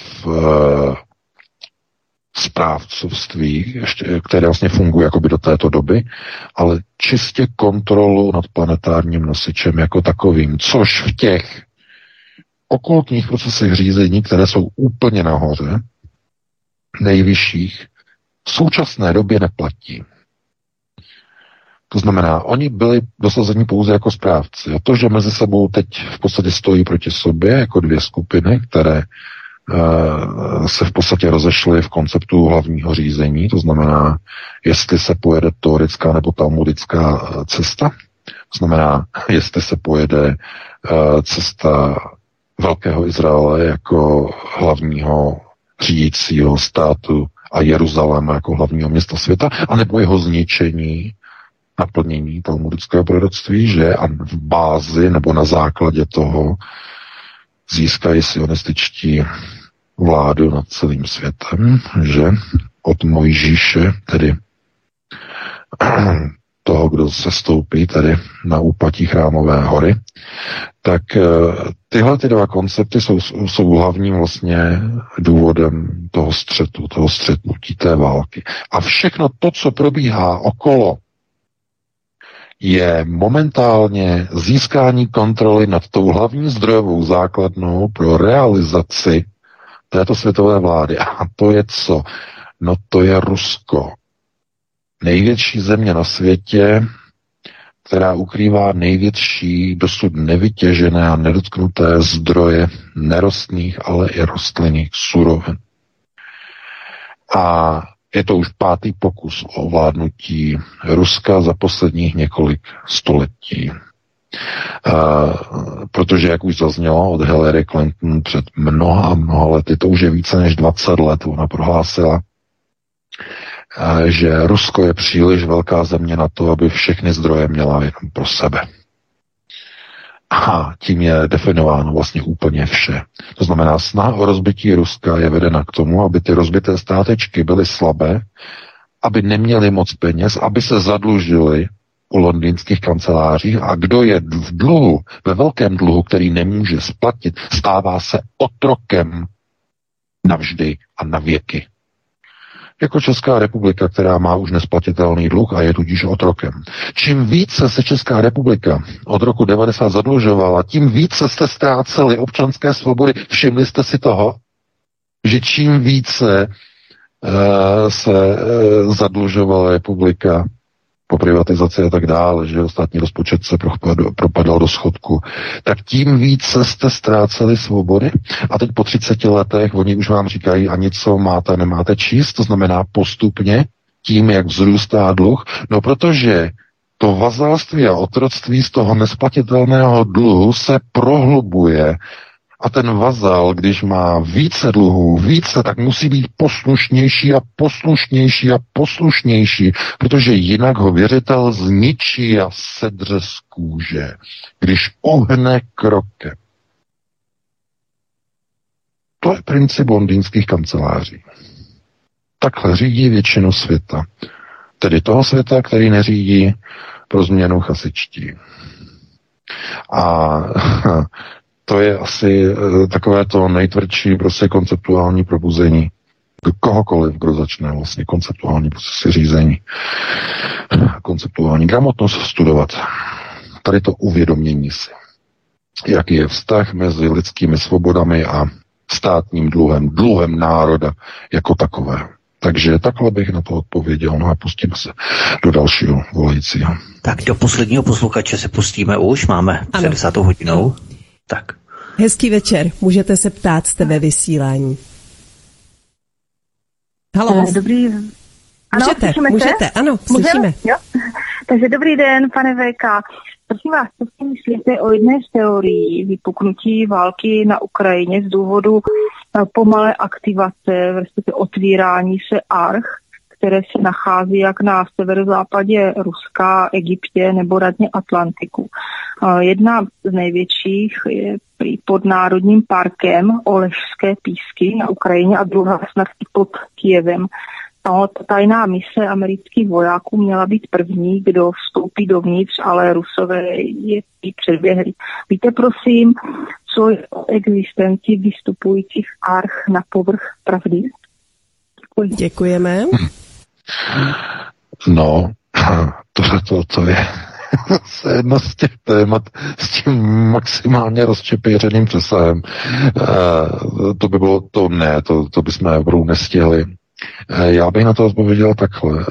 správcovství, které vlastně funguje jakoby do této doby, ale čistě kontrolu nad planetárním nosičem jako takovým, což v těch okultních procesech řízení, které jsou úplně nahoře, nejvyšších, v současné době neplatí. To znamená, oni byli dosazeni pouze jako správci. A to, že mezi sebou teď v podstatě stojí proti sobě jako 2 skupiny, které se v podstatě rozešly v konceptu hlavního řízení, to znamená, jestli se pojede teorická nebo talmudická cesta, to znamená, jestli se pojede cesta Velkého Izraele jako hlavního řídícího státu a Jeruzaléma jako hlavního města světa, anebo jeho zničení, naplnění talmudického proroctví, že a v bázi nebo na základě toho získají sionističtí vládu nad celým světem, že od Mojžíše, tedy toho, kdo se stoupí tedy na úpatí Chrámové hory, tak tyhle ty 2 koncepty jsou hlavním vlastně důvodem toho střetu, toho střetnutí, té války. A všechno to, co probíhá okolo, je momentálně získání kontroly nad tou hlavní zdrojovou základnou pro realizaci této světové vlády. A to je co? No to je Rusko. Největší země na světě, která ukrývá největší dosud nevytěžené a nedotknuté zdroje nerostných, ale i rostlinných surovin. A je to už 5. pokus o ovládnutí Ruska za posledních několik století. Protože, jak už zaznělo od Hillary Clinton před mnoha lety, to už je více než 20 let, ona prohlásila, že Rusko je příliš velká země na to, aby všechny zdroje měla jenom pro sebe. A tím je definováno vlastně úplně vše. To znamená, snaha o rozbití Ruska je vedena k tomu, aby ty rozbité státečky byly slabé, aby neměli moc peněz, aby se zadlužili u londýnských kancelářích a kdo je v dluhu, ve velkém dluhu, který nemůže splatit, stává se otrokem navždy a na věky. Jako Česká republika, která má už nesplatitelný dluh a je tudíž otrokem. Čím více se Česká republika od roku 90 zadlužovala, tím více jste ztráceli občanské svobody. Všimli jste si toho, že čím více se zadlužovala republika po privatizaci a tak dále, že státní rozpočet se propadal do schodku, tak tím více jste ztráceli svobody a teď po 30 letech oni už vám říkají, ani co máte, nemáte číst, to znamená postupně tím, jak vzrůstá dluh, no protože to vazalství a otroctví z toho nesplatitelného dluhu se prohlubuje. A ten vazal, když má více dluhů, tak musí být poslušnější a poslušnější a poslušnější, protože jinak ho věřitel zničí a sedře z kůže, když uhne krokem. To je princip londýnských kanceláří. Takhle řídí většinu světa. Tedy toho světa, který neřídí pro změnu chasičtí. A to je asi takové to nejtvrdší prostě konceptuální probuzení kohokoliv, kdo začne vlastně konceptuální procesy řízení, konceptuální gramotnost studovat. Tady to uvědomění si, jaký je vztah mezi lidskými svobodami a státním dluhem národa jako takové. Takže takhle bych na to odpověděl. No a pustíme se do dalšího volajícího.
Tak do posledního posluchače se pustíme už. Máme 60. hodinou. Tak.
Hezký večer. Můžete se ptát, jste ve vysílání. Haló.
Dobrý. Ano,
můžete, ano, slyšíme.
Jo? Takže dobrý den, pane VK. Prosím vás, co si myslíte o jedné z teorií vypuknutí války na Ukrajině z důvodu pomalé aktivace, respektive otvírání se arch, které se nachází jak na severozápadě Ruska, Egyptě nebo na dně Atlantiku. Jedna z největších je pod Národním parkem Olešské písky na Ukrajině a druhá snad i pod Kyjevem. Ta tajná mise amerických vojáků měla být první, kdo vstoupí dovnitř, ale Rusové je předběhli. Víte, prosím, co je o existenci vystupujících arch na povrch pravdy?
Děkujeme.
No, to je jedno z těch témat s tím maximálně rozčepěřeným přesahem. To by bylo to bychom opravdu nestihli. Já bych na to odpověděl takhle.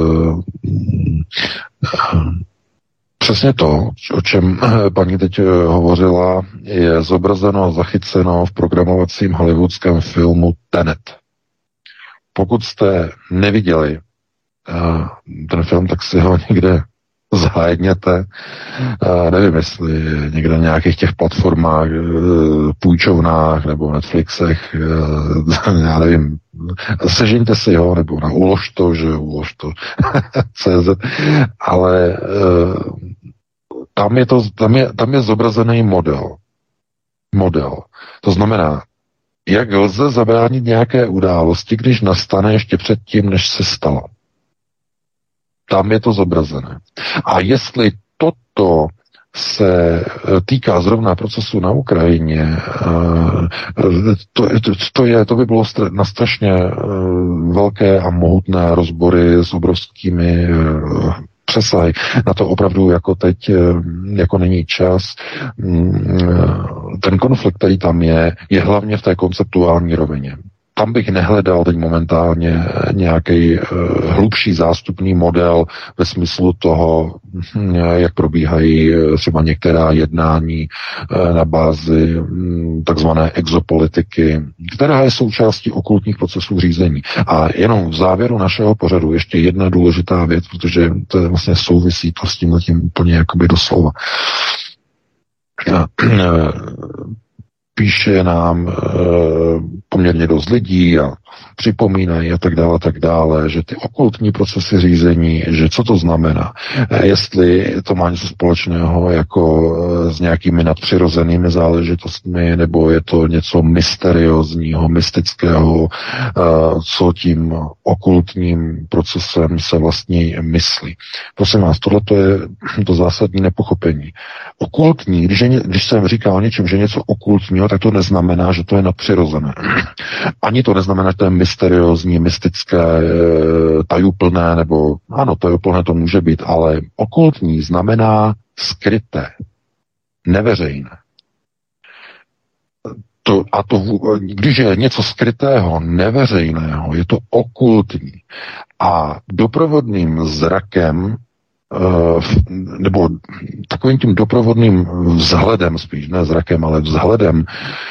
Přesně to, o čem paní teď hovořila, je zobrazeno, zachyceno v programovacím hollywoodském filmu Tenet. Pokud jste neviděli ten film, tak si ho někde zhlédněte. Nevím, jestli někde na nějakých těch platformách, půjčovnách nebo Netflixech, já nevím, sežeňte si ho, nebo na uložto, CZ, ale tam je zobrazený model. To znamená, jak lze zabránit nějaké události, když nastane ještě předtím, než se stala. Tam je to zobrazené. A jestli toto se týká zrovna procesu na Ukrajině, to by bylo na strašně velké a mohutné rozbory s obrovskými přesahy. Na to opravdu jako teď jako není čas. Ten konflikt, který tam je hlavně v té konceptuální rovině. Tam bych nehledal teď momentálně nějaký hlubší zástupný model ve smyslu toho, jak probíhají třeba některá jednání na bázi takzvané exopolitiky, která je součástí okultních procesů řízení. A jenom v závěru našeho pořadu ještě jedna důležitá věc, protože to vlastně souvisí to s tímhletím úplně jakoby doslova. Píše nám poměrně dost lidí a připomínají a tak dále, že ty okultní procesy řízení, že co to znamená, jestli to má něco společného jako s nějakými nadpřirozenými záležitostmi, nebo je to něco mysteriózního, mystického, co tím okultním procesem se vlastně myslí. Prosím vás, tohle je to zásadní nepochopení. Okultní, když se říká o něčem, že něco okultního, tak to neznamená, že to je nadpřirozené. Ani to neznamená, že to je mysteriózní, mystické, tajuplné, nebo ano, tajuplné to může být, ale okultní znamená neveřejné. Když je něco skrytého, neveřejného, je to okultní. A doprovodným zrakem, nebo takovým tím doprovodným vzhledem, spíš ne zrakem, ale vzhledem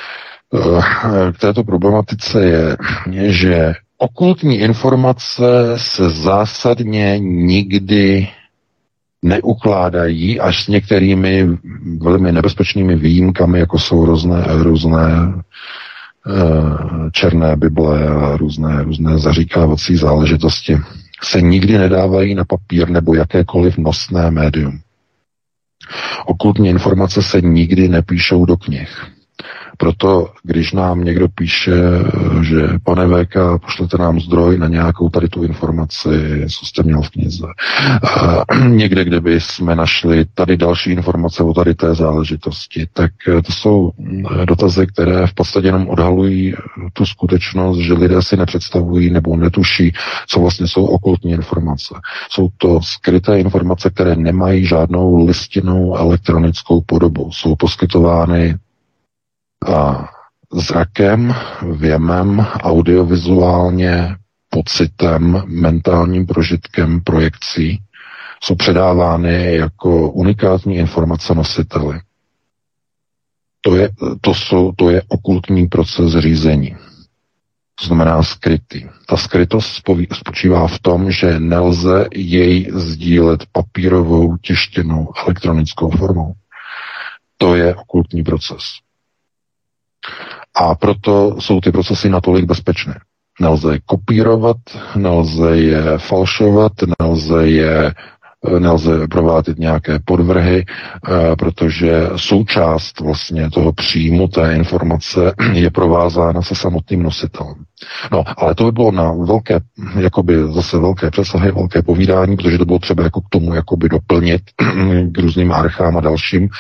k této problematice je, že okultní informace se zásadně nikdy neukládají, až s některými velmi nebezpečnými výjimkami, jako jsou různé černé bible a různé zaříkávací záležitosti, se nikdy nedávají na papír nebo jakékoliv nosné médium. Okultní informace se nikdy nepíšou do knih. Proto, když nám někdo píše, že pane VK, pošlete nám zdroj na nějakou tady tu informaci, co jste měl v knize. Někde, kde by jsme našli tady další informace o tady té záležitosti, tak to jsou dotazy, které v podstatě jenom odhalují tu skutečnost, že lidé si nepředstavují nebo netuší, co vlastně jsou okultní informace. Jsou to skryté informace, které nemají žádnou listinnou elektronickou podobu. Jsou poskytovány zrakem, věmem, audiovizuálně, pocitem, mentálním prožitkem, projekcí, jsou předávány jako unikátní informace nositeli. To je okultní proces řízení. To znamená skrytý. Ta skrytost spočívá v tom, že nelze jej sdílet papírovou, tištěnou, elektronickou formou. To je okultní proces. A proto jsou ty procesy natolik bezpečné. Nelze je kopírovat, nelze je falšovat, nelze provádět nějaké podvrhy, protože součást vlastně toho příjmu té informace je provázána se samotným nositelem. No, ale to by bylo na velké přesahy, velké povídání, protože to bylo třeba jako k tomu jakoby doplnit k různým archám a dalším.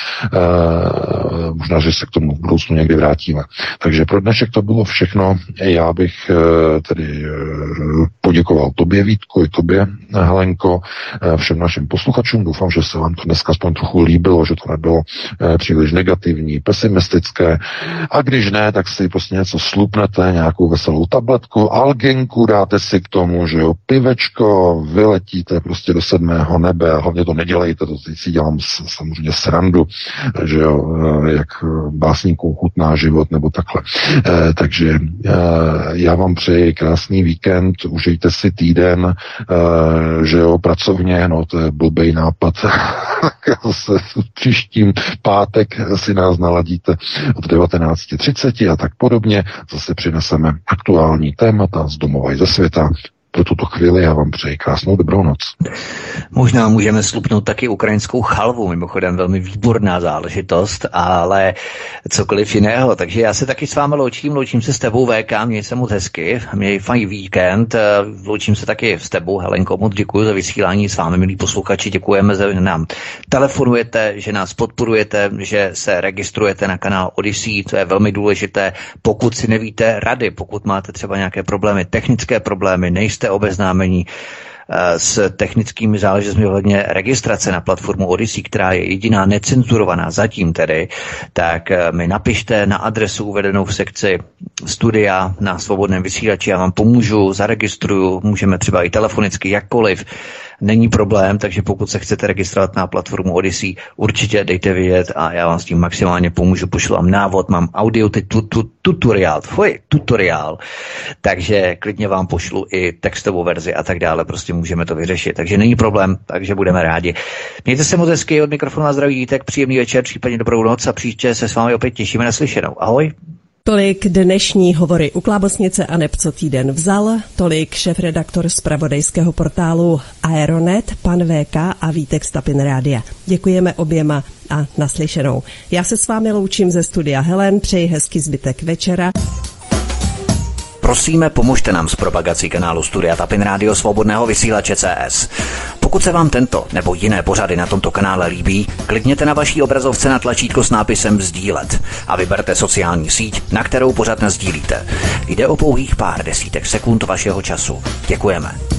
Možná, že se k tomu v budoucnu někdy vrátíme. Takže pro dnešek to bylo všechno. Já bych tedy poděkoval tobě, Vítku, i tobě, Helenko, všem našim posluchačům. Doufám, že se vám to dneska aspoň trochu líbilo, že to nebylo příliš negativní, pesimistické. A když ne, tak si prostě něco slupnete, nějakou veselou tabletku, alginku, dáte si k tomu, že jo, pivečko, vyletíte prostě do 7. nebe, a hlavně to nedělejte, to si dělám samozřejmě srandu, že jo, jak básníkům chutná život, nebo takhle. Takže já vám přeji krásný víkend, užijte si týden, že jo, pracovně, no to je blbej nápad, zase příštím pátek si nás naladíte od 19:30 a tak podobně, zase přineseme aktuální témata z domova i ze světa. Pro tuto chvíli já vám přeji krásnou dobrou noc.
Možná můžeme slupnout taky ukrajinskou chalvu, mimochodem velmi výborná záležitost, ale cokoliv jiného. Takže já se taky s vámi loučím se s tebou VK, měj se moc hezky, měj fajn víkend, loučím se taky s tebou Helenko, moc děkuji za vysílání s vámi, milí posluchači, děkujeme, že nám telefonujete, že nás podporujete, že se registrujete na kanál Odyssey, to je velmi důležité. Pokud si nevíte rady, pokud máte třeba nějaké problémy, technické problémy, nejste obeznámení s technickými záležitostmi ohledně registrace na platformu Odyssey, která je jediná necenzurovaná zatím tedy, tak mi napište na adresu uvedenou v sekci studia na Svobodném vysílači, já vám pomůžu, zaregistruju, můžeme třeba i telefonicky, jakkoliv, není problém, takže pokud se chcete registrovat na platformu Odyssey, určitě dejte vědět a já vám s tím maximálně pomůžu, pošlu vám návod, mám audio tutoriál, takže klidně vám pošlu i textovou verzi a tak dále, prostě můžeme to vyřešit, takže není problém, takže budeme rádi. Mějte se moc hezky, od mikrofonu a zdraví Vítek, příjemný večer, případně dobrou noc a příště se s vámi opět těšíme na slyšenou. Ahoj.
Tolik dnešní hovory u Klábosnice a neb co týden vzal, tolik šéfredaktor zpravodajského portálu Aeronet, pan VK a Vítek z Tapin Rádia. Děkujeme oběma a naslyšenou. Já se s vámi loučím ze studia Helen, přeji hezký zbytek večera.
Prosíme, pomožte nám s propagací kanálu Studia Tapin Rádio Svobodného vysílače CS. Pokud se vám tento nebo jiné pořady na tomto kanále líbí, klikněte na vaší obrazovce na tlačítko s nápisem sdílet a vyberte sociální síť, na kterou pořad nasdílíte. Jde o pouhých pár desítek sekund vašeho času. Děkujeme.